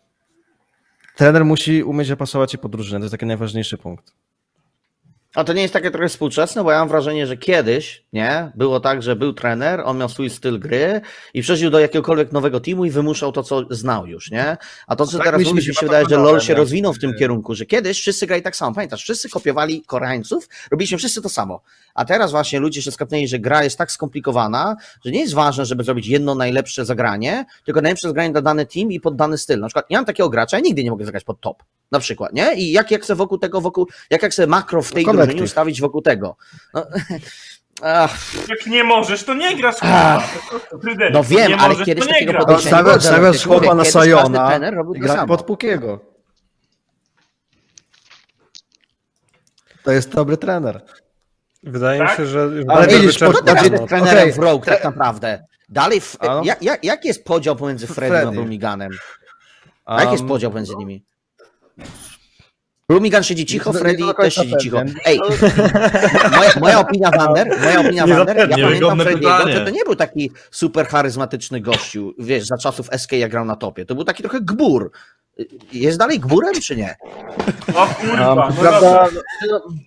Trener musi umieć dopasować się pod drużynę, to jest taki najważniejszy punkt. A to nie jest takie trochę współczesne, bo ja mam wrażenie, że kiedyś, nie, było tak, że był trener, on miał swój styl gry i przeszedł do jakiegokolwiek nowego teamu i wymuszał to, co znał już, nie? A to, co Tak teraz myślę, mówisz, że mi się to wydaje, że wygląda, LoL się nie? rozwinął w tym kierunku, że kiedyś wszyscy grali tak samo. Pamiętasz, wszyscy kopiowali Koreańców, robiliśmy wszyscy to samo. A teraz właśnie ludzie się skapnęli, że gra jest tak skomplikowana, że nie jest ważne, żeby zrobić jedno najlepsze zagranie, tylko najlepsze zagranie na dany team i pod dany styl. Na przykład ja mam takiego gracza, ja nigdy nie mogę zagrać pod top. Na przykład, nie? I jak ja chcę wokół tego, wokół, jak ja chcę makro w tej Kolektyw. drużynie ustawić wokół tego. No, ach, Jak nie możesz, to nie grasz. Ach. Fryderyk, no wiem, nie ale możesz, kiedyś to nie takiego grasz. podejścia nie było. Stawiasz, stawiasz chłopa na Kiedyś każdy Sajona trener robił i to gra samo. pod Pukiego. To jest dobry trener. Wydaje Tak? mi się, że... Ale Wander widzisz, wyczerpał Kto teraz bardziej- jest trenerem okej. w Rogue tak naprawdę? Dalej, w, A no. jak, jak, jaki jest podział pomiędzy Freddy a Freddy. Brumiganem? A jaki jest Um, podział pomiędzy nimi? Brumigan siedzi cicho, Nie- nie Freddy do też końca siedzi cicho. pewien. Ej, moja, moja opinia Wander, moja opinia Nie Wander, ja zapewnię, pamiętam wygodne Freddy'ego, pytanie. że to nie był taki super charyzmatyczny gościu, wiesz, za czasów S K jak grał na topie. To był taki trochę gbur. Jest dalej gburem, czy nie? O kurwa, Um, no prawda, dobra. no,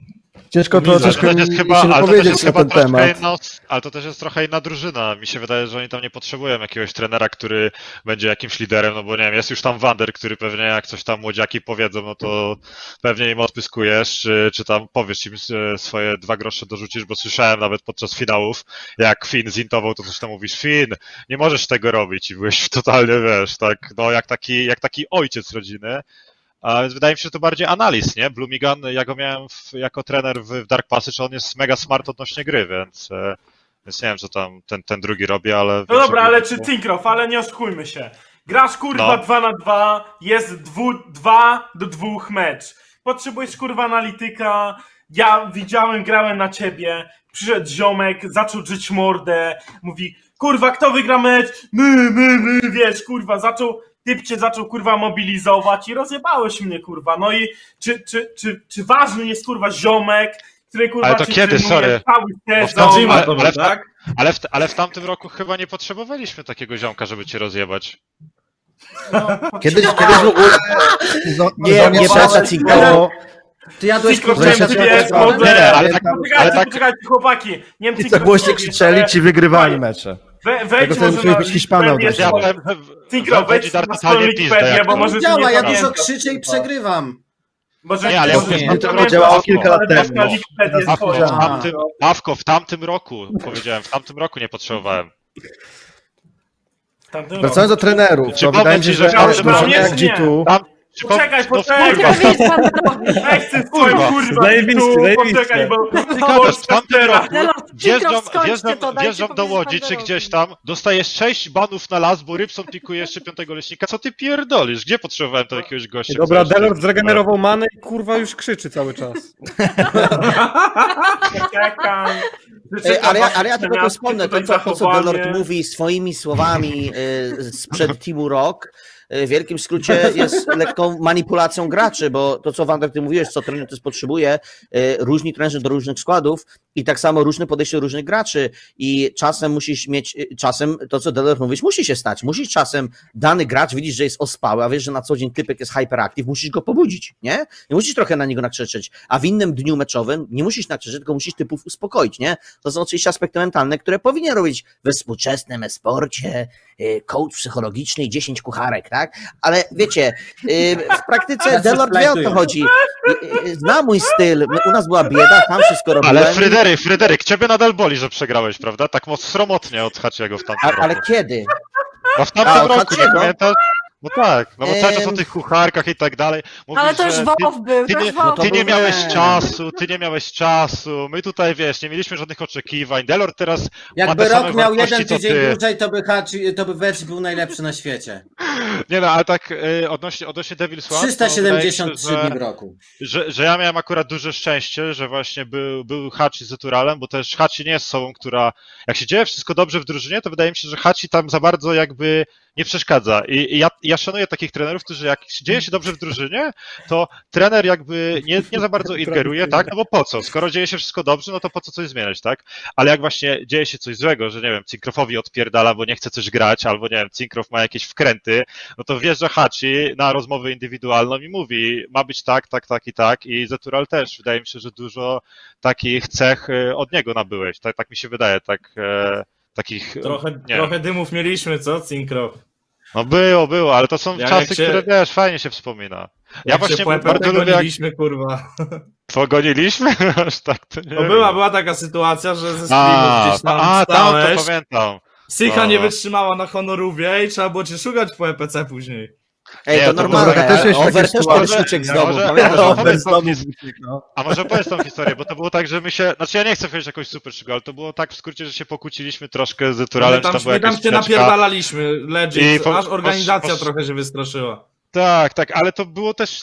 Ciężko to, Ale to ciężko Ale to mi jest mi chyba, się ale to też wypowiedzieć jest na chyba ten troszkę temat. inna, ale to też jest trochę inna drużyna. Mi się wydaje, że oni tam nie potrzebują jakiegoś trenera, który będzie jakimś liderem, no bo nie wiem, jest już tam Wander, który pewnie jak coś tam młodziaki powiedzą, no to pewnie im odpyskujesz, czy, czy tam powiesz im e, swoje dwa grosze dorzucisz, bo słyszałem nawet podczas finałów, jak Finn zintował, to coś tam mówisz, Finn, nie możesz tego robić i byłeś totalnie, wiesz, tak, no jak taki, jak taki ojciec rodziny. A więc wydaje mi się, że to bardziej analiz, nie? Blumigan, ja go miałem w, jako trener w, w Dark Passage, on jest mega smart odnośnie gry, więc, e, więc nie wiem, co tam ten, ten drugi robi, ale... No wiem, dobra, że- ale czy Cinkrof, ale nie oszukujmy się. Grasz kurwa No. dwa na dwa, jest dwa do dwóch mecz. Potrzebujesz kurwa analityka. Ja widziałem, grałem na ciebie. Przyszedł ziomek, zaczął drzeć mordę. Mówi, kurwa, kto wygra mecz? My, my, my, wiesz, kurwa, zaczął, typ cię zaczął kurwa mobilizować i rozjebałeś mnie, kurwa. No i czy, czy, czy, czy ważny jest kurwa ziomek, który kurwa Ale to cię kiedy, trenuje sorry? cały Bo w sezon? Tajima ale, to był, ale, tak? tak? Ale w, ale w tamtym roku chyba nie potrzebowaliśmy takiego ziomka, żeby cię rozjebać. Kiedyś, kiedyś w ogóle... No, Nie, nie przepraszam, Cinko. Ty jadłeś Cinkrof, kurwa chciałem Wreszcie ci wiesz, cię może... Nie, nie, ale tak- Poczekajcie, ale tak- poczekajcie, chłopaki. Nie wiem, Ci, co Cinkrof, głośniej czy wiesz, krzyczeli, ale- ci wygrywali mecze. We, Tego wejdź to może musieli na być Hiszpanem Wikipedię, też. Ja bo- powiem, Cinkrof, wejdź Dar na swoją totalnie pizdę, Wikipedię, jak bo to- może No ty nie działa, ja pamiętasz. dużo krzyczę i przegrywam. Może Nie, ale ja może mówię, nie to pamiętasz, to działało kilka lat ale masz temu. na Wikipedię Awko, w swoją. tamtym, Awko, w tamtym roku, powiedziałem, w tamtym roku nie potrzebowałem. W tamtym Wracając do roku. trenerów, Czy to wydaje mi się, powiem ci, że że aż tamtym drużyny roku- jak G dwa... Tam, czy po- Poczekaj, no, poczekaj. kurwa, w tamtym, Weź ty swoją Kurwa. kurwa, Zajebiście, tu, zajebiście. poczekaj, bo... ty gadasz, w tamtym roku Delord, wjeżdżam, Cinkrof, skończcie wjeżdżam, to, dajcie wjeżdżam do powiedzieć Łodzi czy Wanderowi. gdzieś tam, dostajesz sześć banów na las, bo Rybson pikuje jeszcze piątego leśnika. Co ty pierdolisz? Gdzie potrzebowałem to jakiegoś gościa? Dobra, który- Delord zregenerował manę i kurwa już krzyczy cały czas. Poczekam. Ej, ale, ja, ale ja tylko Zamiast wspomnę, to tutaj co, to, co zachowanie. Delord mówi swoimi słowami y, sprzed Teamu Rock, y, w wielkim skrócie jest lekką manipulacją graczy, bo to, co Wander, ty mówiłeś, co trener też potrzebuje, y, różni trenerzy do różnych składów i tak samo różne podejście do różnych graczy i czasem musisz mieć, y, czasem to, co Delord mówisz, musi się stać. Musisz czasem, dany gracz widzisz, że jest ospały, a wiesz, że na co dzień typek jest hyperactive, musisz go pobudzić, nie? Nie musisz trochę na niego nakrzyczeć, a w innym dniu meczowym nie musisz nakrzyczeć, tylko musisz typów uspokoić, nie? To są oczywiście aspekty mentalne, które powinien robić we współczesnym e-sporcie, y, coach psychologiczny i dziesięć kucharek, tak? Ale wiecie, y, w praktyce Tacy Delord wie o co splajtują. chodzi. Y, y, Zna mój styl, My- u nas była bieda, tam wszystko robiłem. Ale Fryderyk, Fryderyk, ciebie nadal boli, że przegrałeś, prawda? Tak mocno sromotnie od Hachiego w tamtym A, ale roku. kiedy? A w tamtym A, od roku, nie Hachiego? pamiętasz? No tak, no bo cały czas o Em. tych kucharkach i tak dalej. Mówisz, Ale to już że Wołow był, ty, to ty, już nie, Wołow to ty był. nie był- miałeś nie. czasu, ty nie miałeś czasu. My tutaj, wiesz, nie mieliśmy żadnych oczekiwań. Delord teraz ma Jakby te same rok miał wartości, jeden co tydzień ty. dłużej, to by Hachi, to by Wedge był najlepszy na świecie. Nie no, ale tak y, odnośnie, odnośnie Devil's One, trzysta to wydaje mi się, siedemdziesiąt trzy że- dni w roku. że, że ja miałem akurat duże szczęście, że właśnie był, był Hachi z Eturalem, bo też Hachi nie jest osobą, która, jak się dzieje wszystko dobrze w drużynie, to wydaje mi się, że Hachi tam za bardzo jakby nie przeszkadza. I, i ja, ja szanuję takich trenerów, którzy jak się dzieje się dobrze w drużynie, to trener jakby nie, nie za bardzo ingeruje, tak? No bo po co? Skoro dzieje się wszystko dobrze, no to po co coś zmieniać, tak? Ale jak właśnie dzieje się coś złego, że nie wiem, Cinkrofowi odpierdala, bo nie chce coś grać, albo nie wiem, Cinkrof ma jakieś wkręty, no to wjeżdża Hachi na rozmowę indywidualną i mówi, ma być tak, tak, tak i tak i Zetural też. Wydaje mi się, że dużo takich cech y, od niego nabyłeś, tak, tak mi się wydaje, tak, e, takich... Trochę, nie. trochę dymów mieliśmy, co, Cinkrof? No było, było, ale to są Jak- czasy, jak się- które wiesz, fajnie się wspomina. Ja Jak właśnie się po bardzo E P T lubię, jak goniliśmy, kurwa. pogoniliśmy, aż tak to nie No wiem. była, była taka sytuacja, że ze A, streamów gdzieś tam a, tam to stałeś, pamiętam. Sycha No. nie wytrzymała na honorówie i trzeba było cię szukać po E P C później. Ej, Nie, to to normalne, dobra, też jest Over takie też sytuacje. kiedyś uciekł z Ja domu, może- pamiętasz? może- Over? powiedz tą his- no. A może powiedz tą historię, bo to było tak, że my się, znaczy ja nie chcę powiedzieć jakoś super szybko, ale to było tak w skrócie, że się pokłóciliśmy troszkę z My Eturalem, czy tam, tam była my tam jakaś cię sprzeczka. napierdalaliśmy, legit, I po- aż organizacja posz- posz- trochę się wystraszyła. Tak, tak, ale to było też,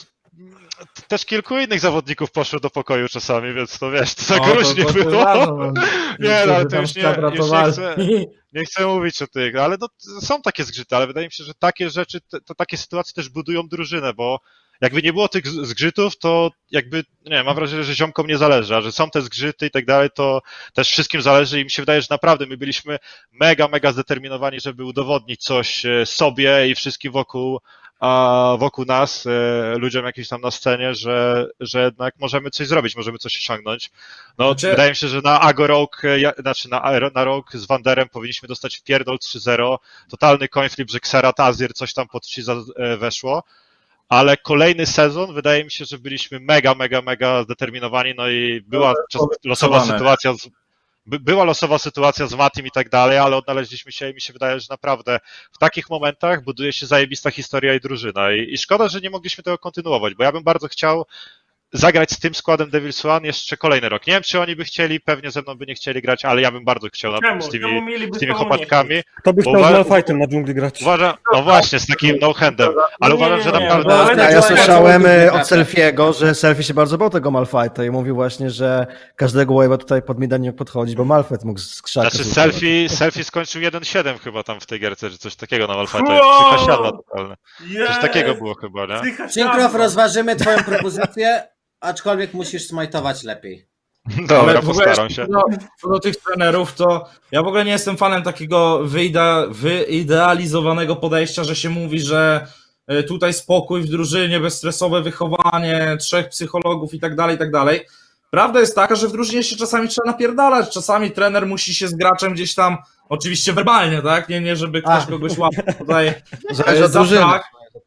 też kilku innych zawodników poszło do pokoju czasami, więc to wiesz, to tak O, różnie to, to, było. To, Nie, no, ale to już nie, już nie chcę, nie chcę mówić o tych, ale no, są takie zgrzyty, ale wydaje mi się, że takie rzeczy, te, to takie sytuacje też budują drużynę, bo jakby nie było tych z- zgrzytów, to jakby, nie wiem, mam wrażenie, że ziomkom nie zależy, a że są te zgrzyty i tak dalej, to też wszystkim zależy i mi się wydaje, że naprawdę my byliśmy mega, mega zdeterminowani, żeby udowodnić coś e, sobie i wszystkim wokół, a wokół nas, e, ludziom jakimś tam na scenie, że, że jednak możemy coś zrobić, możemy coś osiągnąć. No, Znaczy- wydaje mi się, że na Ago Rogue, e, ja, znaczy na, Aero- na Rogue z Wanderem powinniśmy dostać wpierdol trzy zero, totalny coin flip, że Xerath Azir coś tam pod trzy e, weszło, ale kolejny sezon wydaje mi się, że byliśmy mega, mega, mega zdeterminowani, no i była czas, losowa sytuacja z, by, była losowa sytuacja z Matim i tak dalej, ale odnaleźliśmy się i mi się wydaje, że naprawdę w takich momentach buduje się zajebista historia i drużyna i, i szkoda, że nie mogliśmy tego kontynuować, bo ja bym bardzo chciał zagrać z tym składem Devil's One jeszcze kolejny rok. Nie wiem, czy oni by chcieli, pewnie ze mną by nie chcieli grać, ale ja bym bardzo chciał na, Czemu? z tymi, Czemu mieliby z tymi z tobą chłopakami. nie To byś Bo chciał z uwa- Malfightem na dżungli grać. Uważam, no właśnie, z takim no-handem, ale Nie, uważam, nie, że nie, naprawdę... bo- Ja, ja Bardzo słyszałem ładnie e, grać. od Selfiego, że Selfie się bardzo bał tego Malfighta i mówił właśnie, że każdego wave'a tutaj pod mida nie mógł podchodzić, bo Malfight mógł z krzaka Znaczy zrzucić. selfie, selfie skończył jeden siedem chyba tam w tej gierce, czy coś takiego na Malfighta. Wow! Psycha siadła totalne. Jest! Coś takiego było chyba, nie? Psycha Synkrof, siadła. rozważymy twoją propozycję, aczkolwiek musisz smajtować lepiej. Dobra, Ale w ogóle postaram się. Co do, co do tych trenerów, to ja w ogóle nie jestem fanem takiego wyidea, wyidealizowanego podejścia, że się mówi, że y, tutaj spokój w drużynie, bezstresowe wychowanie, trzech psychologów i tak dalej, i tak dalej. Prawda jest taka, że w drużynie się czasami trzeba napierdalać, czasami trener musi się z graczem gdzieś tam, oczywiście werbalnie, tak? Nie, nie żeby ktoś A. kogoś łapał tutaj Zależy e, od za drużyny. frak.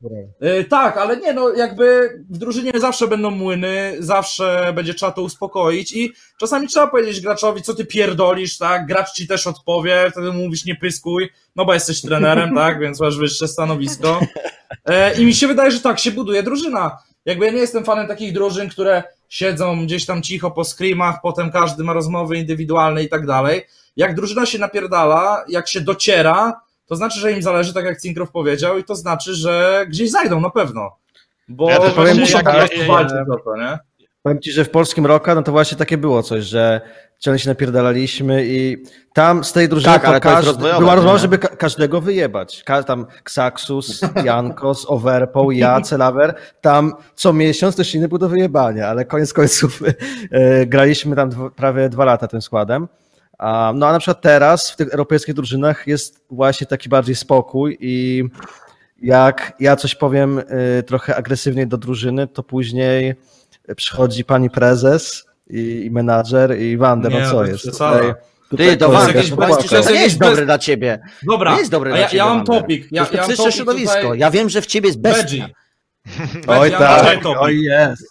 E, Tak, ale nie no, jakby w drużynie zawsze będą młyny, zawsze będzie trzeba to uspokoić i czasami trzeba powiedzieć graczowi, co ty pierdolisz, tak, gracz ci też odpowie, wtedy mówisz nie pyskuj, no bo jesteś trenerem, tak, więc masz wyższe stanowisko e, i mi się wydaje, że tak się buduje drużyna. Jakby ja nie jestem fanem takich drużyn, które siedzą gdzieś tam cicho po screamach, potem każdy ma rozmowy indywidualne i tak dalej. Jak drużyna się napierdala, jak się dociera, to znaczy, że im zależy, tak jak Cinkrof powiedział, i to znaczy, że gdzieś zajdą na pewno. Bo Ja też powiem muszą ci, po jak- prostu ja- walczyć o to, nie? Powiem ci, że w polskim Rocka, no to właśnie takie było coś, że ciągle się napierdalaliśmy i tam z tej drużyny Tak, ale to to jest każdy, rozwojowe, była rozmowa, nie? żeby ka każdego wyjebać. Ka tam Xaxus, Jankos, Overpoł, ja, Celaver, tam co miesiąc też inny był do wyjebania, ale koniec końców e, graliśmy tam dwa, prawie dwa lata tym składem. A, no a na przykład teraz w tych europejskich drużynach jest właśnie taki bardziej spokój i jak ja coś powiem y, trochę agresywniej do drużyny, to później przychodzi pani prezes i, i menadżer i Wander, Nie, no to co jest jest? przesada. Ty, to to jest Wander, jakieś to, bez- to, to jest nie jakieś jest bez- dobre dla ciebie. Dobra, Nie jest dobre a dla ja, ciebie, ja mam Wander. topik. To Ja, jest ja mam toksyczne topik środowisko. tutaj. Ja wiem, że w ciebie jest bestia. Veggie. Oj Ja mam tak, tutaj topik. oj jest.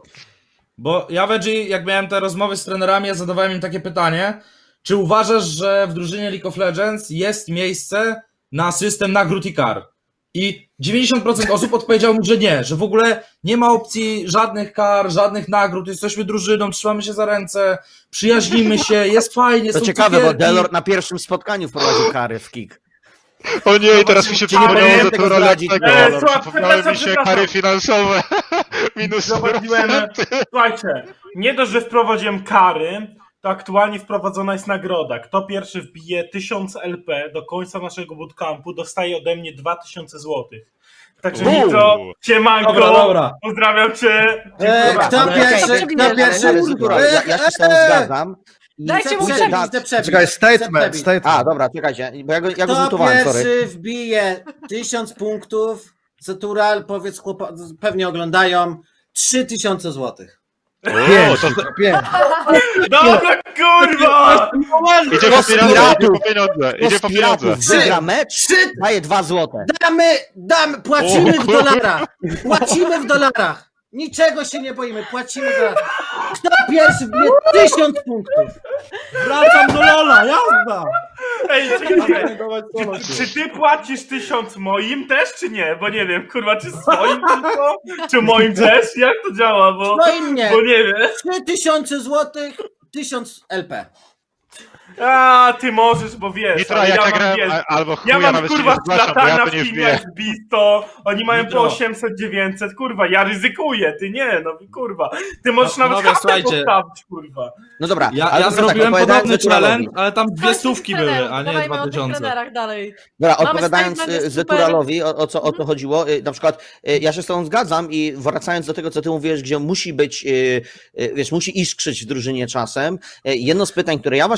Bo ja, Veggie, jak miałem te rozmowy z trenerami, ja zadawałem im takie pytanie, czy uważasz, że w drużynie League of Legends jest miejsce na system nagród i kar? I dziewięćdziesiąt procent osób odpowiedziało mi, że nie, że w ogóle nie ma opcji żadnych kar, żadnych nagród, jesteśmy drużyną, trzymamy się za ręce, przyjaźnimy się, jest fajnie, To są ciekawe, bo cukierki. Delor na pierwszym spotkaniu wprowadził kary w kick. O nie, i teraz mi się Czy nie przypomniało powinienem za tego to zdradzić? tego, Nie, ale słuchaj, przypomniały mi się przepraszam, kary przepraszam. finansowe. Minus Wprowadziłem, procent. słuchajcie, nie dość, że wprowadziłem kary, to aktualnie wprowadzona jest nagroda. Kto pierwszy wbije tysiąc L P do końca naszego bootcampu, dostaje ode mnie dwa tysiące złotych. Także Uuu. Nitro, ciemanko, Dobra, dobra. pozdrawiam cię. E, Dziękuję kto bardzo. pierwszy, Okej, kto ale- pierwszy? Ale Zutura, ja, ja się z tobą Eee, zgadzam. I Dajcie mu chcę przebić, dać- chcę przebić. Czekaj, chcę statement, przebić. statement. A, dobra, czekajcie, bo ja go, ja go Kto zmutowałem, sorry. pierwszy wbije tysiąc punktów, Zutural, powiedz chłopak, pewnie oglądają, trzy tysiące złotych. Pięć, O, to pięć. Dobra, kurwa! idzie po pieniądze, idzie po pieniądze, idzie po Kto z piratów pieniądze. wygra mecz, Trzy, daje dwa złote. damy, damy, płacimy O, w dolarach, płacimy w dolarach. Niczego się nie boimy, płacimy w dolarach. Kto pierwszy wbije tysiąc punktów? Wracam do Lola, jazda! Ej, czekaj, czy, czy ty płacisz tysiąc moim też, czy nie? Bo nie wiem, kurwa, czy swoim tylko, czy moim też? Jak to działa, bo, No i mnie, bo nie wiem. trzy tysiące złotych, tysiąc L P. A, ty możesz, bo wiesz, Nitro, ale jak ja ja mam, grałem, wiesz, a- albo chuja, ja mam nawet się kurwa nie zgłaszam, bo ja Zlatana to w nie filmach wbiję. z Bisto, oni mają Nitro. po osiemset dziewięćset, kurwa, ja ryzykuję, ty nie, no kurwa, ty możesz No, nawet panowie, chatę słuchajcie. postawić, kurwa. No dobra, Ja, ale ja to tak, zrobiłem odpowiadając podobny Zeturalowi. challenge, ale tam dwie Chodźmy stówki z były, trenerem, a nie dawajmy dwa o tych tysiące. trenerach dalej. Dobra, Mamy odpowiadając statement, jest Zeturalowi, o, o co o to chodziło, y, na przykład y, ja się z tobą zgadzam i wracając do tego, co ty mówisz, gdzie musi być, y, y, wiesz, musi iskrzyć w drużynie czasem, y, jedno z pytań, które ja właśnie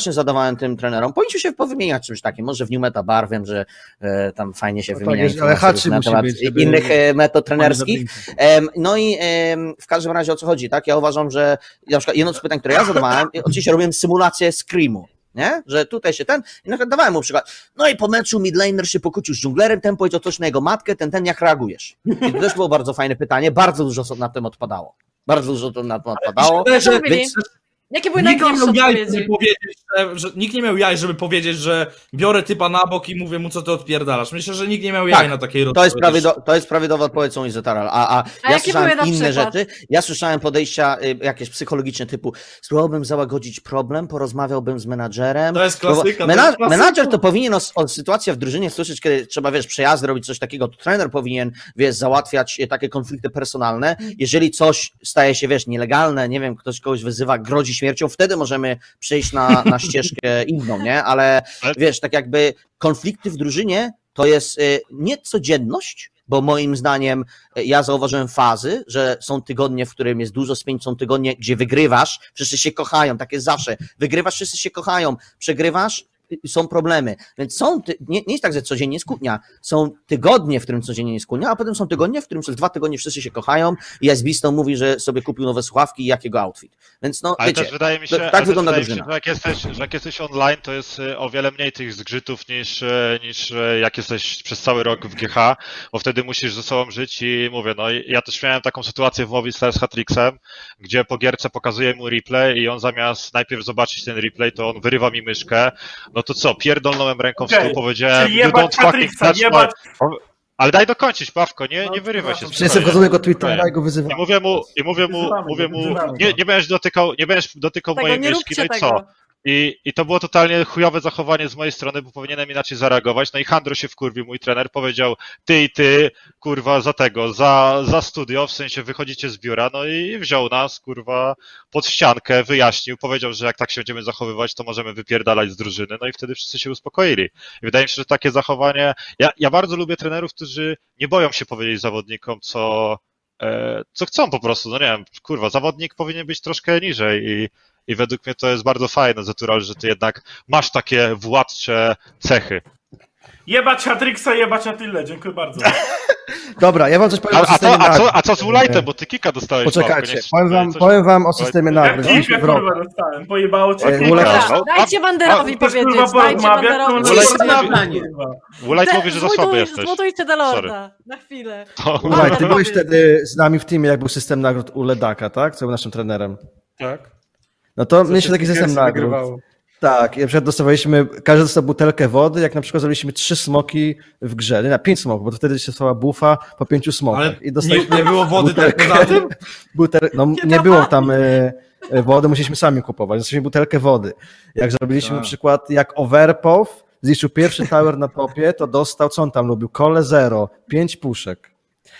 właśnie zadawałem tym trenerom, powinniście się powymieniać czymś takim, może w New Meta Bar, wiem, że e, tam fajnie się No wymienia tak, ale haczy na musi temat być, żeby- innych e, metod trenerskich. Em, No i em, w każdym razie o co chodzi, tak? Ja uważam, że na przykład jedno z pytań, które ja zadawałem, oczywiście robiłem symulację screamu, nie? Że tutaj się ten, i na przykład dawałem mu przykład, no i po meczu midlaner się pokłócił z dżunglerem, ten powiedział coś na jego matkę, ten, ten, jak reagujesz? I to też było bardzo fajne pytanie, bardzo dużo na tym odpadało. Bardzo dużo to na tym odpadało. Myślę, że- Więc- Jakie były Nikt nie najgorsze miał jaj, żeby odpowiedzi? powiedzieć, że, że, nikt nie miał jaj, żeby powiedzieć, że biorę typa na bok i mówię mu, co ty odpierdalasz. Myślę, że nikt nie miał Tak, jaj na takiej To jest, rozmowie. prawie to jest prawidłowa odpowiedź, co Izetaral. A, a, A ja jakie słyszałem były na inne przykład? rzeczy. Ja słyszałem podejścia y, jakieś psychologiczne typu spróbowałbym załagodzić problem, porozmawiałbym z menadżerem. To jest klasyka, Mena- to jest klasyka. menadżer to powinien o, o sytuacji w drużynie słyszeć, kiedy trzeba, wiesz, przejazdy, robić coś takiego. To trener powinien, wiesz, załatwiać y, takie konflikty personalne. Jeżeli coś staje się, wiesz, nielegalne, nie wiem, ktoś kogoś wyzywa, grozi śmiercią, wtedy możemy przejść na, na ścieżkę inną, nie? Ale wiesz, tak jakby konflikty w drużynie to jest y, nie codzienność, bo moim zdaniem y, ja zauważyłem fazy, że są tygodnie, w którym jest dużo spięć, są tygodnie, gdzie wygrywasz, wszyscy się kochają, tak jest zawsze. Wygrywasz, wszyscy się kochają, przegrywasz, y, są problemy. Więc są, ty- nie, nie jest tak, że codziennie jest kłótnia. Są tygodnie, w którym codziennie jest kłótnia, a potem są tygodnie, w którym przez dwa tygodnie wszyscy się kochają i Jasbiston mówi, że sobie kupił nowe słuchawki i jakiego outfit. Więc no, Ale wiecie, też wydaje mi to- się, tak ale też wygląda wydaje mi się, drużyna. że jak, jesteś, że jak jesteś online, to jest y, o wiele mniej tych zgrzytów niż, y, niż y, jak jesteś przez cały rok w G H, bo wtedy musisz ze sobą żyć i mówię, no i ja też miałem taką sytuację w Movi Stars z Hatrixem, gdzie po gierce pokazuję mu replay i on zamiast najpierw zobaczyć ten replay, to on wyrywa mi myszkę, no to co, pierdolnąłem ręką w Okej, stół, powiedziałem, czyli you jebać don't fucking Hatrixa, touch my... jebać... Ale daj dokończyć, Pawko, nie, No, nie wyrywaj się z przepraszam. Wszyscy wchodzą do jego Twittera Nie. i go I wyzywają. mówię mu, i mówię mu, Wyzywamy mówię go, mu, wyzywamy nie, go. nie będziesz dotykał, nie będziesz dotykał Tego mojej nie myszki, no róbcie i co? tego. I, I to było totalnie chujowe zachowanie z mojej strony, bo powinienem inaczej zareagować. No i Handro się wkurwił, mój trener, powiedział, ty i ty, kurwa, za tego, za, za studio, w sensie wychodzicie z biura, no i wziął nas, kurwa, pod ściankę, wyjaśnił, powiedział, że jak tak się będziemy zachowywać, to możemy wypierdalać z drużyny, no i wtedy wszyscy się uspokoili. I wydaje mi się, że takie zachowanie, ja, ja bardzo lubię trenerów, którzy nie boją się powiedzieć zawodnikom, co, e, co chcą po prostu, no nie wiem, kurwa, zawodnik powinien być troszkę niżej i I według mnie to jest bardzo fajne, Zatural, że ty jednak masz takie władcze cechy. Jebać Hatrixa, jebać Attila, dziękuję bardzo. Dobra, ja wam coś powiem A, o a, co, systemie a, co, nagród. a co z Ulajtem, bo ty kika dostałeś. Pawko, nie Poczekajcie, chcesz powiem wam, coś- powiem wam o systemie nagród. Jak Mieliśmy kilka wroga. kurwa dostałem, pojebało cię E, kilka. Ulaj- Dobra, No, dajcie a- Wanderowi a- ktoś, powiedzieć, kurwa, dajcie porozmawia, Wanderowi to Ulaj- Ulaj- powiedzieć. Ulaj powie, że za słaby jesteś. Zmutujcie Delorda, na chwilę. To- Ulaj, ty Dobra. byłeś wtedy z nami w teamie, jak był system nagród u Ledaka, tak? Co był naszym trenerem. Tak? No to Co mieliśmy się taki system Stickersy nagród. wygrywało. Tak, i na przykład dostawaliśmy, każdy dostał butelkę wody, jak na przykład zrobiliśmy trzy smoki w grze, nie, na pięć smoków, bo to wtedy się stała bufa po pięciu smokach. Ale I dostaliśmy nie, nie było wody tak butelkę- poza tym? Butel... No nie było tam e, e, wody, musieliśmy sami kupować, dostaliśmy butelkę wody. Jak zrobiliśmy na Tak. przykład, jak Overpow zniszczył pierwszy tower na topie, to dostał, co on tam lubił, kole zero, pięć puszek.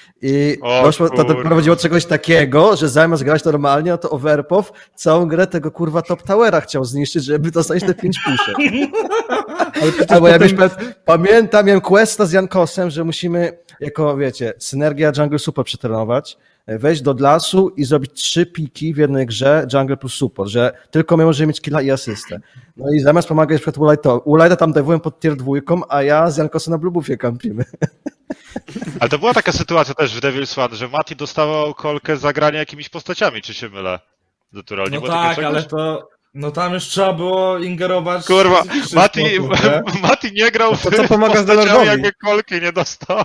I O doszło, to kurwa. doprowadziło do czegoś takiego, że zamiast grać normalnie, no to Overpow całą grę tego kurwa top towera chciał zniszczyć, żeby dostać te pięć puszek. Albo ja potem... pamiętam, miałem questa z Jankosem, że musimy, jako wiecie, synergia jungle super przetrenować, wejść do lasu i zrobić trzy piki w jednej grze jungle plus support, że tylko my możemy mieć killa i asystę. No i zamiast pomagać przed Ulajtowi, Ulajta tam dewuję pod tier dwójką, a ja z Jankosem na blue buffie kampimy. Ale to była taka sytuacja też w Devil's One, że Mati dostawał kolkę za granie jakimiś postaciami, czy się mylę? Zatural, nie No było tak, takiego ale czegoś? to... No tam już trzeba było ingerować... Kurwa, w większy Mati, sposób, nie? Mati nie grał w To co pomaga postaciami, Zdelardowi? jakby kolki nie dostał.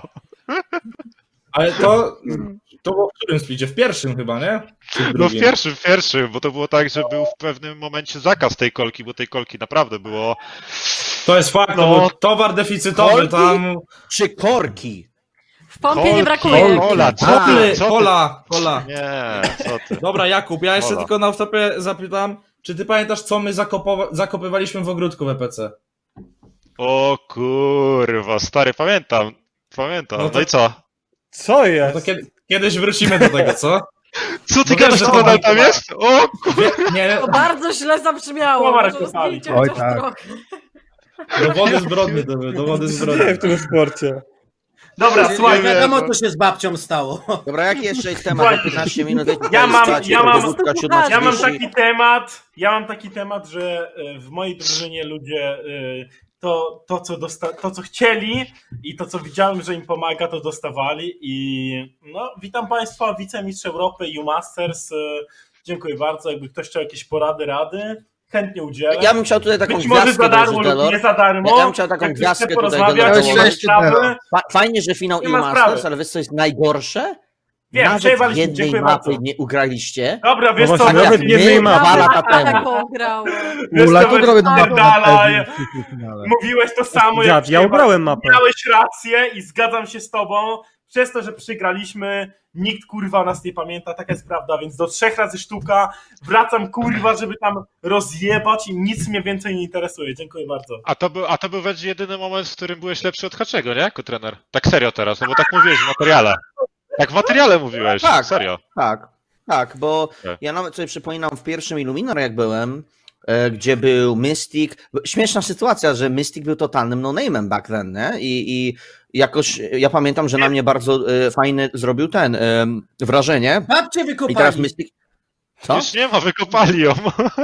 Ale to... To było w którym splicie? W pierwszym chyba, nie? Czy w No w drugim? pierwszym, w pierwszym, bo to było tak, że był w pewnym momencie zakaz tej kolki, bo tej kolki naprawdę było... To jest fakt, No. no bo towar deficytowy Kolki? tam... Czy korki? W pompie Kolki, nie brakuje. Kola, co Kopy, ty, co ty? kola, kola. Nie, co ty. Dobra, Jakub, ja jeszcze Kola. tylko na wstopie zapytam, czy ty pamiętasz, co my zakopowa- zakopywaliśmy w ogródku w E P C? O kurwa, stary, pamiętam, pamiętam. No No, to- i co? Co No jest? to kiedy, kiedyś wrócimy do tego, co? Co ty No gadasz, wiesz, że co to nadal tam chyba- jest? O kurwa. Nie, To bardzo źle zabrzmiało. Słowa Może rozkopali. rozwijcie Oj, chociaż tak. trochę. dowody zbrodni to były, dowody Co się zbrodni. dzieje w tym sporcie? Dobra, słuchaj, Wiadomo, co się z babcią stało. Dobra, jaki jeszcze jest temat? Słuchajcie, piętnaście minut. ja mam- ja mam- Ja Ja mam taki temat, ja mam taki temat, że e, w mojej drużynie ludzie e, to, to, co dosta- to, co chcieli i to, co widziałem, że im pomaga, to dostawali. I no, witam Państwa, wicemistrz Europy U Masters. E, dziękuję bardzo. Jakby ktoś chciał jakieś porady, rady, chętnie udzielę. Ja bym chciał tutaj taką Być może gwiazdkę za darmo dorzucić, lub nie za darmo. Ja, ja bym chciał taką Jak ktoś gwiazdkę chce tutaj porozmawiać, dołożyć. to jest sprawy. Fa- Fajnie, że finał Nie i ma Masters, sprawy. ale wiesz co jest najgorsze? Wiem, Nawet przejebaliśmy, jednej dziękuję mapy bardzo. nie ugraliście. Dobra, wiesz No co, właśnie, Tak nawet jak jednej my mapy. dwa lata temu. Taką grałem. wiesz Ula, co, to grał jedną mapę dalej. na finale. Mówiłeś to samo, jak Dziad, ja przejeba- ubrałem mapę. Miałeś rację i zgadzam się z tobą. Przez to, że przegraliśmy, nikt kurwa nas nie pamięta, taka jest prawda, więc do trzech razy sztuka wracam kurwa, żeby tam rozjebać i nic mnie więcej nie interesuje. Dziękuję bardzo. A to był, a to był wręcz jedyny moment, w którym byłeś lepszy od Haczego, nie? Jako trener. Tak serio teraz, no bo tak mówiłeś w materiale. Tak w materiale mówiłeś, Tak. serio. Tak, tak, bo Tak. ja nawet sobie przypominam w pierwszym Illuminar, jak byłem, e, gdzie był Mystic. Śmieszna sytuacja, że Mystic był totalnym no-name'em back then, nie? I, i jakoś, ja pamiętam, że na mnie bardzo e, fajny zrobił ten e, wrażenie. Babcie I teraz wykopali. Mystic... Co? Już nie ma, wykopali ją.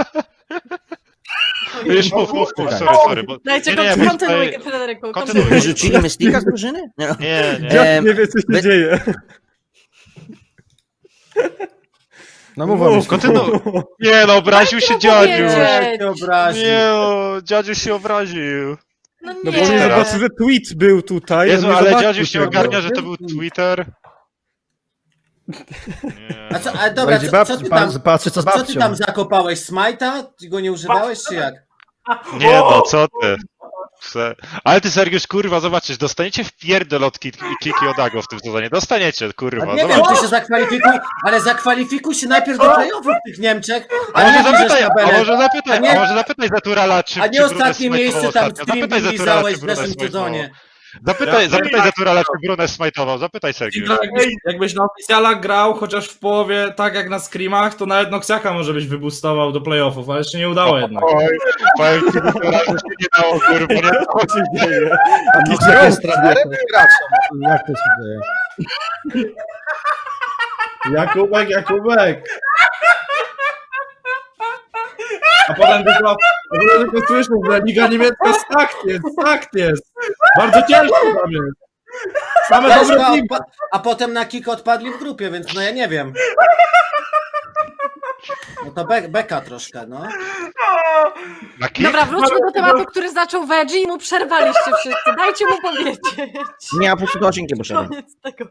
Już mów, mów, mów, sorry, sorry. Bo... Dajcie, Nie, nie, kon- bo kontynuuj, tutaj- Federyku, kontynuuj. kontynuuj. Wyrzucili Mystica z drużyny? Nie. Nie, nie. Dziad Em, nie wie, co się wy- dzieje. No mów o Kontynuuj. Nie no, obraził się dziadziuś. powiedzieć. Nie obrazi. Nie no, dziadziuś się obraził. No No nie. bo nie zobaczył, że tweet był tutaj. Jezu, on nie ale zobaczył dziadziuś nie tego. ogarnia, że to był Twitter. Nie. A co, ale dobra, Będzie co, co babci, ty tam, pan patrzy co z co ty babcią. tam zakopałeś? Smajta? Ty go nie używałeś, czy jak? Nie no, co ty? Se- Ale ty Sergiusz, kurwa, zobaczysz, dostaniecie w pierdol od Kiki Kiki Odago w tym sezonie. Dostaniecie, A kurwa, nie wiem, zobaczysz. czy się zakwalifikuj, ale zakwalifikuj się najpierw do playoffów w tych Niemczech, A a może nie bierzesz zapytaj, a tabelę. może zapytaj, A nie- a może zapytaj Zaturala, czy A nie czy Brunes ostatnie smajtował miejsce tam ostatnio. stream Zapytaj Zaturala, wylizałeś czy w Brunes naszym smajtował. sezonie. Zapytaj, Ja- zapytaj Zaturala, czy Brunes smajtował. Zapytaj Sergiusz. Jakbyś, jakbyś na oficjalach grał chociaż w połowie tak jak na screamach, to nawet Noxiaka może byś wybustował do playoffów, ale się nie udało jednak. Oj, powiem ci, Zaturala, że się nie dało, kurwa, nie? Co się dzieje? A Noxiak jest trenerem czy graczem? Jak to się dzieje? Jakubek, Jakubek! A potem tylko, a potem tylko słyszę, że Liga Niemiecka stakt jest, stakt jest! Bardzo ciężko tam jest! Same Też dobre go teamy. odpa- a potem na kick odpadli w grupie, więc no ja nie wiem. No to be- beka troszkę, no. Na kik? Dobra, wróćmy do tematu, który zaczął Veggie i mu przerwaliście wszyscy. Dajcie mu powiedzieć. Nie, ja po prostu do odcinkiem poszedłem. Koniec tego.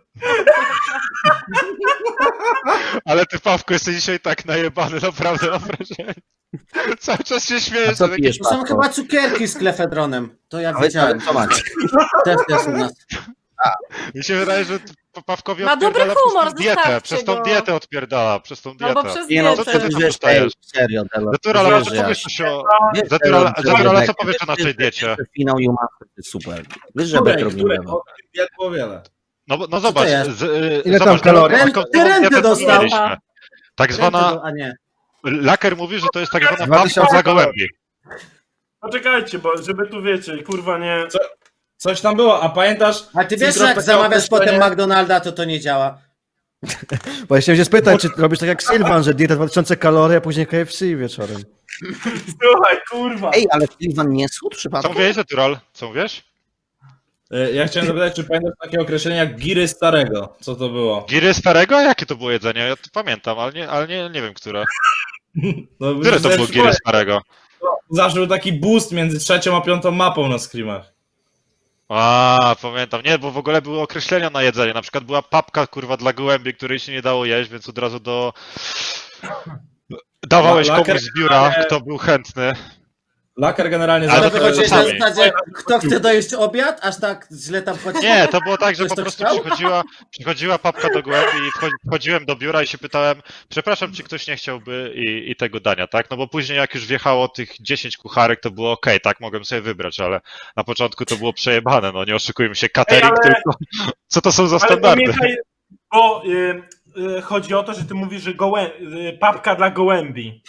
Ale ty, Pawko, jesteś dzisiaj tak najebany, naprawdę, mam wrażenie. Cały czas się A śmiejesz. co że pijesz, To są Paweł? chyba cukierki z klefedronem. To ja A wy wiedziałem. co macie? Też jest u nas. Mi się wydaje, że Pa- Pawkowi Ma dobry odpierdala humor, przez tą dietę, zostawcie przez tą go. dietę odpierdala, przez tą dietę. Albo przez Nie no, Co dietę. ty ty tam wiesz, dostajesz? serio, Delo. Zaturala, Wiesz, może że ja powiesz się- coś o... Wiesz, Zaturala, że Zaturala, co Bek- powiesz o naszej wiesz, diecie? że Finał i Master to jest super. Wiesz, że Które, Bek robi które, lewo. o tym wie- było wiele. No, bo- no to zobacz, jest? z, y, Ile tam zobacz, kalorii? taką- Rent- taką ty rentę dietę dostał. mieliśmy. Tak zwana, A nie. Laker mówi, że to jest tak zwana dwa papka tysiące dla gołębi. Poczekajcie, bo żeby tu wiecie, kurwa nie... Coś tam było, a pamiętasz? A ty wiesz, że Synchro jak takie zamawiasz określenie- potem McDonalda, to to nie działa. Bo ja chciałem się spytać, czy robisz tak jak Sylwan, że dieta dwa tysiące kalorii, a później K F C wieczorem. Słuchaj, kurwa. Ej, ale Sylwan nie schudł Co przypadkiem? mówisz, Zatural? Co mówisz? Y, Ja chciałem zapytać, czy pamiętasz takie określenie jak giry starego? Co to było? Giry starego? A jakie to było jedzenie? Ja to pamiętam, ale nie, ale nie, nie wiem, które. No, Które to było giry starego? Zażył taki boost między trzecią a piątą mapą na screamach. A, pamiętam. Nie, bo w ogóle były określenia na jedzenie. Na przykład była papka, kurwa, dla gołębi, której się nie dało jeść, więc od razu do... Dawałeś Laker- komuś z biura, kto był chętny. Laker generalnie Ale Ale to zawsze... wychodzi to na sami. zasadzie, kto chce dojeść obiad, aż tak źle tam płaci. Nie, to było tak, że Ktoś po tak prostu chciał? przychodziła, przychodziła papka do gołębi i wchodzi, wchodziłem do biura i się pytałem, przepraszam, czy ktoś nie chciałby i, i tego dania, tak? No bo później jak już wjechało tych dziesięć kucharek, to było okej, tak, mogłem sobie wybrać, ale na początku to było przejebane, no nie oszukujmy się, catering Ej, ale- tylko. Co to są za Ale standardy? pamiętaj, bo y, y, chodzi o to, że ty mówisz, że gołę... y, papka dla gołębi.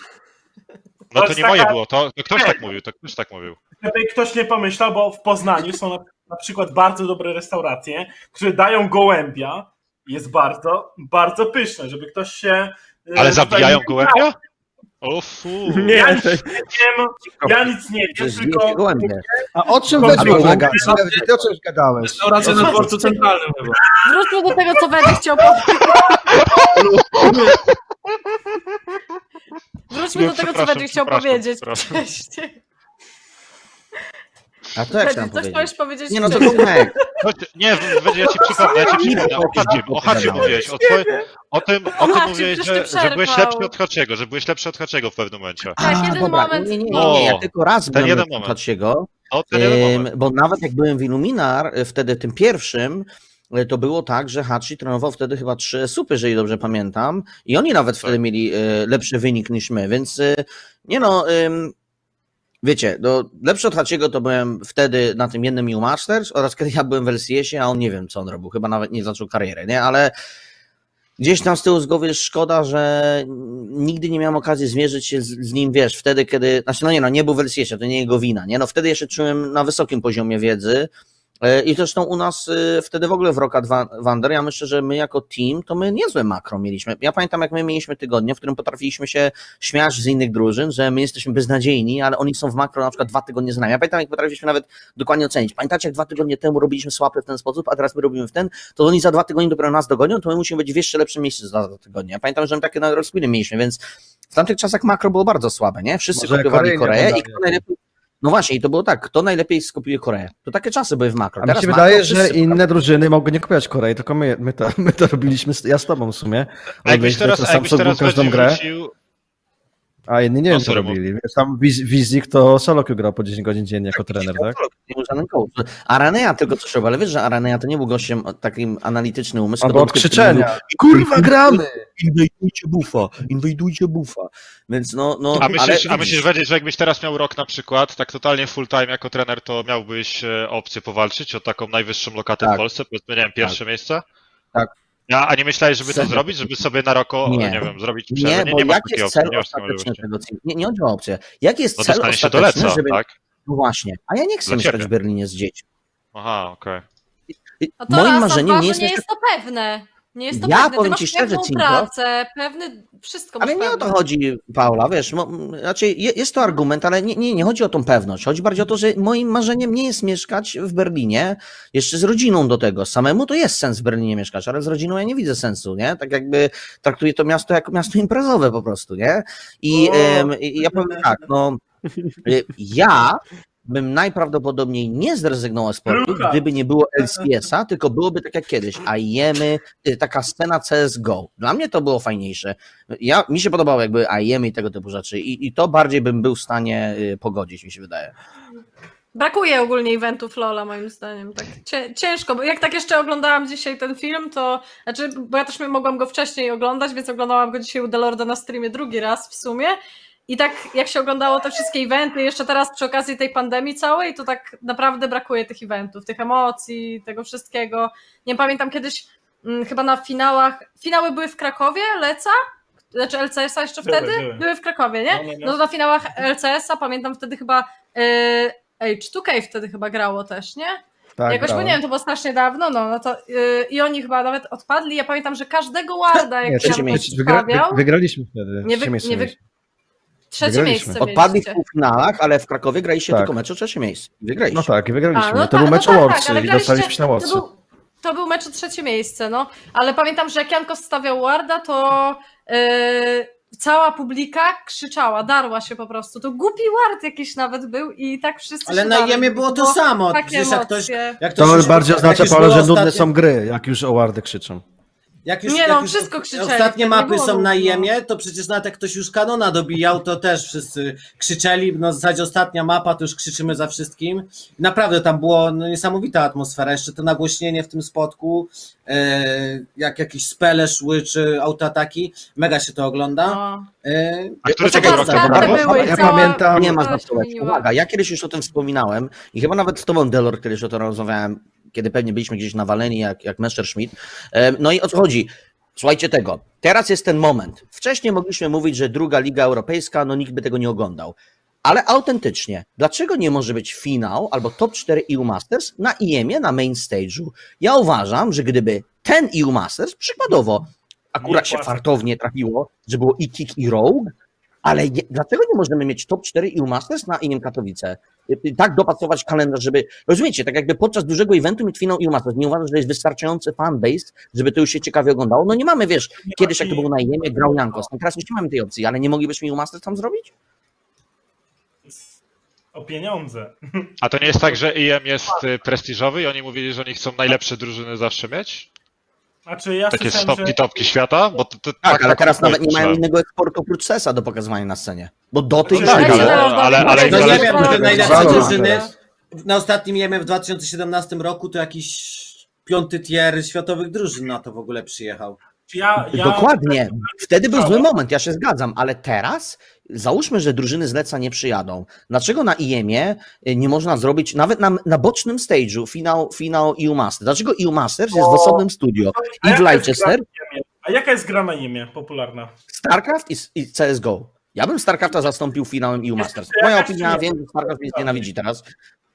No to to jest nie moje taka- było, to, to ktoś tak mówił, to ktoś tak mówił. Żeby ktoś nie pomyślał, bo w Poznaniu są na przykład bardzo dobre restauracje, które dają gołębia, jest bardzo, bardzo pyszne, żeby ktoś się... Ale e, zabijają tutaj- gołębia? O fu. Nie, Ja nic to- nie wiem, ja nic nie wiem, Przecież tylko... wiecie gołębie. A o czym Tylko- Wedzi Albo- gadałeś? Ty o czymś gadałeś? Restauracja na dworcu centralnym chyba. Wróćmy do tego, co Wedzi chciał powiedzieć. Wróćmy Nie, do tego, co przepraszam, Wedzi chciał przepraszam, powiedzieć przepraszam. wcześniej. A to jak Wedzi, chciałem coś powiedzieć? chciałeś powiedzieć Nie no, to wcześniej. Tomek. Chodź, nie, będzie, ja ci przypomnę, ja ci przypomnę. O chacie, o chacie mówiłeś, o, twoim, o tym, o tym Hacie, mówiłeś, przecież ty że, że byłeś przerwał. lepszy od Haciego, że byłeś lepszy od Haciego w pewnym momencie. Tak, A, jeden dobra, moment. nie, nie, nie, O, nie, ja tylko raz ten byłem jeden w moment. Haciego, O, ten jeden Ym, moment. bo nawet jak byłem w Illuminar, y, wtedy tym pierwszym, y, to było tak, że Hachi trenował wtedy chyba trzy supy, jeżeli dobrze pamiętam, i oni nawet wtedy mieli y, lepszy wynik niż my, więc y, nie no, ym, wiecie, no, lepszy od Hachiego to byłem wtedy na tym jednym U Masters oraz kiedy ja byłem w L C S-ie, a on nie wiem co on robił, chyba nawet nie zaczął karierę, nie, ale gdzieś tam z tyłu z głowy jest szkoda, że nigdy nie miałem okazji zmierzyć się z, z nim, wiesz, wtedy, kiedy, znaczy no nie no, nie był w L C S-ie, to nie jego wina, nie, no wtedy jeszcze czułem na wysokim poziomie wiedzy e, i zresztą u nas e, wtedy w ogóle w Rockat Wander, ja myślę, że my jako team, to my niezłe makro mieliśmy. Ja pamiętam, jak my mieliśmy tygodnie, w którym potrafiliśmy się śmiać z innych drużyn, że my jesteśmy beznadziejni, ale oni są w makro na przykład dwa tygodnie z nami. Ja pamiętam, jak potrafiliśmy nawet dokładnie ocenić. Pamiętacie, jak dwa tygodnie temu robiliśmy swapy w ten sposób, a teraz my robimy w ten, to oni za dwa tygodnie dopiero nas dogonią, to my musimy być w jeszcze lepszym miejscu za dwa tygodnie. Ja pamiętam, że my takie na rozkminy mieliśmy, więc w tamtych czasach makro było bardzo słabe, nie? Wszyscy Może kopiowali Korei nie Koreę i oglądali. kto najlepiej... No właśnie, i to było tak, kto najlepiej skopiuje Koreę. To takie czasy były w makro. A mi Teraz się makro wydaje, że wszyscy- inne drużyny mogły nie kupować Korei, tylko my, my, to, my to robiliśmy, ja z tobą w sumie. A jakbyś Robiliśmy teraz, to a jakbyś Samsung teraz każdą Wedzi grę, wrócił, a inni nie No, wiem co sorry, robili. Wiesz, tam Wiz- Wizik to solo queue grał po dziesięć godzin dziennie jako trener, tak? Nie był żaden coach. Aranea tylko coś robił, ale wiesz, że Aranea to nie był gościem o takim analitycznym umysł. Albo to od był typ, który krzyczenia. mówił, Kurwa, gramy! Inwejdujcie bufa, inwejdujcie bufa. Więc no, no a myślisz, ale a myślisz Wedzi, że jakbyś teraz miał rok na przykład, tak totalnie full time jako trener, to miałbyś e, opcję powalczyć o taką najwyższą lokatę Tak. w Polsce, powiedzmy, nie wiem, pierwsze miejsce? Tak. Ja, a nie myślałeś, żeby to Serio? zrobić, żeby sobie na rok, o, Nie. nie. wiem, zrobić przerwę? nie, Nie, bo nie masz jaki takiej jest opcji, cel nie masz takiej ostateczny możliwości. tego teamu? Nie, nie chodzi o opcję. Jaki jest No cel dostanie się do ostateczny, leca, żeby... tak? No właśnie, a ja nie chcę Dla mieszkać ciebie. w Berlinie z dziećmi. Aha, okej. I A to Moim raz, a marzeniem dwa, nie że jest nie mieszkać... jest to pewne. Nie jest to Ja pewne. Ty powiem masz ci szczerze, pewną Cinko, pracę, pewny wszystko masz Ale nie o to pewne. chodzi, Paula, wiesz, mo, znaczy je- jest to argument, ale nie, nie, nie chodzi o tą pewność. Chodzi bardziej o to, że moim marzeniem nie jest mieszkać w Berlinie, jeszcze z rodziną do tego. Samemu to jest sens w Berlinie mieszkać, ale z rodziną ja nie widzę sensu, nie? Tak jakby traktuję to miasto jako miasto imprezowe po prostu, nie? I, O, em, i ja powiem tak, no, y, ja bym najprawdopodobniej nie zrezygnował z sportu, Rucha. gdyby nie było L C S-a, tylko byłoby tak jak kiedyś, a jemy, y, taka scena C S G O. Dla mnie to było fajniejsze. Ja, mi się podobało jakby A I M i tego typu rzeczy i, i to bardziej bym był w stanie y, pogodzić, mi się wydaje. Brakuje ogólnie eventów Lola, moim zdaniem. Tak cię, ciężko, bo jak tak jeszcze oglądałam dzisiaj ten film, to znaczy, bo ja też mogłam go wcześniej oglądać, więc oglądałam go dzisiaj u Delorda na streamie drugi raz w sumie. I tak jak się oglądało te wszystkie eventy, jeszcze teraz przy okazji tej pandemii całej, to tak naprawdę brakuje tych eventów, tych emocji, tego wszystkiego. Nie pamiętam kiedyś, hmm, chyba na finałach, finały były w Krakowie, Leca? Znaczy L C S-a jeszcze Były, wtedy? były. Były w Krakowie, nie? No, no, no. No to na finałach L C S-a pamiętam wtedy chyba yy, H dwa K wtedy chyba grało też, nie? Tak, Jakoś, bo grałem. nie wiem, to było strasznie dawno, no, no to yy, i oni chyba nawet odpadli. Ja pamiętam, że każdego warda, jak Nie, trzecie Jan miejsce. Wygra, stawiał, wy, wygraliśmy wtedy. Nie wy- Trzecie miejsce nie wy- mieliśmy. trzecie wygraliśmy. miejsce Odpadli w mieliście. półfinałach, ale w Krakowie graliście Tak. tylko mecz o trzecie miejsce. Wygraliście. No tak, i wygraliśmy. A, no to tak, był no mecz tak, o tak, Worldsy ale i graliście- dostaliśmy się na Worldsy. To był, to był mecz o trzecie miejsce, no. Ale pamiętam, że jak Janko stawiał warda, to yy, cała publika krzyczała, darła się po prostu. To głupi ward jakiś nawet był i tak wszyscy Ale się na darli. Jemie było to Było samo. Takie Przecież jak ktoś, emocje. jak ktoś To już- bardziej jak oznacza, już Paweł, było że nudne ostatnio- są gry, jak już o wardy krzyczą. Jak już, Nie jak no, już wszystko krzyczeli, ostatnie nie mapy było są na nudno. Jemie, to przecież nawet jak ktoś już kanona dobijał, to też wszyscy krzyczeli. No w zasadzie ostatnia mapa, to już krzyczymy za wszystkim. Naprawdę tam było no, niesamowita atmosfera. Jeszcze to nagłośnienie w tym spotku, e, jak jakieś spele szły, czy autoataki. Mega się to ogląda. No. E, A który Poczekaj, tego Czekaj, Roka, karty bo- były i ja cała- pamiętam- Nie ma cała znaczenia. zmieniła. Uwaga, ja kiedyś już o tym wspominałem i chyba nawet z tobą, Delor, kiedyś o tym rozmawiałem, kiedy pewnie byliśmy gdzieś nawaleni jak, jak Messerschmitt. Em, No i o co chodzi? Słuchajcie tego, teraz jest ten moment. Wcześniej mogliśmy mówić, że druga Liga Europejska, no nikt by tego nie oglądał. Ale autentycznie, dlaczego nie może być finał albo top cztery E U Masters na I E M-ie, na main stage'u? Ja uważam, że gdyby ten E U Masters, przykładowo, akurat się fartownie trafiło, że było i Kick i Rogue, ale nie, dlaczego nie możemy mieć top cztery E U Masters na I E M Katowice? Tak dopasować kalendarz, żeby, rozumiecie, tak jakby podczas dużego eventu mieć finał E U Masters. Nie uważasz, że jest wystarczający fanbase, żeby to już się ciekawie oglądało? No nie mamy, wiesz, kiedyś jak to było na I E M-ie, grał Jankos, no teraz już nie mamy tej opcji, ale nie moglibyśmy E U Masters tam zrobić? O pieniądze. A to nie jest tak, że I E M jest y, prestiżowy i oni mówili, że oni chcą najlepsze drużyny zawsze mieć? Znaczy ja Takie słyszałem, stopki, że... topki świata? Bo to, to, Tak, ale teraz nawet nie mają słyszałem. innego eksportu oprócz C E S a do pokazywania na scenie. Bo do tej Znaczy, gry. ale- teraz ale- do- ale- do- No ale- nie wiem, ale- czy najlepsze Valorant drużyny teraz. na ostatnim I E M-ie w dwa tysiące siedemnastym roku to jakiś piąty tier światowych drużyn na to w ogóle przyjechał. Ja, ja... Dokładnie. Wtedy był zły moment, ja się zgadzam, ale teraz załóżmy, że drużyny z Leca nie przyjadą. Dlaczego na I E M-ie nie można zrobić, nawet na, na bocznym stage'u, finał, finał E U Masters? Dlaczego E U Masters jest w osobnym studio? A I w jaka jest Leicester, gra na I E M-ie? A jaka jest gra na I E M-ie popularna? StarCraft i, i C S G O. Ja bym StarCrafta zastąpił finałem E U Masters. Moja opinia, wiem, że StarCraft mnie nienawidzi teraz.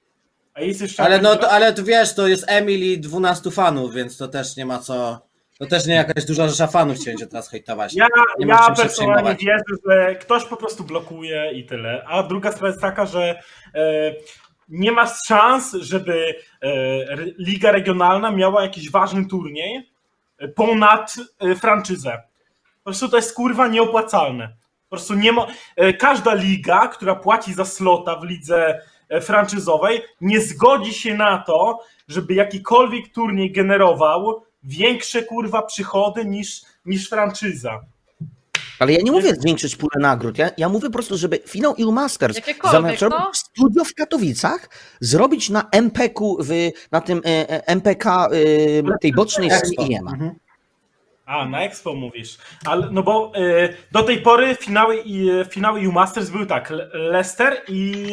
A jest jeszcze Ale no jakaś to, gra? ale tu wiesz, to jest Emil i dwunastu fanów, więc to też nie ma co. To też nie jakaś duża rzesza fanów się będzie teraz hejtować. Ja, nie ma czym ja się personalnie przejmować. wierzę, że ktoś po prostu blokuje i tyle. A druga sprawa jest taka, że e, nie ma szans, żeby e, re- Liga Regionalna miała jakiś ważny turniej e, ponad e, franczyzę. Po prostu to jest kurwa nieopłacalne. Po prostu nie ma. E, każda liga, która płaci za slota w lidze e, franczyzowej, nie zgodzi się na to, żeby jakikolwiek turniej generował większe kurwa przychody niż, niż franczyza. Ale ja nie mówię zwiększyć pulę nagród. Ja, ja mówię po prostu, żeby finał E U Masters Jakiekolwiek, zamiast robić no. studio w Katowicach, zrobić na M P K-u, w, na tym e, e, M P K e, tej bocznej Expo. scenie I E M a. Mhm. A, na Expo mówisz. Ale, no bo y, do tej pory finały, i, finały E U Masters były tak, Le- Leicester i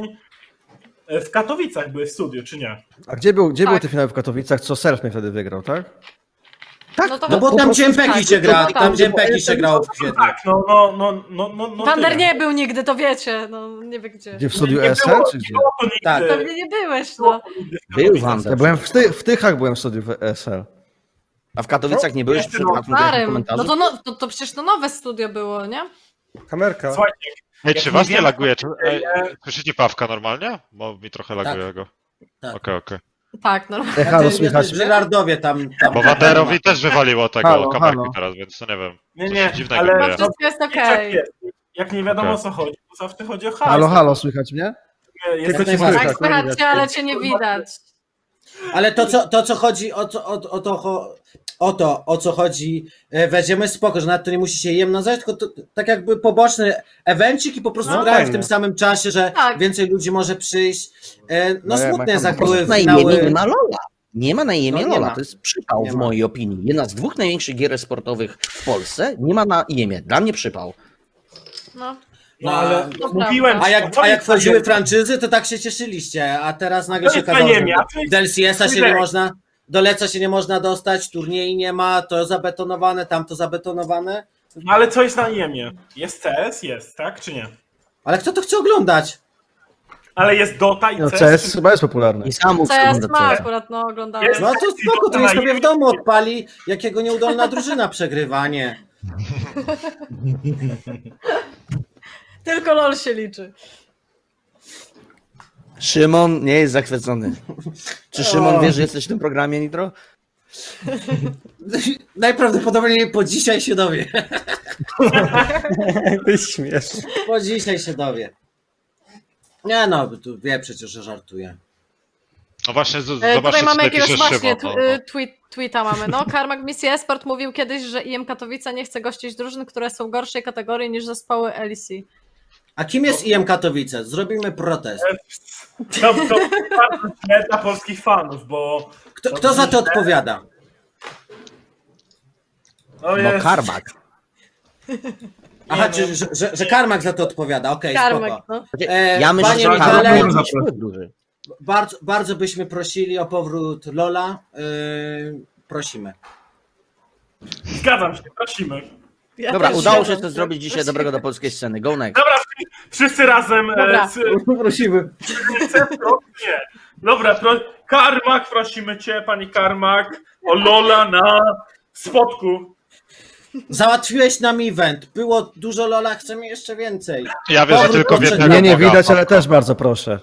y, w Katowicach były w studiu, czy nie? A gdzie, był, gdzie Tak. były te finały w Katowicach? Co Self mnie wtedy wygrał, tak? Tak, No to- No bo po tam prostu Dziępeki tak, się gra, tak, tam tak. Dziępeki się grało w kwietniu. Tak, no, no, no, no, no, no Wander tyle. nie był nigdy, to wiecie. No nie wie gdzie. Gdzie w studiu Nie E S L, było- czy gdzie? nie było to nigdy- Tak. Pewnie nie byłeś, no. nigdy w Był Katowicach. Wander. Ja byłem w, ty, w Tychach byłem w studiu w E S L. A w Katowicach nie byłeś No, przed no, przypadkiem Starym. komentarzy? No to, no, to, to przecież to nowe studio było, nie? Kamerka. Słuchajcie, Ej, Jak czy nie was nie wiemy, laguje? Czy, to ej, dzieje- słyszycie Pawka normalnie? Bo mi trochę laguje go. Tak. Okej, okej. Tak, no. E, halo, Znaczy, słychać w mnie? Żyrardowie tam. tam Bo Wanderowi też wywaliło tego Halo, kamerki halo. teraz, więc to nie wiem. nie, Coś nie, dziwnego ale dzieje. no, Wszystko jest jak okej. jest. Jak nie wiadomo Okej. o co chodzi, to zawsze chodzi o hajs. Halo, halo, słychać mnie? Jest Tylko ci najważniejsze. Tak, słychać, no słychać widać. cię, ale cię nie widać. Ale to co, to, co chodzi o, co, o, o, to, cho- o to, o co chodzi, e, weźmiemy spoko, że nawet to nie musi się jem nazwać, tylko to, tak jakby poboczny evencik i po prostu No, grają w fajnie. tym samym czasie, że Tak. więcej ludzi może przyjść. E, no No, ja smutne jest, mam jak po były Na I E M-ie nie finały. ma Lola. Nie ma na I E M-ie No, nie Lola. ma. To jest przypał Nie w ma. mojej opinii. Jedna z dwóch największych gier sportowych w Polsce nie ma na I E M-ie. Dla mnie przypał. No. No ale To mówiłem, A że jak, to a jak jest na wchodziły ziemi. franczyzy, to tak się cieszyliście, a teraz nagle To się jest na okazało, że ziemi, a to jest- do L C S-a się Tyle. nie można, do Leca się nie można dostać, turniej nie ma, to zabetonowane, tamto zabetonowane. No ale co jest na I E M-ie? Jest C S? Jest, tak czy nie? Ale kto to chce oglądać? Ale jest Dota i No, C S? C S chyba jest popularny. I sam C S ogląda ma C S. akurat, no oglądałem. Jest- No to spoko, to niech sobie w domu odpali, jakiego nieudolna drużyna przegrywa, nie. Tylko LOL się liczy. Szymon nie jest zachwycony. Czy Szymon O. wie, że jesteś w tym programie, Nitro? Najprawdopodobniej po dzisiaj się dowie. Ty śmiesz. Po dzisiaj się dowie. Nie no, tu wie przecież, że żartuję. No właśnie, z- E, zobaczcie, Tutaj co mamy tutaj jakiegoś pisze właśnie Szymon. tw- No, no. y, tweet, tweeta mamy. No, Karmak Misji Esport mówił kiedyś, że I E M Katowice nie chce gościć drużyn, które są gorszej kategorii niż zespoły L C. A kim jest I E M Katowice? Zrobimy protest. To, to bardzo źle dla polskich fanów, bo Kto, kto za to odpowiada? no No jest, Karbak. Aha, no. czy, że, że, że Karmak za to odpowiada, okej, Karmak, spoko. no. E, Ja myślę, panie że Michale, Karbak jest wpływ duży. bardzo, bardzo byśmy prosili o powrót Lola. Yy, prosimy. Zgadzam się, prosimy. Ja Dobra, też udało zgadzam się to zrobić dzisiaj Prosimy. dobrego dla polskiej sceny. Go next. Dobra, wszyscy razem. Dobra. E, z, Prosimy. nie. Dobra, pro, Karmak, prosimy cię, pani Karmak, o Lola na spotku. Załatwiłeś nam event. Było dużo Lola, chcemy jeszcze więcej. Ja wierzę Powrót tylko w do jednego Nie, nie Boga. widać, ale też bardzo proszę.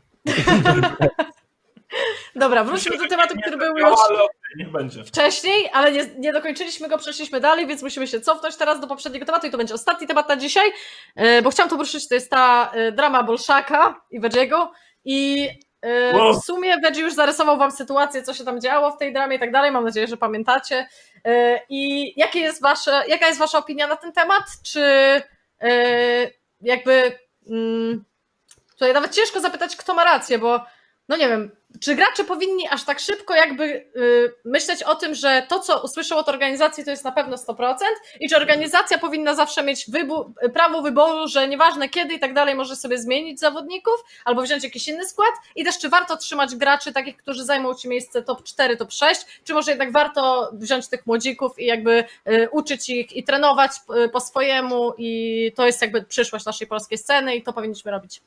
Dobra, wróćmy do tematu, który był No, już ale okej, niech będzie. wcześniej, ale nie, nie dokończyliśmy go, przeszliśmy dalej, więc musimy się cofnąć teraz do poprzedniego tematu i to będzie ostatni temat na dzisiaj, e, bo chciałam to poruszyć, to jest ta e, drama Bolszaka i Veggie'ego i e, Wow. w sumie Veggie już zarysował wam sytuację, co się tam działo w tej dramie i tak dalej, mam nadzieję, że pamiętacie. E, I jakie jest wasze, jaka jest wasza opinia na ten temat? Czy e, jakby mm, tutaj nawet ciężko zapytać, kto ma rację, bo no nie wiem, czy gracze powinni aż tak szybko jakby y, myśleć o tym, że to, co usłyszą od organizacji, to jest na pewno sto procent i czy organizacja powinna zawsze mieć wybu- prawo wyboru, że nieważne kiedy i tak dalej może sobie zmienić zawodników albo wziąć jakiś inny skład i też czy warto trzymać graczy takich, którzy zajmą ci miejsce top cztery, top sześć, czy może jednak warto wziąć tych młodzików i jakby y, uczyć ich i trenować y, po swojemu i to jest jakby przyszłość naszej polskiej sceny i to powinniśmy robić.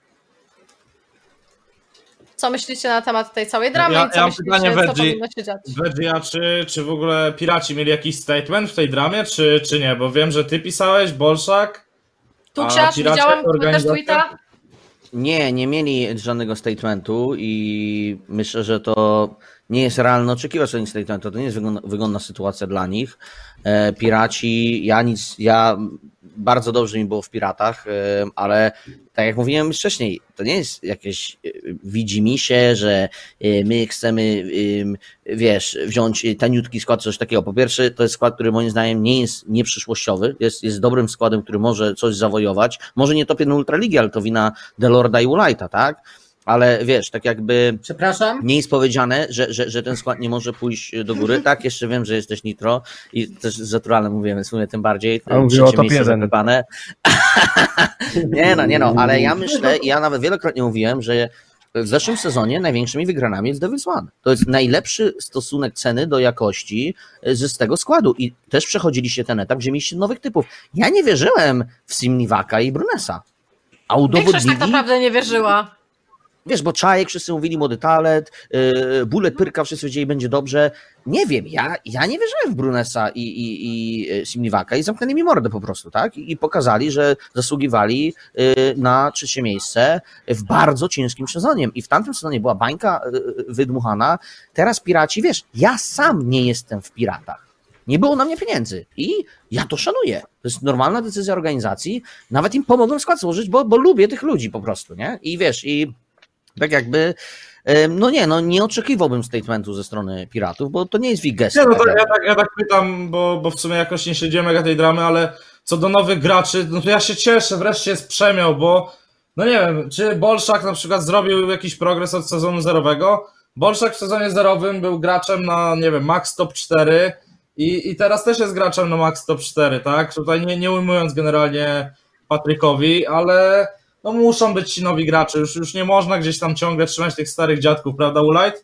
Co myślicie na temat tej całej dramy Ja- i co ja mam myślicie, pytanie, co Veggie. powinno się dziać? Veggie, a czy, czy w ogóle Piraci mieli jakiś statement w tej dramie, czy, czy nie? Bo wiem, że ty pisałeś, Bolszak. Tuksiarz, Piraci widziałam jako też organizacja? tweeta. Nie, nie mieli żadnego statementu i myślę, że to nie jest realne oczekiwać żadnego statementu. To nie jest wygodna, wygodna sytuacja dla nich. E, Piraci, ja nic, ja bardzo dobrze mi było w Piratach, e, ale tak jak mówiłem już wcześniej, to nie jest jakieś e, widzimisię, że e, my chcemy, e, wiesz, wziąć taniutki skład, coś takiego. Po pierwsze, to jest skład, który moim zdaniem nie jest nieprzyszłościowy, jest, jest dobrym składem, który może coś zawojować. Może nie top jeden Ultraligi, ale to wina Delorda i Ulajta, tak? Ale wiesz, tak jakby Przepraszam? nie jest powiedziane, że, że, że ten skład nie może pójść do góry. Tak, jeszcze wiem, że jesteś Nitro i też z naturalnym mówimy, w sumie tym bardziej. A mówię o Trzecie top miejsce jeden. zaklepane. Nie no, nie no, ale ja myślę, ja nawet wielokrotnie mówiłem, że w zeszłym sezonie największymi wygranami jest Devils One. To jest najlepszy stosunek ceny do jakości ze z tego składu i też przechodziliście ten etap, gdzie mieliście nowych typów. Ja nie wierzyłem w Simniwaka i Brunesa. A Większość udowodnili... tak naprawdę nie wierzyła. Wiesz, bo Czajek, wszyscy mówili młody talent, yy, Bullet Pyrka, wszyscy wiedzieli, będzie dobrze. Nie wiem, ja, ja nie wierzyłem w Brunesa i, i, i Simniwaka i zamknęli mi mordę po prostu, tak? I, i pokazali, że zasługiwali yy, na trzecie miejsce w bardzo ciężkim sezonie. I w tamtym sezonie była bańka yy, wydmuchana. Teraz Piraci, wiesz, ja sam nie jestem w Piratach. Nie było na mnie pieniędzy i ja to szanuję. To jest normalna decyzja organizacji. Nawet im pomogłem skład złożyć, bo, bo lubię tych ludzi po prostu, nie? I wiesz, i tak jakby, no nie, no nie oczekiwałbym statementu ze strony Piratów, bo to nie jest w ich gestii. Nie, no to tak ja tak, ja tak pytam, bo, bo w sumie jakoś nie śledziłem mega tej dramy, ale co do nowych graczy, no to ja się cieszę, wreszcie jest przemiał, bo no nie wiem, czy Bolszak na przykład zrobił jakiś progres od sezonu zerowego? Bolszak w sezonie zerowym był graczem na, nie wiem, max top cztery i, i teraz też jest graczem na max top cztery, tak? Tutaj nie, nie ujmując generalnie Patrykowi, ale no muszą być ci nowi gracze, już, już nie można gdzieś tam ciągle trzymać tych starych dziadków, prawda Ulajt?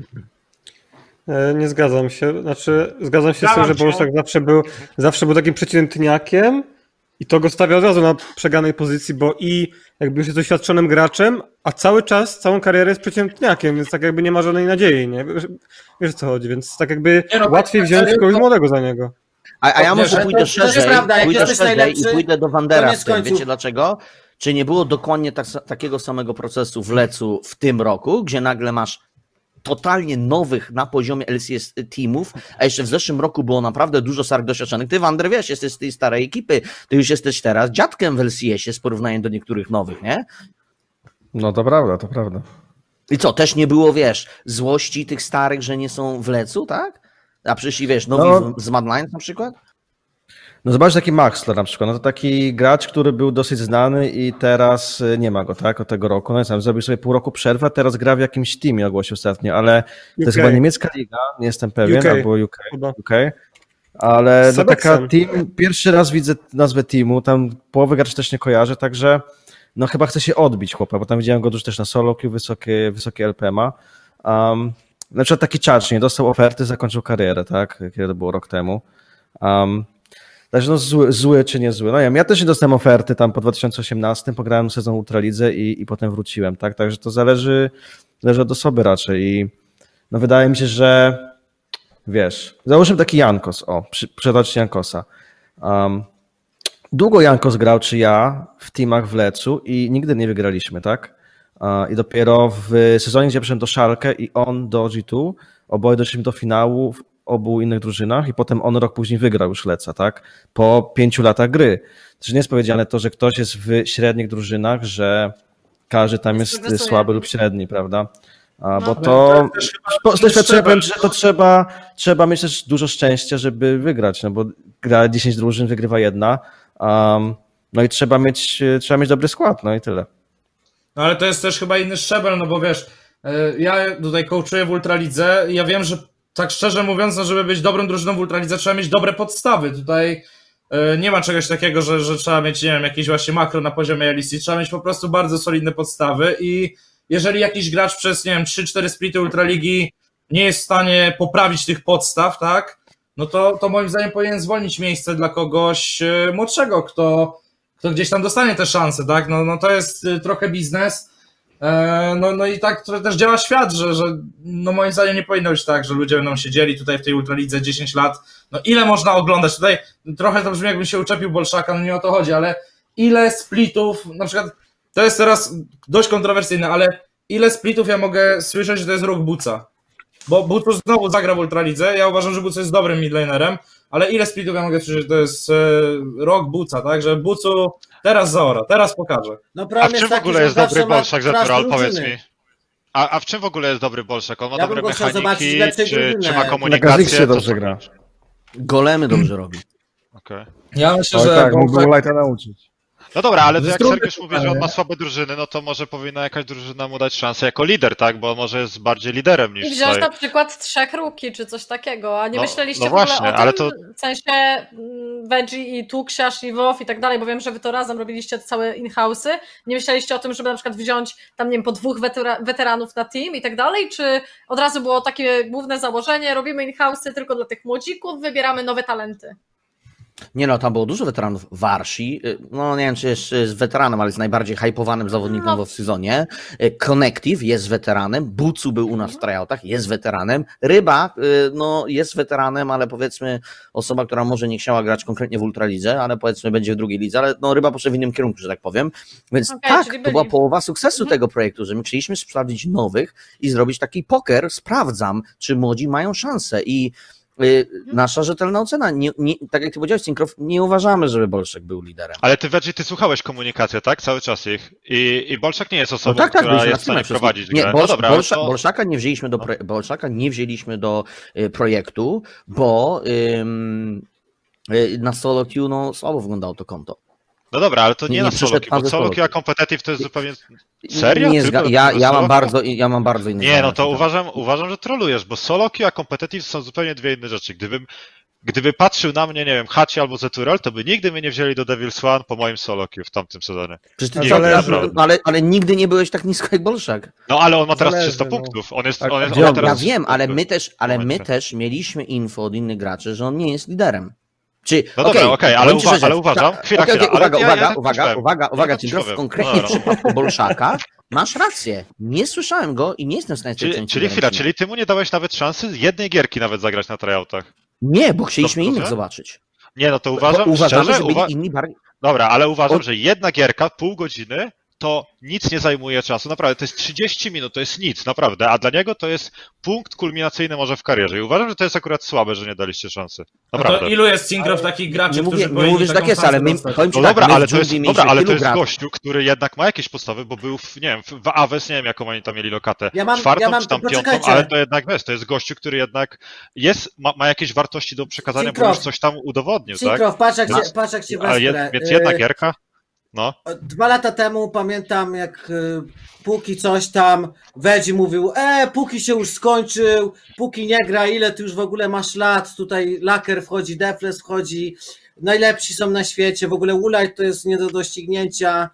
E, Nie zgadzam się. Znaczy, zgadzam się z tym, Zgadzam że się. Bolszak zawsze był, zawsze był takim przeciętniakiem i to go stawia od razu na przegranej pozycji, bo i jakby już jest doświadczonym graczem, a cały czas, całą karierę jest przeciętniakiem, więc tak jakby nie ma żadnej nadziei, nie? Wiesz, wiesz o co chodzi, więc tak jakby Nie no, łatwiej tak, wziąć serio, kogoś to- młodego za niego. A, a ja To może wiesz, pójdę to- to jest szerzej, prawda, jak pójdę jesteś szerzej najlepszy, i pójdę do Wandera koniec z tym. końców. Wiecie dlaczego? Czy nie było dokładnie tak, takiego samego procesu w Lecu w tym roku, gdzie nagle masz totalnie nowych na poziomie L C S teamów, a jeszcze w zeszłym roku było naprawdę dużo starych doświadczonych. Ty, Wander, wiesz, jesteś z tej starej ekipy, ty już jesteś teraz dziadkiem w L C S-ie z porównaniem do niektórych nowych, nie? No to prawda, to prawda. I co, też nie było, wiesz, złości tych starych, że nie są w Lecu, tak? A przyszli, wiesz, nowi No. z Mad Lions na przykład? No zobacz taki Maxler na przykład, no to taki gracz, który był dosyć znany i teraz y, nie ma go, tak, od tego roku. No i sam zrobił sobie pół roku przerwę, teraz gra w jakimś teamie, ogłosił ostatnio, ale to jest U K. chyba niemiecka liga, nie jestem pewien, U K. albo U K, Chyba. U K. Ale Z no taka Sebexem. team, pierwszy raz widzę nazwę teamu, tam połowy graczy też nie kojarzę, także no chyba chce się odbić chłopa, bo tam widziałem go już też na solo queue, wysokie, wysokie L P M a. Um, na przykład taki Czarcz nie dostał oferty, zakończył karierę, tak, kiedy to było rok temu. Um, Także no zły, zły czy nie zły. No ja, ja też nie dostałem oferty tam po dwa tysiące osiemnastym, pograłem sezon Ultralidze i, i potem wróciłem, tak? Także to zależy, zależy od osoby raczej i no wydaje mi się, że wiesz, załóżmy taki Jankos, o, przy, przytoczcie Jankosa. Um, długo Jankos grał, czy ja, w teamach w Lecu i nigdy nie wygraliśmy, tak? Uh, I dopiero w sezonie, gdzie przyszedłem do Schalke i on do G dwa, oboje doszliśmy do finału w obu innych drużynach i potem on rok później wygrał już Leca, tak? Po pięciu latach gry. Też nie jest powiedziane to, że ktoś jest w średnich drużynach, że każdy tam jest Progresuje. słaby lub średni, prawda? A, bo No, to też chyba po- z doświadczenia szczebel. powiem, że to trzeba, trzeba mieć też dużo szczęścia, żeby wygrać, no bo gra dziesięć drużyn, wygrywa jedna. Um, no i trzeba mieć, trzeba mieć dobry skład, no i tyle. No ale to jest też chyba inny szczebel, no bo wiesz, y, ja tutaj coachuję w Ultralidze i ja wiem, że tak szczerze mówiąc, no żeby być dobrą drużyną w Ultralidze trzeba mieć dobre podstawy. Tutaj y, nie ma czegoś takiego, że, że trzeba mieć, nie wiem, jakieś właśnie makro na poziomie L E C, trzeba mieć po prostu bardzo solidne podstawy i jeżeli jakiś gracz przez, nie wiem, trzy cztery splity Ultraligi nie jest w stanie poprawić tych podstaw, tak, no to, to moim zdaniem powinien zwolnić miejsce dla kogoś y, młodszego, kto kto gdzieś tam dostanie te szanse, tak? No, no to jest y, trochę biznes. E, no, no i tak to też działa świat, że, że no moim zdaniem nie powinno być tak, że ludzie będą siedzieli tutaj w tej Ultralidze dziesięć lat. No ile można oglądać? Tutaj trochę to brzmi, jakbym się uczepił Bolszaka, no nie o to chodzi, ale ile splitów, na przykład to jest teraz dość kontrowersyjne, ale ile splitów ja mogę słyszeć, że to jest ruch Buca? Bo Bucu znowu zagra w Ultralidze, ja uważam, że Bucu jest dobrym midlanerem, ale ile splitów ja mogę słyszeć, że to jest e, rok Buca, tak? Że Bucu teraz zaora, teraz pokaże. No A problem w czym jest w taki, ogóle że jest zawsze dobry ma Bolszak, trust Zetural, powiedz drużyny. mi? A, a w czym w ogóle jest dobry Bolszak? On ma Ja bym dobre go chciał zobaczyć mechaniki, lepszej czy, drużyny. czy ma Na Na komunikację? Gaziksie To dobrze co? gra. Golemy dobrze robi. Okej. Ja myślę, Oj że tak, mógłbym Bolszak- Lighta nauczyć. No dobra, ale to To jak jest Sergiusz trudne mówi, że on ma pytanie. słabe drużyny, no to może powinna jakaś drużyna mu dać szansę jako lider, tak? Bo może jest bardziej liderem niż I wziąć tutaj. na przykład trzech ruki czy coś takiego, a nie No- myśleliście no w ogóle właśnie, o tym, ale to- w sensie mm, Veggie i Tuksiarz i Wof i tak dalej, bo wiem, że wy to razem robiliście całe in-house'y. Nie myśleliście o tym, żeby na przykład wziąć tam, nie wiem, po dwóch wetera- weteranów na team i tak dalej, czy od razu było takie główne założenie, robimy in-house'y tylko dla tych młodzików, wybieramy nowe talenty. Nie no, tam było dużo weteranów. Warsi, y, no nie wiem, czy jest, jest weteranem, ale jest najbardziej hypowanym zawodnikiem No. w off-seasonie. Y, Connective jest weteranem, Bucu był u nas w tryoutach, jest weteranem. Ryba, y, no jest weteranem, ale powiedzmy osoba, która może nie chciała grać konkretnie w Ultralidze, ale powiedzmy będzie w drugiej lidze, ale no Ryba poszedł w innym kierunku, że tak powiem. Więc Okej, tak, czyli to była byli. połowa sukcesu Mhm. tego projektu, że my chcieliśmy sprawdzić nowych i zrobić taki poker, sprawdzam, czy młodzi mają szansę i y, nasza rzetelna ocena, nie, nie, tak jak ty powiedziałeś, Cinkrow, nie uważamy, żeby Bolszak był liderem. Ale ty, Veggie, ty słuchałeś komunikację, tak? Cały czas ich. I, i Bolszak nie jest No osobą, tak, tak, która byliśmy jest w stanie na teamie prowadzić wszystkich. grę. Nie, Bolsz, no dobra, ale Bolsza, to... Bolszaka nie wzięliśmy do, pro, Bolszaka nie wzięliśmy do y, projektu, bo ym, y, na solo queue no, słabo wyglądało to konto. No dobra, ale to nie, Nie, nie na przyszedł solo queue, pan bo ze solo solo queue a queue. competitive to jest zupełnie... Serio? Nie, Tylko zga- ja, solo ja, mam queue? bardzo, ja mam bardzo inny Nie, no zdanie to na ten temat. uważam, uważam, że trolujesz, bo solo queue a competitive są zupełnie dwie inne rzeczy. Gdybym, gdyby patrzył na mnie, nie wiem, Haci albo Zetural, to by nigdy mnie nie wzięli do Devil's One po moim solo queue w tamtym sezonie. Przecież ty A co, zależy- ja, ale, ale nigdy nie byłeś tak nisko jak Bolszak. No ale on ma teraz Zależy, trzysta no. punktów. On jest, Tak, on jest, gdzie on ma on- teraz Ja trzysta wiem, ale punktów my też, ale my momencie. też mieliśmy info od innych graczy, że on nie jest liderem. Czy, No dobra, okej, ale bądźcie uwa- szczerzy. ale uważam- Tak, chwila, okej, chwila, okej, ale uwaga, ja- ja uwaga, tak uwaga, powiem. uwaga, uwaga, Ja tak Cinkrow, powiem. konkretnie No w dobra. przypadku Bolszaka masz rację. Nie słyszałem go i nie jestem w stanie Czyli, stwierdzić, czyli czy chwila, liderem, czy czyli ty mu nie dałeś nawet szansy jednej gierki nawet zagrać na tryoutach. nie. Nie, bo chcieliśmy Dobrze? innych zobaczyć. Nie, no to Bo uważam, uważamy, szczerze, że byli uwa- inni bardziej... Dobra, ale uważam, O- że jedna gierka, pół godziny, to nic nie zajmuje czasu. Naprawdę, to jest trzydzieści minut, to jest nic, naprawdę. A dla niego to jest punkt kulminacyjny może w karierze. I uważam, że to jest akurat słabe, że nie daliście szansy. No Naprawdę. to ilu jest Cinkrow takich graczy, Nie mówię, którzy nie powinni mówię, że tak taką jest, ale szansę my, dostać? powiem ci No tak, dobra, my ale w to jest, dżungli dobra, mieliśmy ale to tylu jest graczy. gościu, który jednak ma jakieś podstawy, bo był w, nie wiem, w Aves, nie wiem jaką oni tam mieli lokatę, Ja mam- czwartą ja mam- czy tam piątą, poczekajcie. ale to jednak wiesz, to jest gościu, który jednak jest, ma, ma jakieś wartości do przekazania, bo Cinkrow. już coś tam udowodnił, tak? Cinkrow, patrz jak, No. cię, patrz jak cię Ale wesprę. jest, więc jedna Y, gierka, no. Dwa lata temu pamiętam, jak y, póki coś tam Wedzi mówił, e, póki się już skończył, póki nie gra, ile ty już w ogóle masz lat, tutaj Laker wchodzi, Defles wchodzi, najlepsi są na świecie, w ogóle Woolite to jest nie do doścignięcia.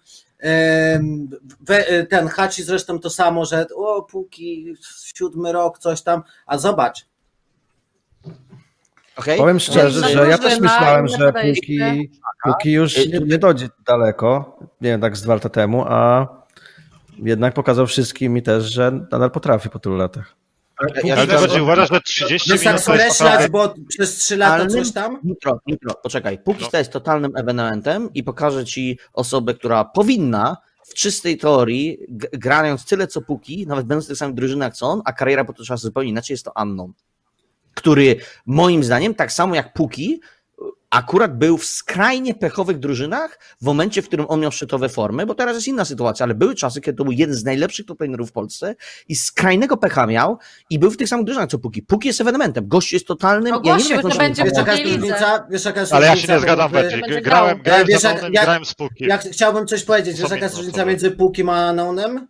Em, we, ten Hachi zresztą to samo, że o, póki siódmy rok, coś tam, a zobacz, Okay? Powiem szczerze, że ja też myślałem, że podaje póki, się. póki już tu nie dojdzie daleko, nie wiem, tak z dwa lata temu, a jednak pokazał wszystkim i też, że nadal potrafi po tylu latach. Ja Ale się najbardziej uważasz, że trzydzieści Wiesz, minut tak to jest skreślać, naprawdę... bo przez trzy lata totalnym- coś tam? Nitro, Nitro, poczekaj. Póki No. to jest totalnym ewenementem i pokażę ci osobę, która powinna w czystej teorii, g- grając tyle co Póki, nawet będąc w tych samych drużynach jak co on, a kariera potoczyła się zupełnie inaczej, jest to Unknown, który moim zdaniem, tak samo jak Póki, akurat był w skrajnie pechowych drużynach w momencie, w którym on miał szczytowe formy, bo teraz jest inna sytuacja, ale były czasy, kiedy to był jeden z najlepszych toplanerów w Polsce i skrajnego pecha miał i był w tych samych drużynach co Póki. Póki jest ewenementem, gość jest totalnym... Ogłosił, jak on że się będzie Wiesz, nazywa. jaka jest Drugiej lidze. różnica? Wiesz, jaka jest Ale ja się różnica nie zgadzam między- bardziej. będzie Grałem, grał. grałem Wiesz, z jak- Anonem, jak- grałem z Pukiem. Ja chciałbym coś powiedzieć, wiesz, Są jaka jest inne różnica osoby. między Pukim a Anounem?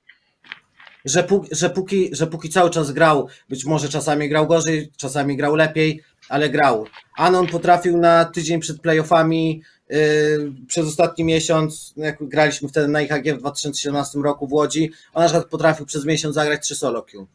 Że, Puk, że, Puki, że Puki cały czas grał, być może czasami grał gorzej, czasami grał lepiej, ale grał. Anon potrafił na tydzień przed playoffami, yy, przez ostatni miesiąc, jak graliśmy wtedy na I H G w dwa tysiące siedemnastym roku w Łodzi, on na przykład potrafił przez miesiąc zagrać trzy solo queue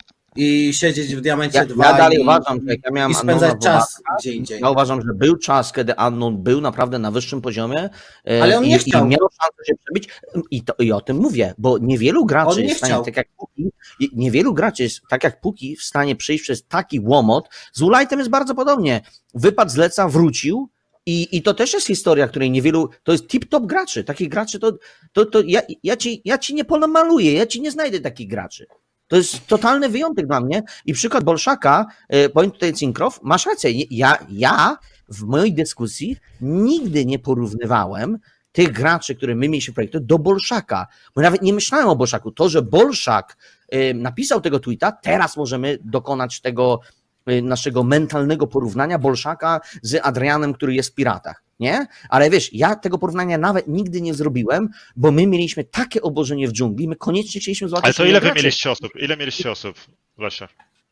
i siedzieć w Diamencie Ja, dwa ja dalej i, uważam, że jak ja miałem i spędzać Unknowna w czas Omakach, gdzie indziej. ja uważam, że był czas, kiedy Unknown był naprawdę na wyższym poziomie e, Ale on i, nie i chciał. miał szansę się przebić i, to, i o tym mówię, bo niewielu graczy On nie jest w stanie, chciał. tak jak Puki, i niewielu graczy jest tak jak Puki w stanie przejść przez taki łomot. Z Ulajtem jest bardzo podobnie. Wypadł z leca, wrócił i, i to też jest historia, której niewielu, to jest tip-top graczy. Takich graczy to, to, to ja, ja, ci, ja ci nie pomaluję, ja ci nie znajdę takich graczy. To jest totalny wyjątek dla mnie i przykład Bolszaka, e, powiem tutaj Cinkrow, masz rację, Nie- ja, ja w mojej dyskusji nigdy nie porównywałem tych graczy, które my mieliśmy w projekcie, do Bolszaka, bo nawet nie myślałem o Bolszaku. To, że Bolszak e, napisał tego tweeta, teraz możemy dokonać tego e, naszego mentalnego porównania Bolszaka z Adrianem, który jest w Piratach, nie? Ale wiesz, ja tego porównania nawet nigdy nie zrobiłem, bo my mieliśmy takie obożenie w dżungli, my koniecznie chcieliśmy zobaczyć... Ale to ile wy graczy. mieliście osób? Ile mieliście osób, Lesie?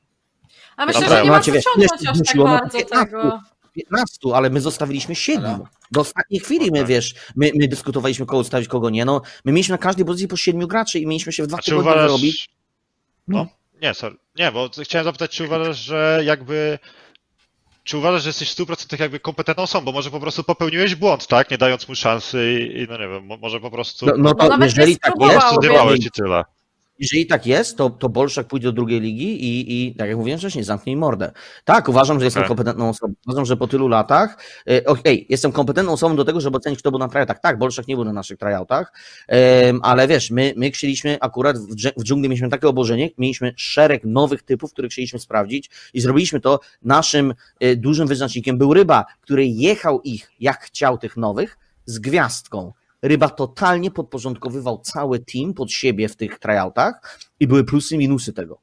A myślę, Dobra, że nie ma macie, co wiesz, ciągnąć ile aż tak zmusiło, no, bardzo piętnaście. tego. piętnastu, ale my zostawiliśmy siedmiu. Ale- Do ostatniej chwili my, Okej. wiesz, my, my dyskutowaliśmy kogo stawić, kogo nie. No, my mieliśmy na każdej pozycji po siedmiu graczy i mieliśmy się w dwa A czy tygodnie uważasz... zrobić. No, nie, sorry. Nie, bo chciałem zapytać, czy uważasz, że jakby... Czy uważasz, że jesteś w stu procentach jakby kompetentną osobą, bo może po prostu popełniłeś błąd, tak? Nie dając mu szansy i, i no nie wiem, mo- może po prostu... No, no No to nawet jeżeli nie tak spróbował, jest, więc- Zdywałeś i tyle. jeżeli tak jest, to, to Bolszak pójdzie do drugiej ligi i, i tak jak mówiłem wcześniej, zamknij mordę. Tak, uważam, że jestem Okej. kompetentną osobą. Uważam, że po tylu latach, e, okej, jestem kompetentną osobą do tego, żeby ocenić, kto był na tryoutach. Tak, Bolszak nie był na naszych tryoutach, em, ale wiesz, my, my chcieliśmy akurat w, dż- w dżungli mieliśmy takie obłożenie, mieliśmy szereg nowych typów, które chcieliśmy sprawdzić i zrobiliśmy to. Naszym e, dużym wyznacznikiem był Ryba, który jechał ich, jak chciał tych nowych, z gwiazdką. Ryba totalnie podporządkowywał cały team pod siebie w tych tryoutach i były plusy i minusy tego.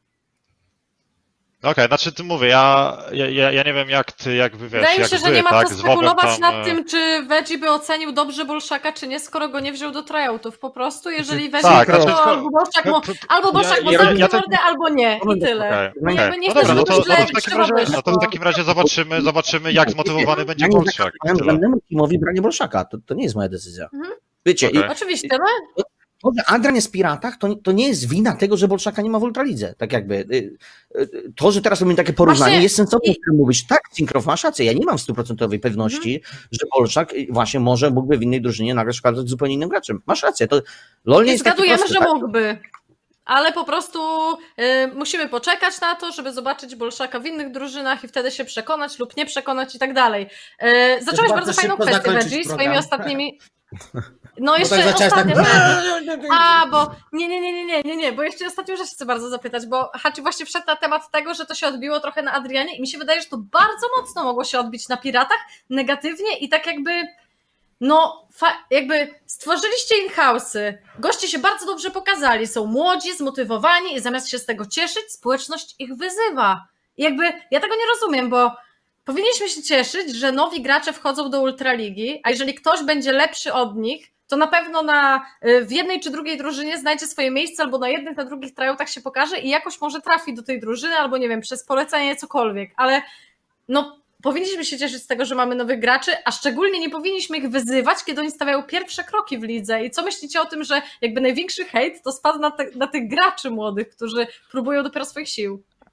Okej, znaczy ty mówię, ja, ja, ja ja nie wiem jak ty, jakby wiesz, Wydaje mi jak się, wy, że nie ma tak, co z Wowem spekulować tam, nad e, tym, czy Veggie by ocenił dobrze Bolszaka, czy nie, skoro go nie wziął do tryoutów. Po prostu, jeżeli Veggie, tak, to znaczy- albo Bolszak mu, albo Bolszak mu ja- zamknie ja tak- mordę, albo nie. I tyle. Okej, No okej. jakby nie No chcę, dobra, no żeby to, no źle to w takim razie, wyszło. no to w takim razie zobaczymy, zobaczymy jak zmotywowany będzie Ja nie Bolszak. zakazałem Tyle. żadnemu teamowi branie Bolszaka. To, to nie jest moja decyzja. Mhm. Wiecie, Okej. i Oczywiście, no. to, że Adrian jest w Piratach, to, to nie jest wina tego, że Bolszaka nie ma w Ultralidze. Tak jakby. y, y, To, że teraz robimy takie porównanie, Właśnie jest sensowne, i- żeby mówić, tak, Cinkrow, masz rację, ja nie mam stuprocentowej pewności, Mhm. że Bolszak y, właśnie może mógłby w innej drużynie nagrać szkodę z zupełnie innym graczem. Masz rację, to LoL nie I jest taki zgadujemy, prosty, że tak? mógłby. Ale po prostu y, musimy poczekać na to, żeby zobaczyć Bolszaka w innych drużynach i wtedy się przekonać lub nie przekonać i tak dalej. Y, zacząłeś bardzo bardzo fajną szybko kwestię, zakończyć Veggie, program. swoimi ostatnimi... No Bo jeszcze tak zaczęłaś ostatnia tak... rzecz. A, bo nie, nie, nie, nie, nie, nie, nie, bo jeszcze ostatnią rzecz chcę bardzo zapytać, bo Hachi właśnie wszedł na temat tego, że to się odbiło trochę na Adrianie i mi się wydaje, że to bardzo mocno mogło się odbić na Piratach, negatywnie i tak jakby, no, fa- jakby stworzyliście in-house'y, goście się bardzo dobrze pokazali, są młodzi, zmotywowani i zamiast się z tego cieszyć, społeczność ich wyzywa. I jakby, ja tego nie rozumiem, bo powinniśmy się cieszyć, że nowi gracze wchodzą do Ultraligi, a jeżeli ktoś będzie lepszy od nich, to na pewno na, w jednej czy drugiej drużynie znajdzie swoje miejsce, albo na jednych, na drugich tryoutach się pokaże i jakoś może trafi do tej drużyny, albo nie wiem, przez polecenie cokolwiek, ale no powinniśmy się cieszyć z tego, że mamy nowych graczy, a szczególnie nie powinniśmy ich wyzywać, kiedy oni stawiają pierwsze kroki w lidze. I co myślicie o tym, że jakby największy hejt to spadł na, te, na tych graczy młodych, którzy próbują dopiero swoich sił?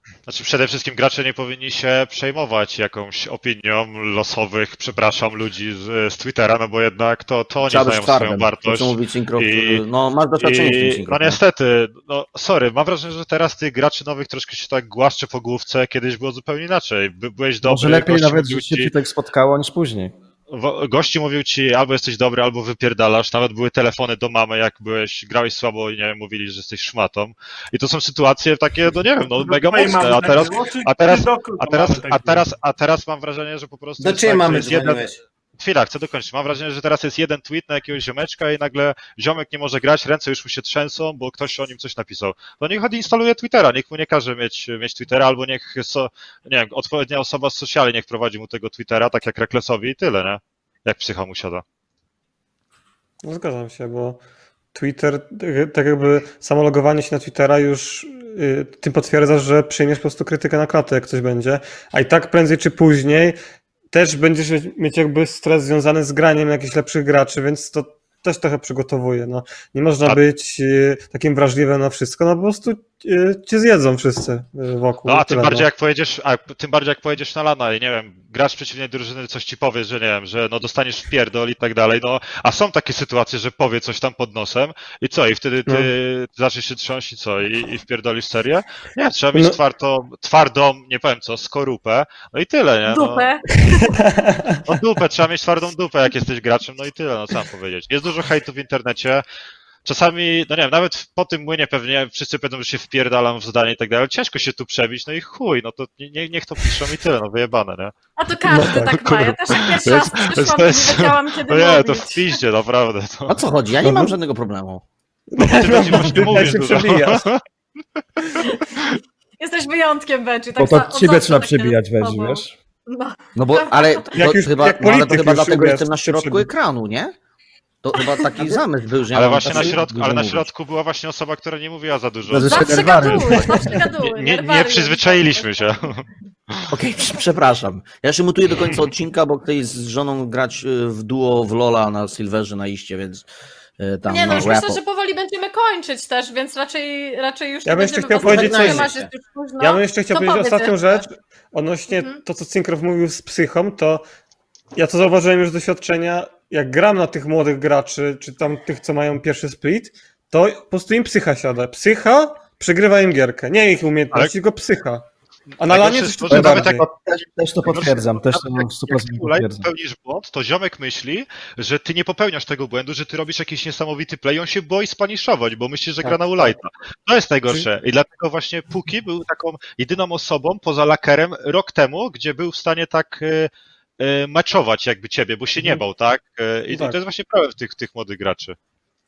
Znaczy przede wszystkim gracze nie powinni się przejmować jakąś opinią losowych, przepraszam, ludzi z, z Twittera, no bo jednak to, to oni Trzeba być znają twardym. swoją wartość. To, co mówi Cinkrof, I- no masz doświadczenie w tym I, Cinkrof. no niestety, no sorry, mam wrażenie, że teraz tych graczy nowych troszkę się tak głaszcze po główce, kiedyś było zupełnie inaczej. By, byłeś dobry, Może lepiej gości nawet, mówił że się ci, ci tak spotkało niż później. wo- gości mówił ci albo jesteś dobry, albo wypierdalasz, nawet były telefony do mamy, jak byłeś, grałeś słabo i nie wiem, mówili, że jesteś szmatą. I to są sytuacje takie, no nie wiem, no mega Twojej mocne, mamy a tak teraz, było, czy- a teraz, czy do- a do teraz, mamy tak a było? teraz, a teraz mam wrażenie, że po prostu Do jest czyjej tak, że mamy jest jeden, dzwoniłeś? chwila, chcę dokończyć. Mam wrażenie, że teraz jest jeden tweet na jakiegoś ziomeczka i nagle ziomek nie może grać, ręce już mu się trzęsą, bo ktoś o nim coś napisał. To niech odinstaluje Twittera, niech mu nie każe mieć, mieć Twittera, albo niech, so, nie wiem, odpowiednia osoba z sociali niech prowadzi mu tego Twittera, tak jak Reklesowi i tyle, nie? Jak psycha mu siada. No, zgadzam się, bo Twitter, tak- tak jakby samo logowanie się na Twittera już y, tym potwierdzasz, że przyjmiesz po prostu krytykę na klatę, jak coś będzie, a i tak prędzej czy później też będziesz mieć jakby stres związany z graniem jakichś lepszych graczy, więc to też trochę przygotowuje. No. Nie można A- być y, takim wrażliwym na wszystko, no po prostu y, cię zjedzą wszyscy y, wokół. No a i tym tyle, bardziej no. jak pojedziesz, a tym bardziej jak pojedziesz na lana i nie wiem, grasz przeciwnej drużyny, coś ci powie, że nie wiem, że no dostaniesz w pierdol i tak dalej, no a są takie sytuacje, że powie coś tam pod nosem i co, i wtedy ty No. zaczniesz się trząść i co, i, i wpierdolisz serię? Nie, trzeba mieć No. twardą, twardą, nie powiem co, skorupę, no i tyle, nie? No, Dupę. no dupę, trzeba mieć twardą dupę, jak jesteś graczem, no i tyle, no co mam powiedzieć. Jest dużo hejtu w internecie, czasami, no nie wiem, nawet po tym młynie pewnie wszyscy będą, że się wpierdalam w zdanie i tak dalej, ciężko się tu przebić, no i chuj, no to nie, niech to piszą i tyle, no wyjebane, nie? A to każdy No tak ma. Ja też jak pierwszy To raz jest- przyszłam, to to jest- nie wiedziałam, kiedy No nie, to mówić. w piździe, naprawdę. To, O co chodzi? Ja nie mam żadnego problemu. no, bo ty będzie właśnie mówisz się dużo. przebijasz. Jesteś wyjątkiem, Benji. Tak Bo za- to od ciebie zawsze trzeba tak przebijać, jest z weź, tobą. wiesz? No. No bo, ale to, Jak już- chyba, jak no, ale to polityk chyba już dlatego jest, jestem na to środku przebi- ekranu, nie? To chyba taki zamysł był, że ja Ale mam właśnie tak na środku, dużo ale na mówić. środku była właśnie osoba, która nie mówiła za dużo. Zawsze Zawsze nerwary. gaduły, zawsze gaduły. Nie, nie, nerwary nie przyzwyczailiśmy się. Okej, prze- przepraszam. Ja się mutuję do końca odcinka, bo chcę z żoną grać y, w duo w Lola na Silverze na iście, więc y, tam Nie no, no, już rapo. myślę, że powoli będziemy kończyć też, więc raczej, raczej już Ja nie bym jeszcze będziemy chciał was powiedzieć zatrzymać, coś- jest już późno. Ja bym jeszcze chciał To powiedzieć powiedz ostatnią jeszcze. rzecz odnośnie Mhm. to, co Cinkrof mówił z psychą, to ja to zauważyłem już z doświadczenia, jak gram na tych młodych graczy, czy tam tych, co mają pierwszy split, to po prostu im psycha siada. Psycha przegrywa im gierkę. Nie ich umiejętności, Ale- tylko psycha. A na Tak, lanie znaczy, coś to, tu że nawet bardziej. jak- Też, też to potwierdzam, też to Jak- w stu jak procentach Ulaj potwierdzam. popełnisz błąd, to ziomek myśli, że ty nie popełniasz tego błędu, że ty robisz jakiś niesamowity play, on się boi spaniszować, bo myśli, że gra na Ulajta. To jest najgorsze. I dlatego właśnie Puki był taką jedyną osobą poza Lakerem rok temu, gdzie był w stanie tak y, y, meczować jakby ciebie, bo się nie Mhm. bał, tak? Y, I Tak. to jest właśnie problem tych, tych młodych graczy.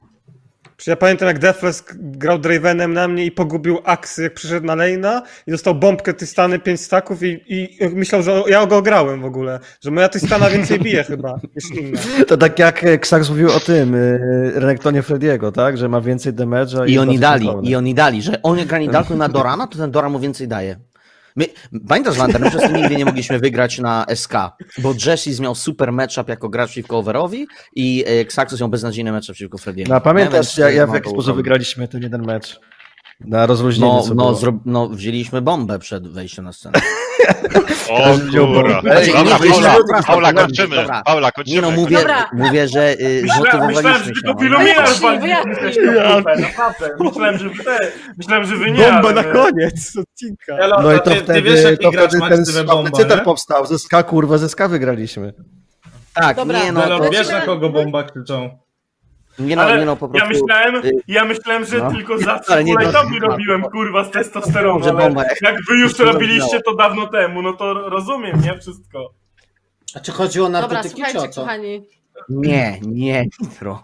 Ja pamiętam, jak Defles grał Dravenem na mnie i pogubił aksy, jak przyszedł na lane'a i dostał bombkę Tystany pięć staków i, i myślał, że ja go grałem w ogóle, że moja Tystana więcej bije chyba niż inna. To tak jak Xax mówił o tym, y, Renektonie Frediego, tak? Że ma więcej damage'a. I oni jest dali, bardziej i oni dali, że on jak gra Nidalku na Dorana, to ten Doran mu więcej daje. My, pamiętasz, Wander, my przez to nigdy nie mogliśmy wygrać na S K, bo Jessis miał super matchup jako gracz przeciwko Overowi i e, Xaxus miał beznadziejny matchup przeciwko Frediemu. No a pamiętasz, Nie, ja, więc ja to w jaki było sposób problem. wygraliśmy ten jeden mecz? Na rozluźnienie No, co no, było. zro... no, wzięliśmy bombę przed wejściem na scenę. O Każdy wziął kurwa. bombę. Znaczy, Dobra, nie, Paula, dobra, Paula, dobra, kończymy. dobra. Paula, kończymy. Nie no, mówię, Dobra. mówię że y, Myślałem, myślałem, zmotywowaliśmy że się. tylko no. Filuminar Wyjaśnij, waliliśmy wyjaśnij. na dupę, naprawdę. Myślałem, że wy, myślałem, że wy nie, Bomba ale na my- koniec odcinka. Elo, No i a to ty, ty wtedy, wiesz, jaki to gracz wtedy ma ten ksywę sławny bomba, cytat nie? powstał. Ze Ska, kurwa, ze Ska wygraliśmy. Tak, Dobra. nie no, Elo, to, wiesz, na kogo bomba krzyczą? nie no, Ale nie no, po ja prostu... myślałem, y, ja myślałem, że no. tylko zawsze Ale nie Ulajtowi do- robiłem, kurwa, z testosteronu, Że ale bomba- jak wy już to to robiliście zabrzmiało. to dawno temu, no to rozumiem, nie? Wszystko. A czy chodziło o Dobra, narkotyki, czy o słuchajcie, co? kochani. Nie, nie, Nitro.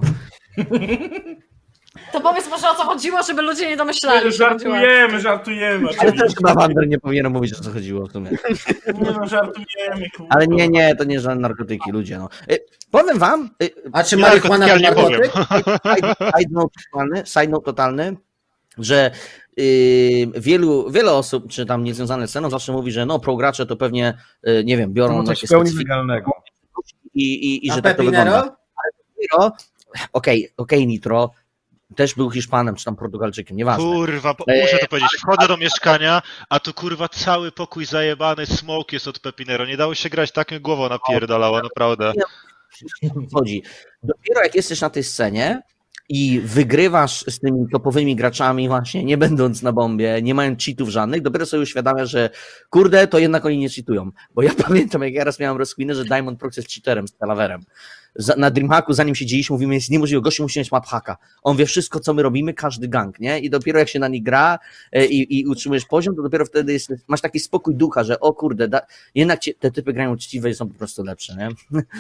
To powiedz może o co chodziło, żeby ludzie nie domyślali. że chodziło. Żartujemy, żartujemy. Ale też oczywiście. chyba Wander nie powinien mówić, o co chodziło w sumie. Nie no, żartujemy, kurwa. Ale nie, nie, to nie żadne narkotyki, ludzie, no. Y, powiem wam, y, A czy Nie, marihuana to narkotyki, ale nie narkotyk? side, side note totalny, side note totalny, że y, wielu, wiele osób, czy tam niezwiązane z sceną, zawsze mówi, że no, progracze to pewnie, y, nie wiem, To biorą było coś jakieś w pełni specyfiki legalnego. i, i, i A że tak to wygląda. Pepinero? Nitro, okej, okej, Nitro, też był Hiszpanem, czy tam Portugalczykiem, nieważne. Kurwa, bo E, muszę to powiedzieć. Wchodzę do mieszkania, a tu kurwa cały pokój zajebany, smoke jest od Pepinero. Nie dało się grać, tak mi głową napierdalała, naprawdę. Chodzi. Dopiero jak jesteś na tej scenie i wygrywasz z tymi topowymi graczami właśnie, nie będąc na bombie, nie mając cheatów żadnych, dopiero sobie uświadamiasz, że kurde, to jednak oni nie cheatują. Bo ja pamiętam, jak ja raz miałem rozkminę, że Diamond Prox jest cheaterem z Calaverem. Na Dreamhacku, zanim siedzieliśmy, mówimy, jest niemożliwe, gościu musi mieć map hacka. On wie wszystko, co my robimy, każdy gang, nie? I dopiero jak się na nich gra i, i utrzymujesz poziom, to dopiero wtedy jest, masz taki spokój ducha, że o kurde, da, jednak ci, te typy grają uczciwe i są po prostu lepsze, nie?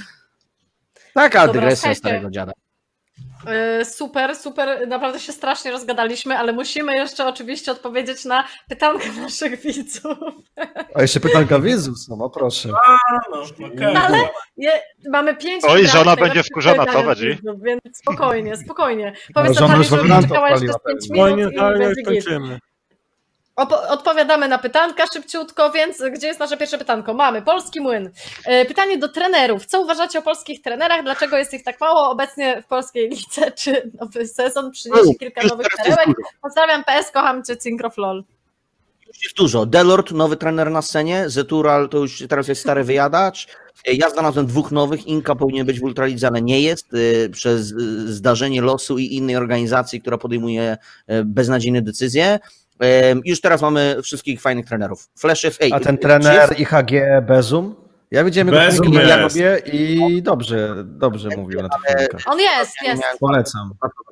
Taka Dobra, dygresja słuchajcie. starego dziada. Yy, Super, super, naprawdę się strasznie rozgadaliśmy, ale musimy jeszcze oczywiście odpowiedzieć na pytankę naszych widzów. A jeszcze pytanka widzów są, no proszę. A, no, okej. Ale je, mamy pięć Oj, pytań, żona najlepszych będzie wkurzona, pytań to będzie. widzów, Więc spokojnie, spokojnie. Ale Powiedz żona Natalii, już że Valoranta czekałaś odpaliła przez pięć pewnie. minut Spokojnie, i ale już będzie git. kończymy. Opo- Odpowiadamy na pytanka szybciutko, więc gdzie jest nasze pierwsze pytanko? Mamy Polski Młyn. E, Pytanie do trenerów. Co uważacie o polskich trenerach? Dlaczego jest ich tak mało obecnie w polskiej lidze? Czy nowy sezon przyniesie kilka już nowych teraz jest perełek? dużo. Pozdrawiam P S, kocham cię, Cinkrof LOL. Już jest dużo. Delort, nowy trener na scenie, Zetural to już teraz jest stary wyjadacz. Ja znalazłem dwóch nowych, Inka powinien być w Ultralidze, ale nie jest, y, przez y, zdarzenie losu i innej organizacji, która podejmuje y, beznadziejne decyzje. Y, Już teraz mamy wszystkich fajnych trenerów. Flashes, ej, A ten czy trener jest- I H G Bezum? Ja widziałem jego Bezum filmiki na jest. YouTubie i dobrze, dobrze mówił na tych filmikach. On jest, jest. miałem- Polecam.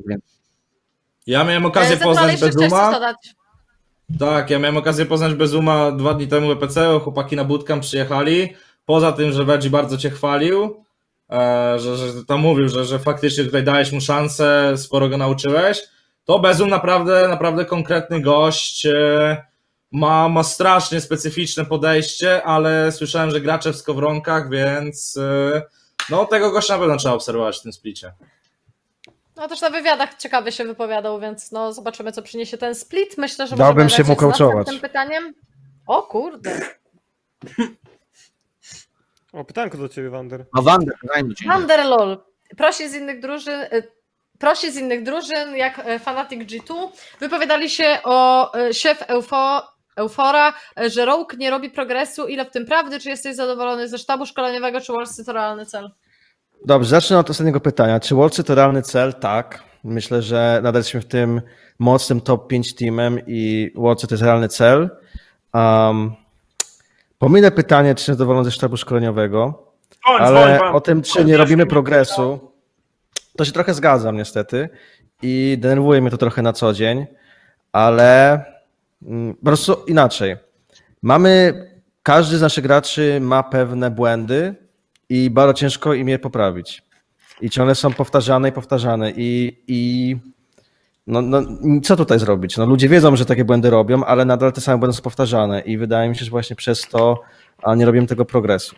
Ja miałem E, okazję Zetral, poznać jeszcze chciałeś coś Bezuma. dodać? Tak, ja miałem okazję poznać Bezuma dwa dni temu w E P C, chłopaki na bootcamp przyjechali. Poza tym, że Veggie bardzo cię chwalił, e, że, że tam mówił, że, że faktycznie tutaj dałeś mu szansę, sporo go nauczyłeś, to Bezum naprawdę, naprawdę konkretny gość, e, ma, ma strasznie specyficzne podejście, ale słyszałem, że gracze w skowronkach, więc e, no tego gościa na pewno trzeba obserwować w tym splicie. No też na wywiadach ciekawie się wypowiadał, więc no zobaczymy, co przyniesie ten split. Myślę, że Dałbym możemy się mu lecieć z coachować. następnym pytaniem. O kurde. O, pytanko do ciebie, Wander. No Wander, dajmy cię. Wander LOL. Prosi z innych drużyn, y, prosi z innych drużyn, jak y, Fnatic G dwa, wypowiadali się o y, szef Eufo, Eufora, y, że Rogue nie robi progresu. Ile w tym prawdy? Czy jesteś zadowolony ze sztabu szkoleniowego, czy Wolscy to realny cel? Dobrze, zacznę od ostatniego pytania. Czy Wolcy to realny cel? Tak. Myślę, że nadal jesteśmy w tym mocnym top pięć teamem i Wolcy to jest realny cel. Um, pominę pytanie, czy zadowolony ze sztabu szkoleniowego, Dzwoń, ale dzwoń, pan. o tym, czy nie robimy progresu, to się trochę zgadzam niestety i denerwuje mnie to trochę na co dzień, ale mm, po prostu inaczej. Mamy, każdy z naszych graczy ma pewne błędy i bardzo ciężko im je poprawić. I ciągle są powtarzane i powtarzane i, i no, no, co tutaj zrobić? No, ludzie wiedzą, że takie błędy robią, ale nadal te same błędy są powtarzane i wydaje mi się, że właśnie przez to a nie robimy tego progresu.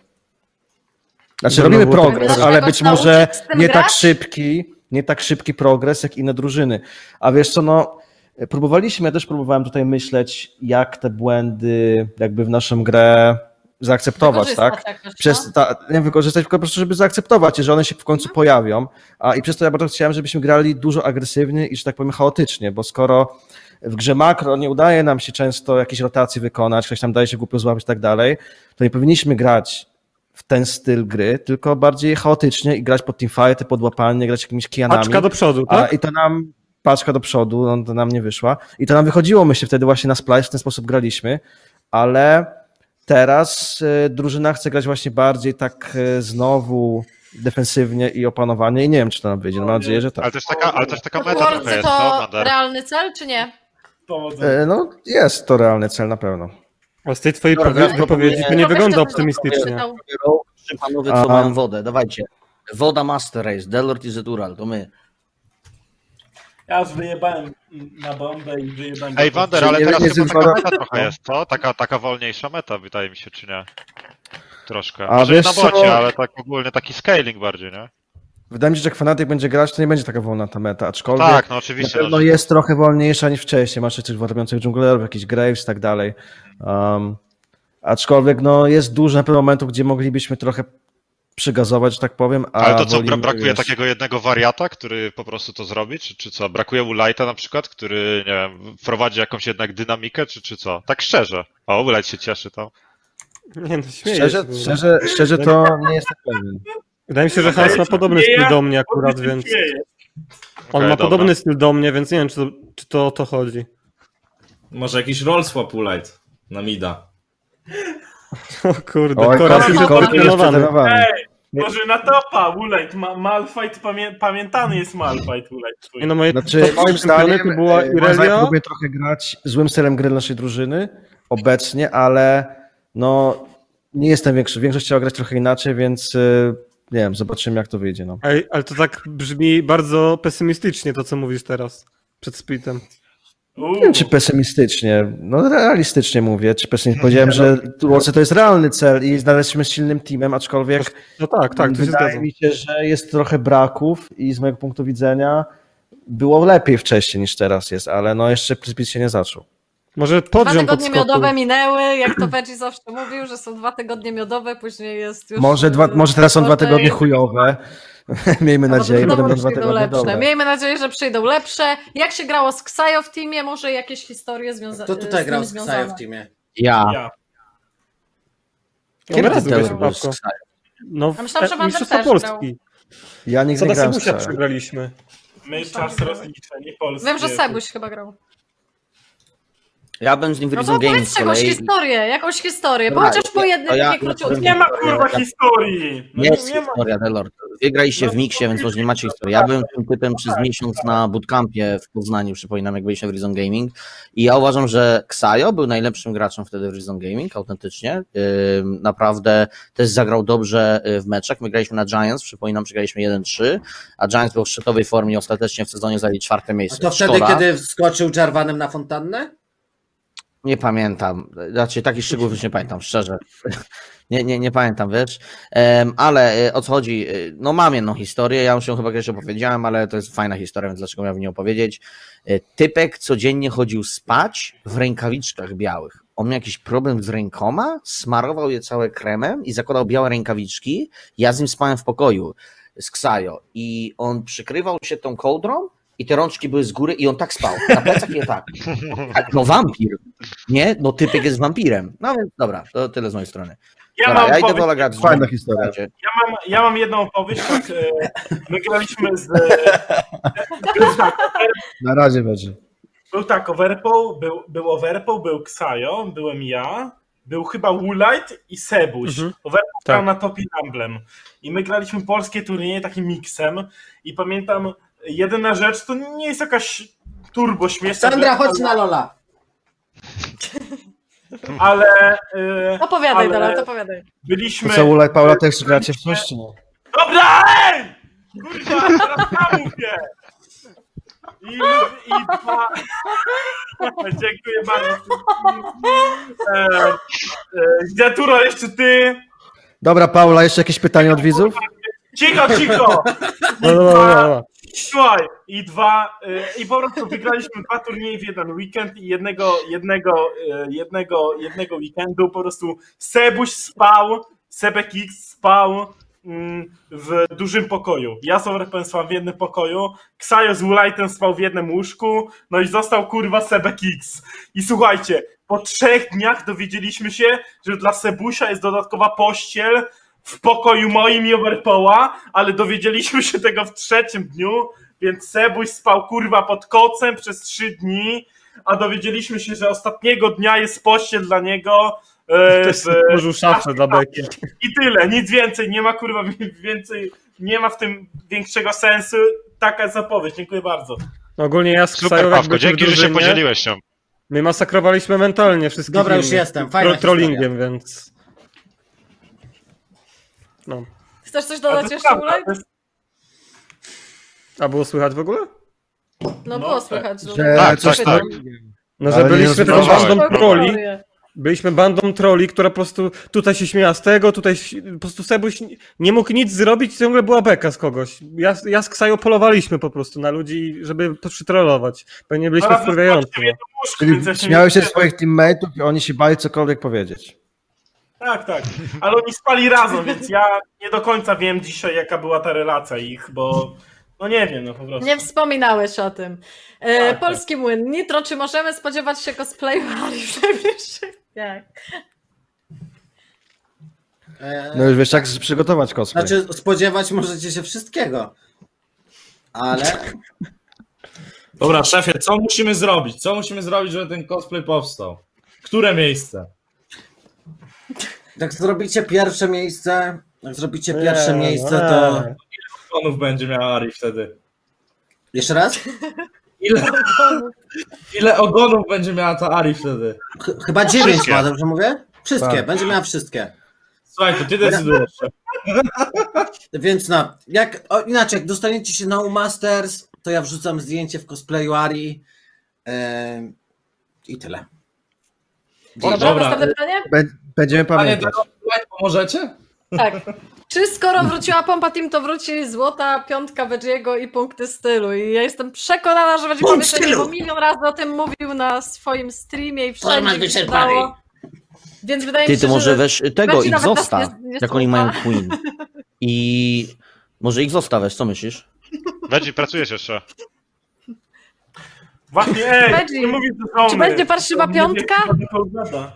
Znaczy Dobrze, robimy było tak. progres, Można ale go być nauczyć może z tym nie tak grać? szybki, nie tak szybki progres jak inne drużyny. A wiesz co, no próbowaliśmy, ja też próbowałem tutaj myśleć, jak te błędy jakby w naszą grę zaakceptować, Wykorzystać tak? jakoś, Przez, no. ta, nie wykorzystać, tylko po prostu, żeby zaakceptować, że one się w końcu pojawią. A i przez to ja bardzo chciałem, żebyśmy grali dużo agresywnie i, że tak powiem, chaotycznie, bo skoro w grze makro nie udaje nam się często jakieś rotacje wykonać, ktoś tam daje się głupio złapać i tak dalej, to nie powinniśmy grać w ten styl gry, tylko bardziej chaotycznie i grać pod teamfighty, pod łapanie, grać jakimiś kijanami. Paczka do przodu, A, tak? I to nam, paczka do przodu, no, to nam nie wyszła. I to nam wychodziło, my się wtedy właśnie na Splice w ten sposób graliśmy, ale teraz y, drużyna chce grać właśnie bardziej tak y, znowu defensywnie i opanowanie i nie wiem, czy to nam wyjdzie. No, mam nadzieję, że tak. Ale też taka, ale też taka To meta trochę Wolscy jest, no, to Wander? realny cel, czy nie? Powodzenia. E, No jest to realny cel na pewno. A z tej twojej Dobra, powie- ja wypowiedzi to nie Trochę wygląda się optymistycznie. czytał. Trzy panowie, co A- mają wodę, dawajcie. Woda Master Race, Delort i Zetural, to my. Ja już wyjebałem na bombę i wyjebałem... Ej, do- Wander, ale nie teraz będzie chyba taka zinforma- meta trochę jest, co? Taka, taka wolniejsza meta, wydaje mi się, czy nie? Troszkę. A Może nie wiesz na co? bocie, ale tak ogólnie taki scaling bardziej, nie? Wydaje mi się, że jak Fnatic będzie grać, to nie będzie taka wolna ta meta, aczkolwiek Tak, no na oczywiście. pewno no, jest trochę wolniejsza niż wcześniej. Masz jeszcze tych robiących dżunglerów, jakiś Graves i tak dalej. Um, aczkolwiek no, jest dużo na pewno momentów, gdzie moglibyśmy trochę przygazować, że tak powiem. A Ale to co, bra- wolimy, brakuje wiesz, takiego jednego wariata, który po prostu to zrobi, czy, czy co? Brakuje Woolite'a na przykład, który, nie wiem, wprowadzi jakąś jednak dynamikę, czy, czy co? Tak szczerze. O, Woolite się cieszy tam. Nie, no śmieję Szczerze, się. szczerze, szczerze to nie jestem pewien. Wydaje mi się, że Hans ma podobny Nie, ja- styl do mnie akurat, więc... Śmieję. On Okej, ma dobra. podobny styl do mnie, więc nie wiem, czy to, czy to o to chodzi. Może jakiś roll swap Woolite na mida. O kurde, Oj, Koras Korki już Korki Korki jest jest przetrenowany. Ej, może na topa, Woolite, ma, Malphite, pamię, pamiętany jest Malphite, Woolite twój. Nie no, moje Znaczy, top moim czempiony zdaniem, to była e, moim zdaniem Irelia. próbuję trochę grać złym stylem gry naszej drużyny obecnie, ale no nie jestem większy. Większość chciała grać trochę inaczej, więc e, nie wiem, zobaczymy jak to wyjdzie. No. Ej, ale to tak brzmi bardzo pesymistycznie to, co mówisz teraz. Przed splitem. Uuu. Nie wiem, czy pesymistycznie, no realistycznie mówię, czy pesymistycznie. Powiedziałem, że Turcy to jest realny cel i znaleźliśmy silnym teamem, aczkolwiek No tak, tak, to się wydaje zgadza. mi się, że jest trochę braków i z mojego punktu widzenia było lepiej wcześniej niż teraz jest, ale no jeszcze split się nie zaczął. Może Dwa podziom tygodnie podskoku. miodowe minęły, jak to Veggie zawsze mówił, że są dwa tygodnie miodowe, później jest już... Może, dwa, może teraz są dwa gorzej. tygodnie chujowe, miejmy A nadzieję, potem potem będą znowu dwa przyjdą tygodnie lepsze. dobre. Miejmy nadzieję, że przyjdą lepsze. Jak się grało z Ksajo w teamie? Może jakieś historie związane Kto tutaj grał z Ksajo w teamie? Ja. Ja. No, Kiedy raz ty grałeś, Taylor był z Babko. Ksajo? No, A myślałam, że e, Wander Mistrzostwa też Polski. Ja nigdy Co nie do grałem z Sebusia Ksajo. przegraliśmy. My czas rozliczeń, nie polskie. Wiem, że Sebuś chyba grał. Ja bym z nim w No Reason to Gaming opowiedz z jakąś kolei. historię, jakąś historię, bo Dobra, chociaż po ja- jednym to ja- takie króciutkie. ja- Nie ma kurwa historii! No, Jest nie ma. historia, Delord. Wy graliście w miksie, więc może nie macie historii. Ja byłem tym typem przez miesiąc na bootcampie w Poznaniu, przypominam, jak byliśmy w Reason Gaming. I ja uważam, że Ksajo był najlepszym graczem wtedy w Reason Gaming, autentycznie. Ym, naprawdę też zagrał dobrze y, w meczach. My graliśmy na Giants, przypominam, przegraliśmy jeden trzy, a Giants był w szczytowej formie i ostatecznie w sezonie zajęli czwarte A miejsce. to wtedy, Szkoda. kiedy wskoczył Jarvanem na fontannę? Nie pamiętam. Znaczy, takich szczegółów już nie pamiętam, szczerze. Nie, nie, nie pamiętam, wiesz. Um, ale e, o co chodzi? E, No mam jedną historię, ja już ją chyba kiedyś opowiedziałem, ale to jest fajna historia, więc dlaczego miałbym nie opowiedzieć? E, Typek codziennie chodził spać w rękawiczkach białych. On miał jakiś problem z rękoma, smarował je całe kremem i zakładał białe rękawiczki. Ja z nim spałem w pokoju z Ksajo i on przykrywał się tą kołdrą i te rączki były z góry i on tak spał. Na plecach je tak. No wampir. Nie? No typek jest wampirem. No więc dobra, to tyle z mojej strony. Ja Dobra, mam ja idę powieść- wolę grać z Fajna John. historia. Słuchajcie. Ja mam, ja mam jedną opowieść, tak, e, my graliśmy z... E, był tak, Na razie będzie. był tak Overpool, był, był Overpool, był Ksajo, byłem ja, był chyba Woolite i Sebuś. Mhm. Overpool Tak. grał na topie Ramblem. I my graliśmy polskie turnieje takim miksem i pamiętam, jedyna rzecz, to nie jest jakaś turbo śmieszna Sandra, rzecz, chodź na Lola. ale e, Opowiadaj, Ale- Dola, opowiadaj. byliśmy... To co, Ula i Paula też gracie w coś, czy nie? Dobra, ej! Kurwa, teraz ja mówię! I, i dwa... Dziękuję bardzo. E, e, Ziaturo, jeszcze ty. Dobra, Paula, jeszcze jakieś pytania od widzów? Cicho, cicho! No, no, no, no, no. Słuchaj, i dwa, y, i po prostu wygraliśmy dwa turnieje w jeden weekend i jednego, jednego, y, jednego, jednego weekendu po prostu Sebuś spał, Sebek X spał mm, w dużym pokoju. Ja z Overpem spałem w jednym pokoju, Ksajo z Woolite'em spał w jednym łóżku, no i został kurwa Sebek X. I słuchajcie, po trzech dniach dowiedzieliśmy się, że dla Sebusia jest dodatkowa pościel w pokoju moim i Overpoła, ale dowiedzieliśmy się tego w trzecim dniu, więc Sebuś spał kurwa pod kocem przez trzy dni, a dowiedzieliśmy się, że ostatniego dnia jest pościel dla niego e, Ktoś w, stworzył szafę dla Beki. i tyle, nic więcej, nie ma kurwa więcej, nie ma w tym większego sensu. Taka jest zapowiedź, dziękuję bardzo. No, ogólnie ja z Super, Ksajo, jak Pawko, byliśmy w dzięki, że się drużynie, podzieliłeś nią. my masakrowaliśmy mentalnie wszystkich Dobra, już innych. jestem, fajna Tro- Trollingiem, więc... No. Chcesz coś Ale to dodać jest jeszcze, prawda, Ulej? to jest, A było słychać w ogóle? No No, było tak. słychać. że- Że Tak, coś tak, tam... tak. No, że Ale nie byliśmy taką rozmawiałeś. bandą Historię. trolli. Byliśmy bandą trolli, która po prostu tutaj się śmiała z tego, tutaj się, po prostu Sebuś nie mógł nic zrobić, ciągle była beka z kogoś. Ja, ja z Ksajo polowaliśmy po prostu na ludzi, żeby to przytrollować. Pewnie byliśmy Zaraz wkurwiający. zobaczcie w jednym łóżku, Czyli więc ja się śmiałeś się nie- swoich teammateów i oni się bali cokolwiek powiedzieć. Tak, tak. Ale oni spali razem, więc ja nie do końca wiem dzisiaj, jaka była ta relacja ich, bo no nie wiem, no po prostu. Nie wspominałeś o tym. E, Tak, tak. Polski Młyn. Nitro, czy możemy spodziewać się cosplayu Ari w najbliższych dniach? E, No już wiesz, jak przygotować cosplay. Znaczy, spodziewać możecie się wszystkiego. Ale Dobra, szefie, co musimy zrobić? Co musimy zrobić, żeby ten cosplay powstał? Które miejsce? jak zrobicie pierwsze miejsce, jak zrobicie pierwsze Nie, miejsce, nie. to... Konów będzie miała Ari wtedy. Jeszcze raz? Ile, ile ogonów będzie miała ta Ari wtedy? Ch- chyba dziewięć Wszystkie. ma, dobrze mówię? Wszystkie, Tak. będzie miała wszystkie. Słuchaj, to ty decydujesz. Więc no, jak, o, inaczej, jak dostaniecie się na U-Masters, to ja wrzucam zdjęcie w cosplayu Ari e, i tyle. Dobra, Dobra. następne pytanie? Bę- Będziemy Panie pamiętać. Delort, pomożecie? Tak. Czy skoro wróciła Pompa Team, to wróci złota piątka Veggie'ego i punkty stylu? I ja jestem przekonana, że będzie Punkt powiedzenie, stylu! bo milion razy o tym mówił na swoim streamie i Format wszędzie gdzie się wyczerpany. dało. Więc wydaje Ty, mi się, to może że weź tego, Veggie ich nawet nas zostaw, nie- nie jak oni słucha. mają Queen. I może ich zostawisz, co myślisz? Veggie, pracujesz jeszcze. Właśnie, ej, Veggie, nie mówię do żony. czy będzie parszywa To nie piątka? wie, kto to ogląda.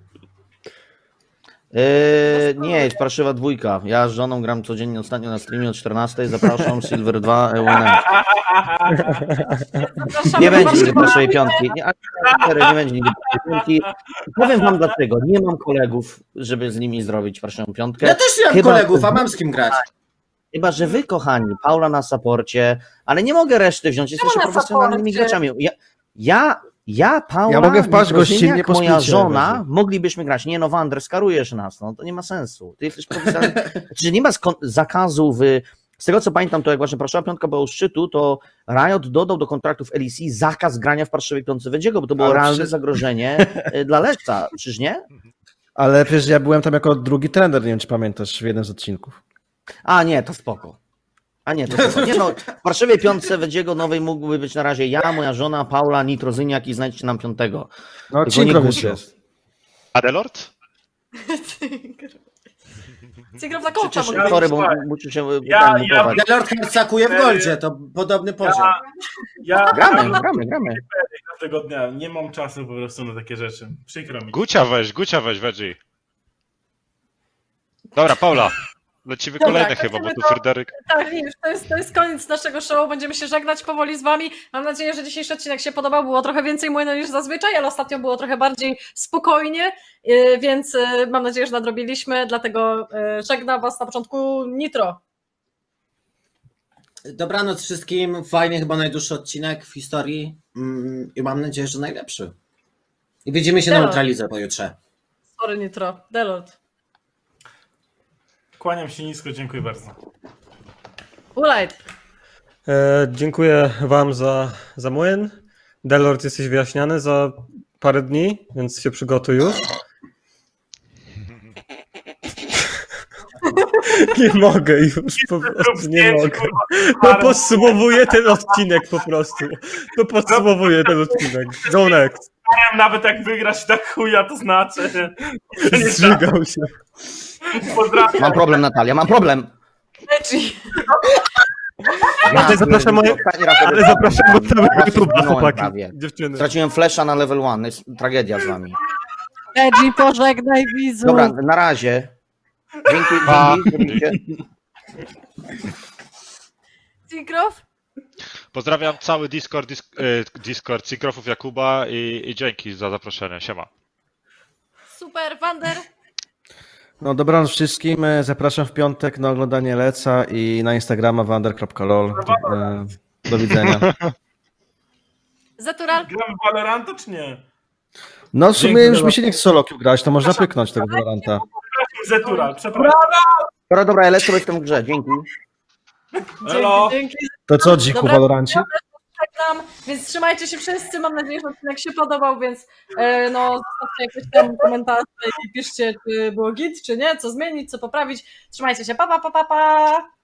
Eee, nie, jest parszywa dwójka. Ja z żoną gram codziennie ostatnio na streamie o czternastej. Zapraszam, Silver dwa, E U N M. Zapraszamy Nie do będzie nigdy Warszawy. parszywej piątki. Nie, ani cztery, nie będzie nigdy parszywej piątki. Powiem wam dlaczego. Nie mam kolegów, żeby z nimi zrobić parszywą piątkę. Ja też nie mam Chyba- kolegów, a mam z kim grać. Chyba, że wy, kochani, Paula na saporcie, ale nie mogę reszty wziąć, jesteście na profesjonalnymi saporcie? graczami. Ja, ja, ja Paula, Ja mogę wpaść Nitrozyniak, gościnnie, moja kosmicie, żona, Boże. moglibyśmy grać. Nie no, Wander, skarujesz nas, no to nie ma sensu. Ty jesteś profesjonalny. Czy nie ma skon- zakazu w... Z tego co pamiętam, to jak właśnie parszywa piątka była u szczytu, to Riot dodał do kontraktów L E C zakaz grania w parszywej piątce Veggie'ego, bo to było Ale realne przecież- zagrożenie y, dla Lexa, czyż nie? Ale przecież ja byłem tam jako drugi trener, nie wiem czy pamiętasz, w jednym z odcinków. A nie, to spoko. A nie, to spoko. Nie no, w parszywej piątce Veggie'ego nowej mógłby być na razie ja, moja żona, Paula, Nitrozyniak i znajdźcie nam piątego. No, Tylko nie Cinkrow już Gucio. jest. A Delort? Cygrow na kołka Przecież, mogę sorry, być. bo musisz się Ja- ja, ja- ja, Lord Hercakuje w Goldzie, to podobny poziom. Ja, ja, Gramy, ja gramy, gramy. każdego dnia nie mam czasu po prostu na takie rzeczy. Przykro mi. Gucia weź, Gucia weź, Veggie. Dobra, Paula. Lecimy Dobra, kolejne chyba, bo kończymy tu to. Fryderyk... Tak, już to jest, to jest koniec naszego show. Będziemy się żegnać powoli z wami. Mam nadzieję, że dzisiejszy odcinek się podobał. Było trochę więcej młynu niż zazwyczaj, ale ostatnio było trochę bardziej spokojnie, yy, więc yy, mam nadzieję, że nadrobiliśmy. Dlatego yy, żegnam was na początku Nitro. Dobranoc wszystkim, fajny, chyba najdłuższy odcinek w historii mm, i mam nadzieję, że najlepszy. I widzimy się na Dobra. Ultralidze pojutrze. Sorry Nitro. Delord. Kłaniam się nisko, dziękuję bardzo. Ulajt. E, dziękuję wam za, za młyn. Delord, jesteś wyjaśniany za parę dni, więc się przygotuj już. Nie mogę już, po prostu nie mogę. No podsumowuję ten odcinek po prostu. No podsumowuję ten odcinek. Go next. Nawet jak wygrasz tak chuja, to znaczy, że nie Zżygał się. pozdrawiam. Mam problem, Natalia, mam problem. Veggie. Ale zapraszam moje- Ostatni raz Ale zapraszam do całego Raz YouTube'a, zginąłem chłopaki. prawie. Dziewczyny. Straciłem flesza na level one, jest tragedia z wami. Veggie, pożegnaj widzów. Dobra, na razie. Dzięki, Pa. dzięki. dzięki. Cygrow. Pozdrawiam cały Discord, disk, e, Discord Cykrofów Jakuba i, i dzięki za zaproszenie. Siema. Super, Wander. No dobranoc wszystkim, e, zapraszam w piątek na oglądanie Leca i na Instagrama wander kropka lol. E, Do widzenia. Zatural. Gramy w Valoranta czy nie? No w sumie Dziękuję już mi się nie chce solo queue grać, to można pyknąć tego Valoranta. Zetura, przepraszam. Dobra, dobra, ja lecę, bo jestem w grze, dzięki. Elo. Dzięki, dzięki. To co, dziku Dobra. Valorancie? Żegnam, więc trzymajcie się wszyscy. Mam nadzieję, że odcinek się podobał, więc e, no zostawcie jakieś tam komentarze i piszcie, czy było git, czy nie, co zmienić, co poprawić. Trzymajcie się, pa, pa, pa, pa, pa.